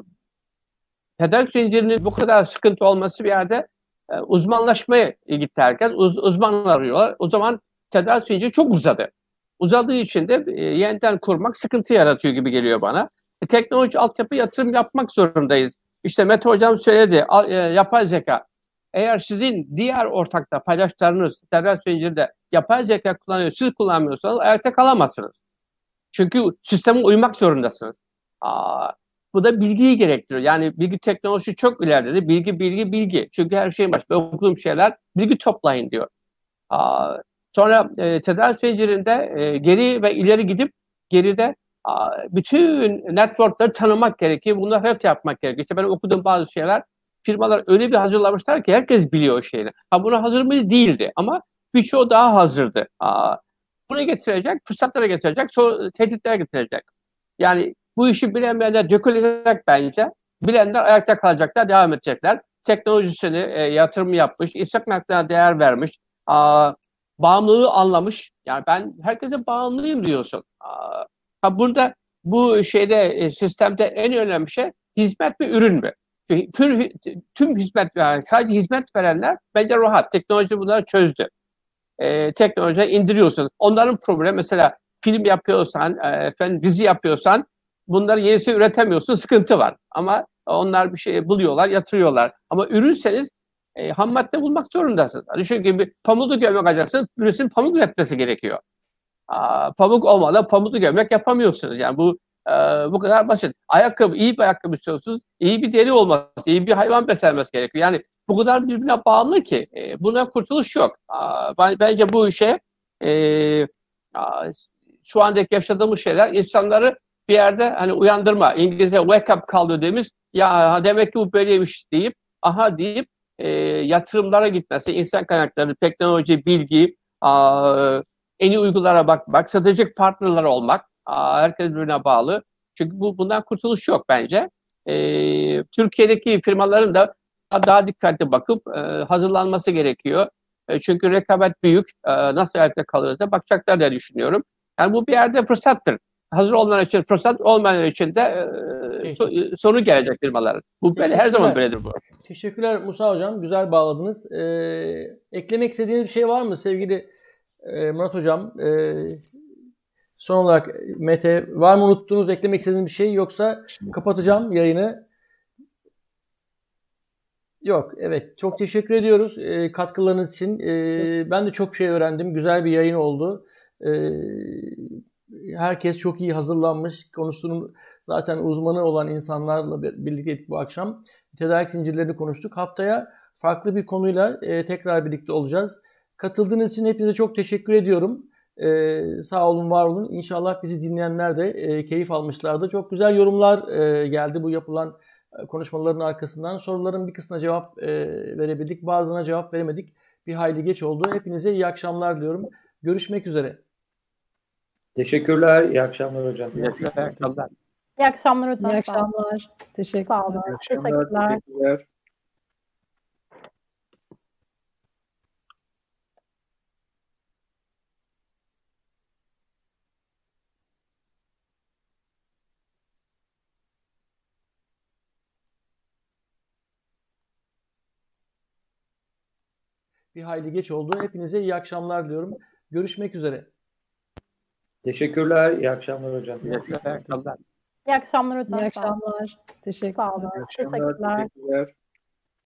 tedarik zincirinin bu kadar sıkıntı olması bir yerde e, uzmanlaşmaya gitti herkes. Uz, uzman arıyorlar. O zaman tedarik zinciri çok uzadı. Uzadığı için de e, yeniden kurmak sıkıntı yaratıyor gibi geliyor bana. E, teknoloji altyapı yatırım yapmak zorundayız. İşte Mete Hocam söyledi, a, e, yapay zeka. Eğer sizin diğer ortakta paydaşlarınız tedarik zincirinde yapay zeka kullanıyor, siz kullanmıyorsanız ayakta kalamazsınız. Çünkü sisteme uymak zorundasınız. Aa, bu da bilgiyi gerektiriyor. Yani bilgi teknolojisi çok ilerledi. Bilgi, bilgi, bilgi. Çünkü her şeyin başı. Ben okuduğum şeyler bilgi toplayın diyor. Aa, sonra e, tedarik zincirinde e, geri ve ileri gidip geride a, bütün networkları tanımak gerekiyor. Bunları hep yapmak gerekiyor. İşte benim okuduğum bazı şeyler firmalar öyle bir hazırlamışlar ki herkes biliyor o şeyini. Ha buna hazır mı değildi ama birçoğu daha hazırdı. Aa, bunu getirecek, fırsatlara getirecek, sonra tehditlere getirecek. Yani bu işi bilemeyenler dökülecek bence. Bilenler ayakta kalacaklar, devam edecekler. Teknolojisini e, yatırım yapmış, insan kaynaklarına değer vermiş, a, bağımlılığı anlamış. Yani ben herkese bağımlıyım diyorsun. A, ha burada bu şeyde e, sistemde en önemli şey hizmet mi, ürün mü? Tüm, tüm hizmet, yani sadece hizmet verenler bence rahat. Teknoloji bunları çözdü. E, teknolojiye indiriyorsun. Onların problemi mesela film yapıyorsan, e, efendim dizi yapıyorsan bunları yenisi üretemiyorsun, sıkıntı var. Ama onlar bir şey buluyorlar, yatırıyorlar. Ama ürünseniz e, ham madde bulmak zorundasınız. Hani çünkü bir pamuklu gömlek alacaksınız, birisinin pamuk üretmesi gerekiyor. Aa, pamuk olmadan pamuklu gömlek yapamıyorsunuz. Yani bu e, bu kadar basit. Ayakkabı, iyi bir ayakkabı istiyorsunuz, iyi bir deri olması, iyi bir hayvan beslenmesi gerekiyor. Yani bu kadar birbirine bağımlı ki e, buna kurtuluş yok. Aa, ben, bence bu işe e, aa, şu andaki yaşadığımız şeyler insanları bir yerde hani uyandırma, İngilizce wake up call dediğimiz ya demek ki bu böyleymiş deyip aha deyip e, yatırımlara gitmesi, insan kaynakları, teknoloji, bilgi, a, en iyi uygulara bakmak, stratejik partnerler olmak, a, herkes birbirine bağlı. Çünkü bu bundan kurtuluş yok bence. E, Türkiye'deki firmaların da daha dikkatli bakıp e, hazırlanması gerekiyor. E, çünkü rekabet büyük. E, nasıl ayakta kalırız da bakacaklar diye düşünüyorum. Yani bu bir yerde fırsattır. Hazır olanlar için fırsat, olmayanlar için de e, so, sonu gelecek firmaların. Bu böyle, her zaman böyledir bu. Teşekkürler Musa Hocam. Güzel bağladınız. Ee, eklemek istediğiniz bir şey var mı sevgili e, Murat Hocam? E, son olarak Mete, var mı unuttuğunuz, eklemek istediğiniz bir şey, yoksa kapatacağım yayını? Yok. Evet. Çok teşekkür ediyoruz e, katkılarınız için. E, ben de çok şey öğrendim. Güzel bir yayın oldu. E, herkes çok iyi hazırlanmış. Konusunun zaten uzmanı olan insanlarla birlikteydik bu akşam. Tedarik zincirlerini konuştuk. Haftaya farklı bir konuyla e, tekrar birlikte olacağız. Katıldığınız için hepinize çok teşekkür ediyorum. E, sağ olun, var olun. İnşallah bizi dinleyenler de e, keyif almışlardır. Çok güzel yorumlar e, geldi bu yapılan konuşmaların arkasından. Soruların bir kısmına cevap e, verebildik. Bazılarına cevap veremedik. Bir hayli geç oldu. Hepinize iyi akşamlar diliyorum. Görüşmek üzere. Teşekkürler. İyi akşamlar hocam. İyi akşamlar. İyi akşamlar hocam. İyi akşamlar. Teşekkürler. Sağ olun. İyi akşamlar. Teşekkürler. Teşekkürler. Bir hayli geç oldu. Hepinize iyi akşamlar diliyorum. Görüşmek üzere. Teşekkürler. İyi akşamlar hocam. İyi akşamlar. İyi akşamlar hocam. İyi akşamlar. Teşekkürler. Sağ olun. İyi akşamlar. Teşekkürler. Teşekkürler.